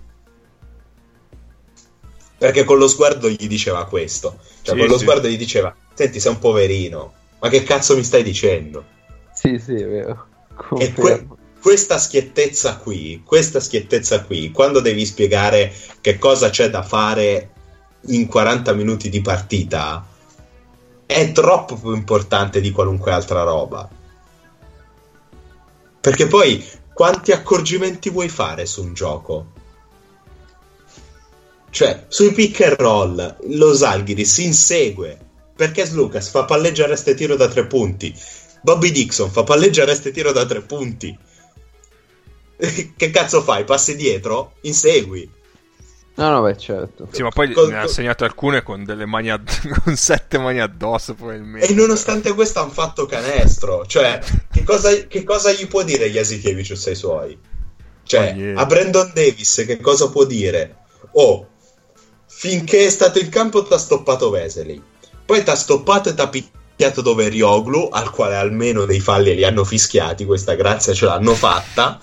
Perché con lo sguardo gli diceva questo, cioè sì, con lo sì. sguardo gli diceva: senti, sei un poverino, ma che cazzo mi stai dicendo? Sì, sì, è vero. E que- questa schiettezza qui, questa schiettezza qui, quando devi spiegare che cosa c'è da fare in quaranta minuti di partita, è troppo più importante di qualunque altra roba. Perché poi quanti accorgimenti vuoi fare su un gioco? Cioè, sui pick and roll lo Zalgiris si insegue perché Lucas fa palleggio, arresto e tiro da tre punti, Bobby Dixon fa palleggio, arresto e tiro da tre punti. Che cazzo fai? Passi dietro? Insegui. No, no, beh, certo. Sì, ma poi con, ne ha segnate alcune con delle mani ad- con sette mani addosso probabilmente. E nonostante questo hanno fatto canestro. Cioè, che cosa, che cosa gli può dire Jasikevičius ai suoi? Cioè, a Brandon Davis che cosa può dire? Oh, finché è stato in campo t'ha stoppato Vesely, poi t'ha stoppato e t'ha picchiato Doverioglu, al quale almeno dei falli li hanno fischiati, questa grazia ce l'hanno fatta.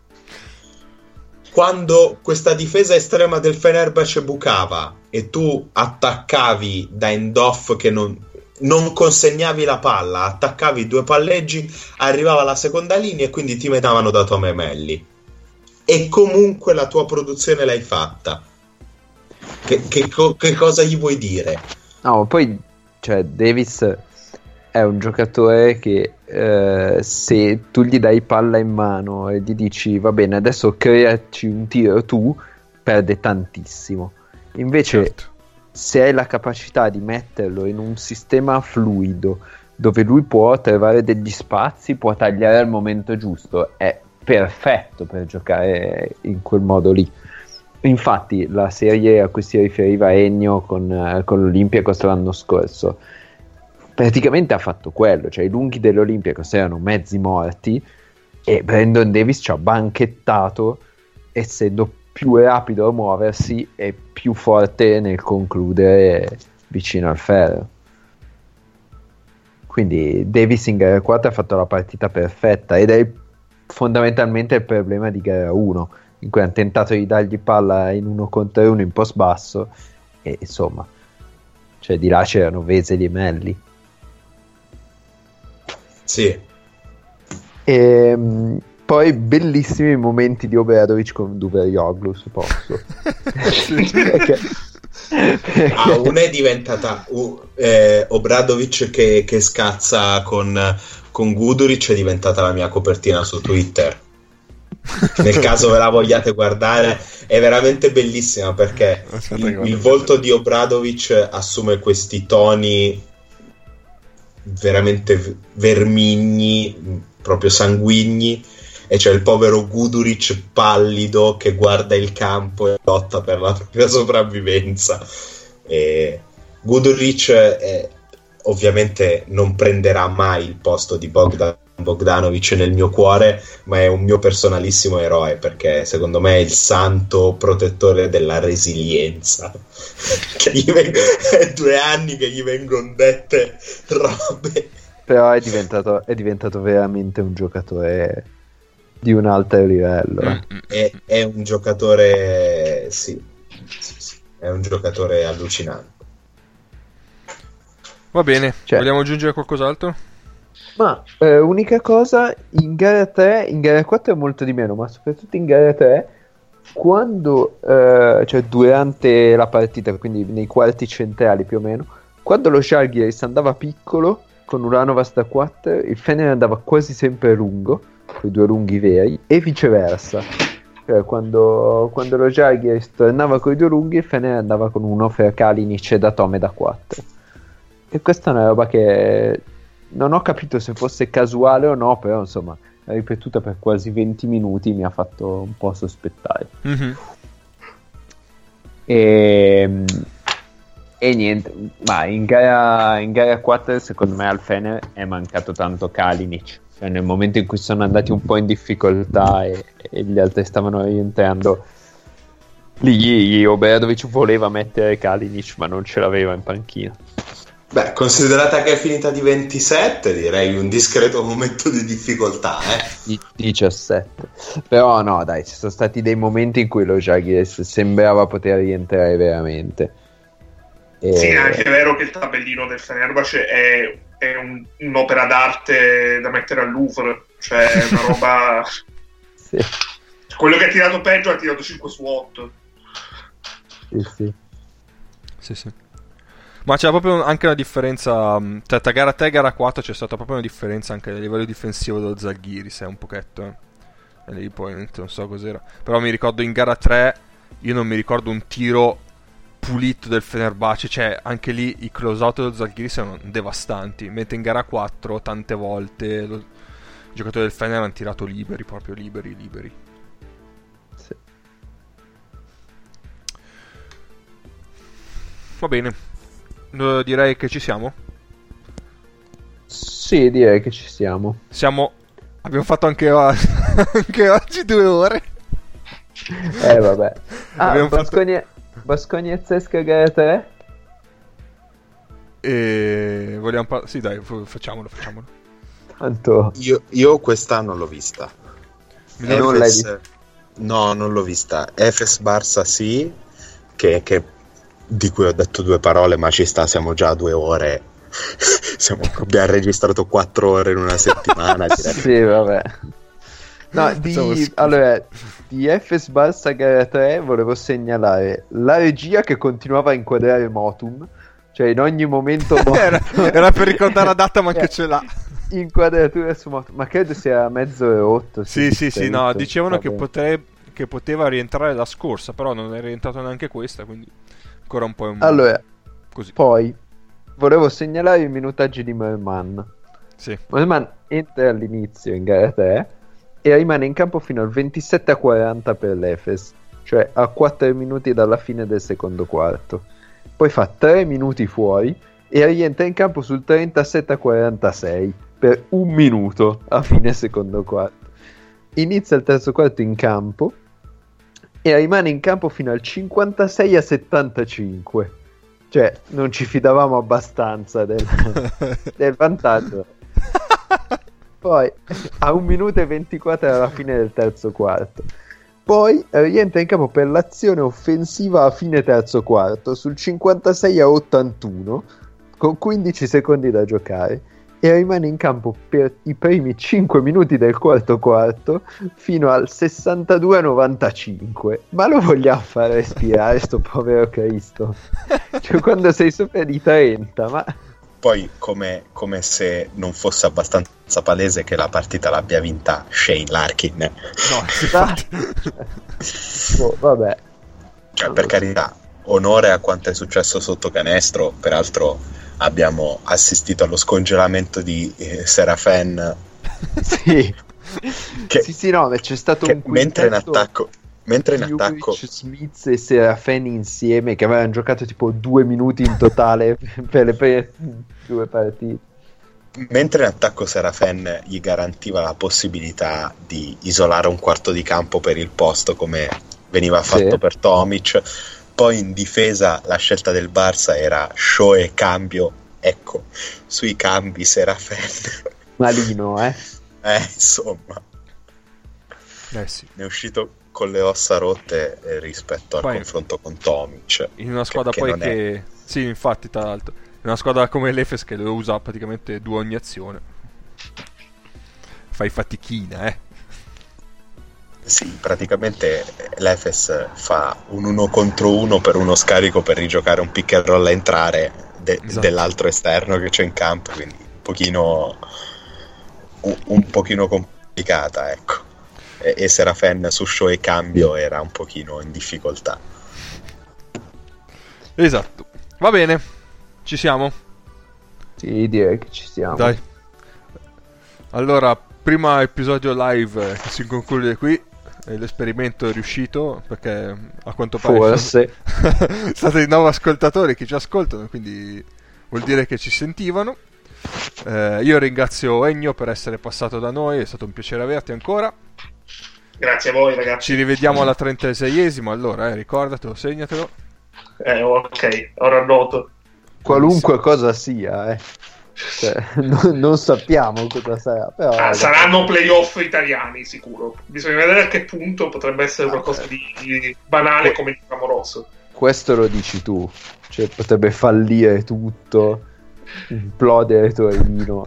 Quando questa difesa estrema del Fenerbahce bucava e tu attaccavi da end-off che non, non consegnavi la palla, attaccavi due palleggi, arrivava la seconda linea e quindi ti metavano da Tome Melli. E comunque la tua produzione l'hai fatta. Che, che, che cosa gli vuoi dire? No, poi cioè Davis è un giocatore che eh, se tu gli dai palla in mano e gli dici va bene adesso creaci un tiro tu, perde tantissimo. Invece certo. se hai la capacità di metterlo in un sistema fluido dove lui può trovare degli spazi, può tagliare al momento giusto, è perfetto per giocare in quel modo lì. Infatti la serie a cui si riferiva Ennio con, con l'Olympiacos l'anno scorso praticamente ha fatto quello, cioè i lunghi dell'Olympiacos erano mezzi morti e Brandon Davis ci ha banchettato, essendo più rapido a muoversi e più forte nel concludere vicino al ferro. Quindi Davis in gara quattro ha fatto la partita perfetta ed è fondamentalmente il problema di gara uno, in cui hanno tentato di dargli palla in uno contro uno in post basso e insomma, cioè di là c'erano Vesely e Melli. Sì. E poi bellissimi momenti di Obradovic con Duverioglu, se posso. perché, perché... Ah, una è diventata uh, eh, Obradovic che, che scazza con, con Guduric è diventata la mia copertina su Twitter. Nel caso ve la vogliate guardare, è veramente bellissima perché il, il volto di Obradovic assume questi toni veramente vermigni, proprio sanguigni, e c'è il povero Guduric pallido che guarda il campo e lotta per la propria sopravvivenza. E Guduric è, ovviamente non prenderà mai il posto di Bogdan Bogdanovic nel mio cuore, ma è un mio personalissimo eroe perché secondo me è il santo protettore della resilienza. Che gli veng- è due anni che gli vengono dette robe, però è diventato, è diventato veramente un giocatore di un altro livello. È, è un giocatore, sì, sì, sì, è un giocatore allucinante. Va bene, cioè, vogliamo aggiungere qualcos'altro? Ma eh, unica cosa, in gara tre, in gara quattro è molto di meno, ma soprattutto in gara tre, quando eh, cioè durante la partita, quindi nei quarti centrali più o meno, quando lo Žalgiris andava piccolo con Ulanovas da quattro, il Fener andava quasi sempre lungo, i due lunghi veri, e viceversa. Cioè, quando, ququando lo Žalgiris tornava con i due lunghi, il Fener andava con un Ofer Kalinic e Datome da quattro. E questa è una roba che non ho capito se fosse casuale o no, però insomma, ripetuta per quasi venti minuti mi ha fatto un po' sospettare. Mm-hmm. E, e niente, ma in gara, in gara quattro secondo me al Fener è mancato tanto Kalinic, cioè nel momento in cui sono andati un po' in difficoltà e, e gli altri stavano rientrando, lì Obradovic voleva mettere Kalinic ma non ce l'aveva in panchina. Beh, considerata che è finita di ventisette, direi un discreto momento di difficoltà, eh? diciassette. Però no, dai, ci sono stati dei momenti in cui lo Žalgiris sembrava poter rientrare veramente. E... Sì, è anche vero che il tabellino del Fenerbahce è, è un, un'opera d'arte da mettere al Louvre, cioè una roba... Sì. Quello che ha tirato peggio ha tirato cinque su otto. Sì, sì. Sì, sì. Ma c'è proprio anche una differenza, cioè tra gara tre e gara quattro c'è stata proprio una differenza anche a livello difensivo dello Žalgiris, eh, un pochetto, eh. E lì poi non so cos'era. Però mi ricordo in gara tre, io non mi ricordo un tiro pulito del Fenerbahce, cioè anche lì i close out dello Žalgiris erano devastanti, mentre in gara quattro tante volte lo, i giocatori del Fener hanno tirato liberi, proprio liberi, liberi. Sì. Va bene. Direi che ci siamo. Sì, direi che ci siamo. Siamo. Abbiamo fatto anche, anche oggi due ore. Eh vabbè. Ah, Basconia fatto... Basconia e Zesca gara tre. E vogliamo par- Sì, dai, facciamolo, facciamolo. Tanto io, io quest'anno l'ho vista. Mi non l'hai vista? No, non l'ho vista. Efes Barça sì, che, che di cui ho detto due parole, ma ci sta, siamo già a due ore. siamo, abbiamo registrato quattro ore in una settimana. Sì, vabbè. No, di, allora, di Efes Barça gara tre volevo segnalare la regia che continuava a inquadrare Motum, cioè in ogni momento Motum... era, era per ricordare la data, ma che ce l'ha. Inquadratura su Motum, ma credo sia mezzo rotto. Sì, sì, sì, no, dicevano che, potre... che poteva rientrare la scorsa, però non è rientrata neanche questa, quindi ancora un po' un... Allora, così. Poi volevo segnalare i minutaggi di Merman. Sì. Merman entra all'inizio in gara tre e rimane in campo fino al ventisette a quaranta per l'Efes, cioè a quattro minuti dalla fine del secondo quarto. Poi fa tre minuti fuori e rientra in campo sul trentasette a quarantasei per un minuto a fine secondo quarto. Inizia il terzo quarto in campo e rimane in campo fino al cinquantasei a settantacinque. Cioè, non ci fidavamo abbastanza del, del vantaggio. Poi, a un minuto e ventiquattro alla fine del terzo quarto. Poi rientra in campo per l'azione offensiva a fine terzo quarto, sul cinquantasei a ottantuno, con quindici secondi da giocare. E rimane in campo per i primi cinque minuti del quarto quarto fino al sessantadue a novantacinque. Ma lo vogliamo far respirare sto povero Cristo? Cioè, quando sei sopra di trenta, ma... Poi come, come se non fosse abbastanza palese che la partita l'abbia vinta Shane Larkin. No, oh, vabbè. Cioè, per carità, onore a quanto è successo sotto canestro, peraltro abbiamo assistito allo scongelamento di eh, Serafen. Sì. Che, sì, sì, no, c'è stato che un mentre in attacco mentre in attacco Smith e Serafen insieme che avevano giocato tipo due minuti in totale per le prime due partite. Mentre in attacco Serafen gli garantiva la possibilità di isolare un quarto di campo per il posto come veniva fatto sì. per Tomic. Poi in difesa la scelta del Barça era show e cambio. Ecco, sui cambi Serafen malino, eh eh insomma eh sì. ne è uscito con le ossa rotte eh, rispetto al poi, confronto con Tomic, in una squadra che, poi che, che è... sì, infatti, tra l'altro in una squadra come l'Efes che deve usare praticamente due ogni azione, fai fatichina, eh sì, praticamente l'Efes fa un uno contro uno per uno scarico per rigiocare un pick and roll a entrare de- esatto. dell'altro esterno che c'è in campo, quindi un pochino un, un pochino complicato. complicata, ecco. E, e Serafen su Show e Cambio era un pochino in difficoltà. Esatto. Va bene, ci siamo? Sì, direi che ci siamo. Dai. Allora, primo episodio live che si conclude qui. E l'esperimento è riuscito perché a quanto pare forse state di nuovo ascoltatori che ci ascoltano, quindi vuol dire che ci sentivano. Eh, io ringrazio Ennio per essere passato da noi, è stato un piacere averti ancora. Grazie a voi, ragazzi. Ci rivediamo alla trentaseiesima, allora, eh, ricordatelo, segnatelo. Eh, ok, ora noto. Qualunque cosa sia, eh. Cioè, non, non sappiamo cosa sarà, però ah, saranno playoff italiani sicuro, bisogna vedere a che punto potrebbe essere qualcosa di, di banale come il clamoroso. Questo lo dici tu, cioè potrebbe fallire tutto, implodere Torino.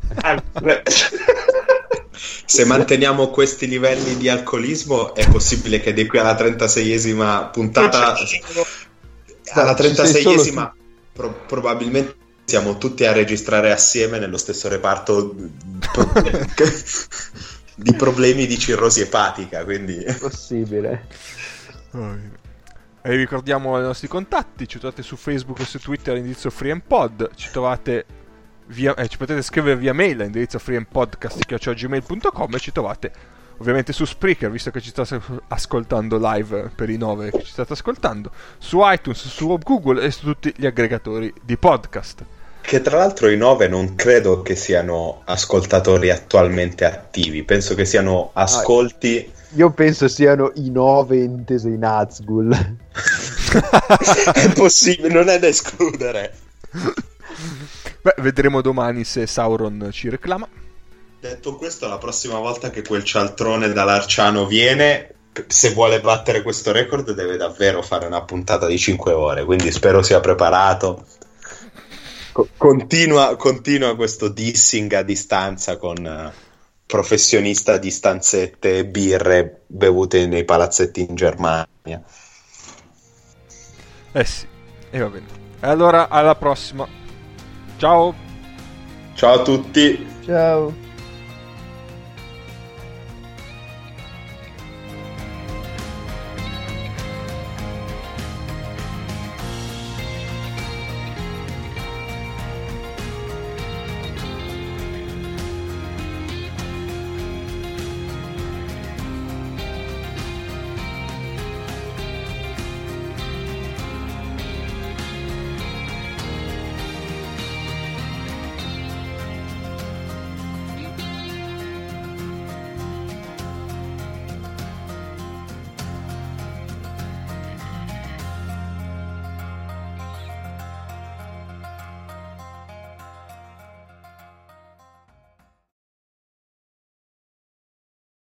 Se manteniamo questi livelli di alcolismo è possibile che di qui alla trentaseiesima puntata, alla trentaseiesima pro- probabilmente siamo tutti a registrare assieme nello stesso reparto pro- di problemi di cirrosi epatica, quindi è possibile. E ricordiamo i nostri contatti, ci trovate su Facebook e su Twitter all'indirizzo FreeMPod, ci trovate via, eh, ci potete scrivere via mail all'indirizzo freempodcast chiocciola gmail punto com e ci trovate ovviamente su Spreaker, visto che ci state ascoltando live per i nove che ci state ascoltando, su iTunes, su Google e su tutti gli aggregatori di podcast. Che tra l'altro i nove non credo che siano ascoltatori attualmente attivi, penso che siano ascolti. Io penso siano i nove inteso in Nazgul. È possibile, non è da escludere. Beh, vedremo domani se Sauron ci reclama. Detto questo, la prossima volta che quel cialtrone dall'Arciano viene, se vuole battere questo record deve davvero fare una puntata di cinque ore, quindi spero sia preparato. Co- continua, continua questo dissing a distanza con uh, professionista di stanzette e birre bevute nei palazzetti in Germania. Eh sì, e va bene. Allora, alla prossima. Ciao. Ciao a tutti. Ciao.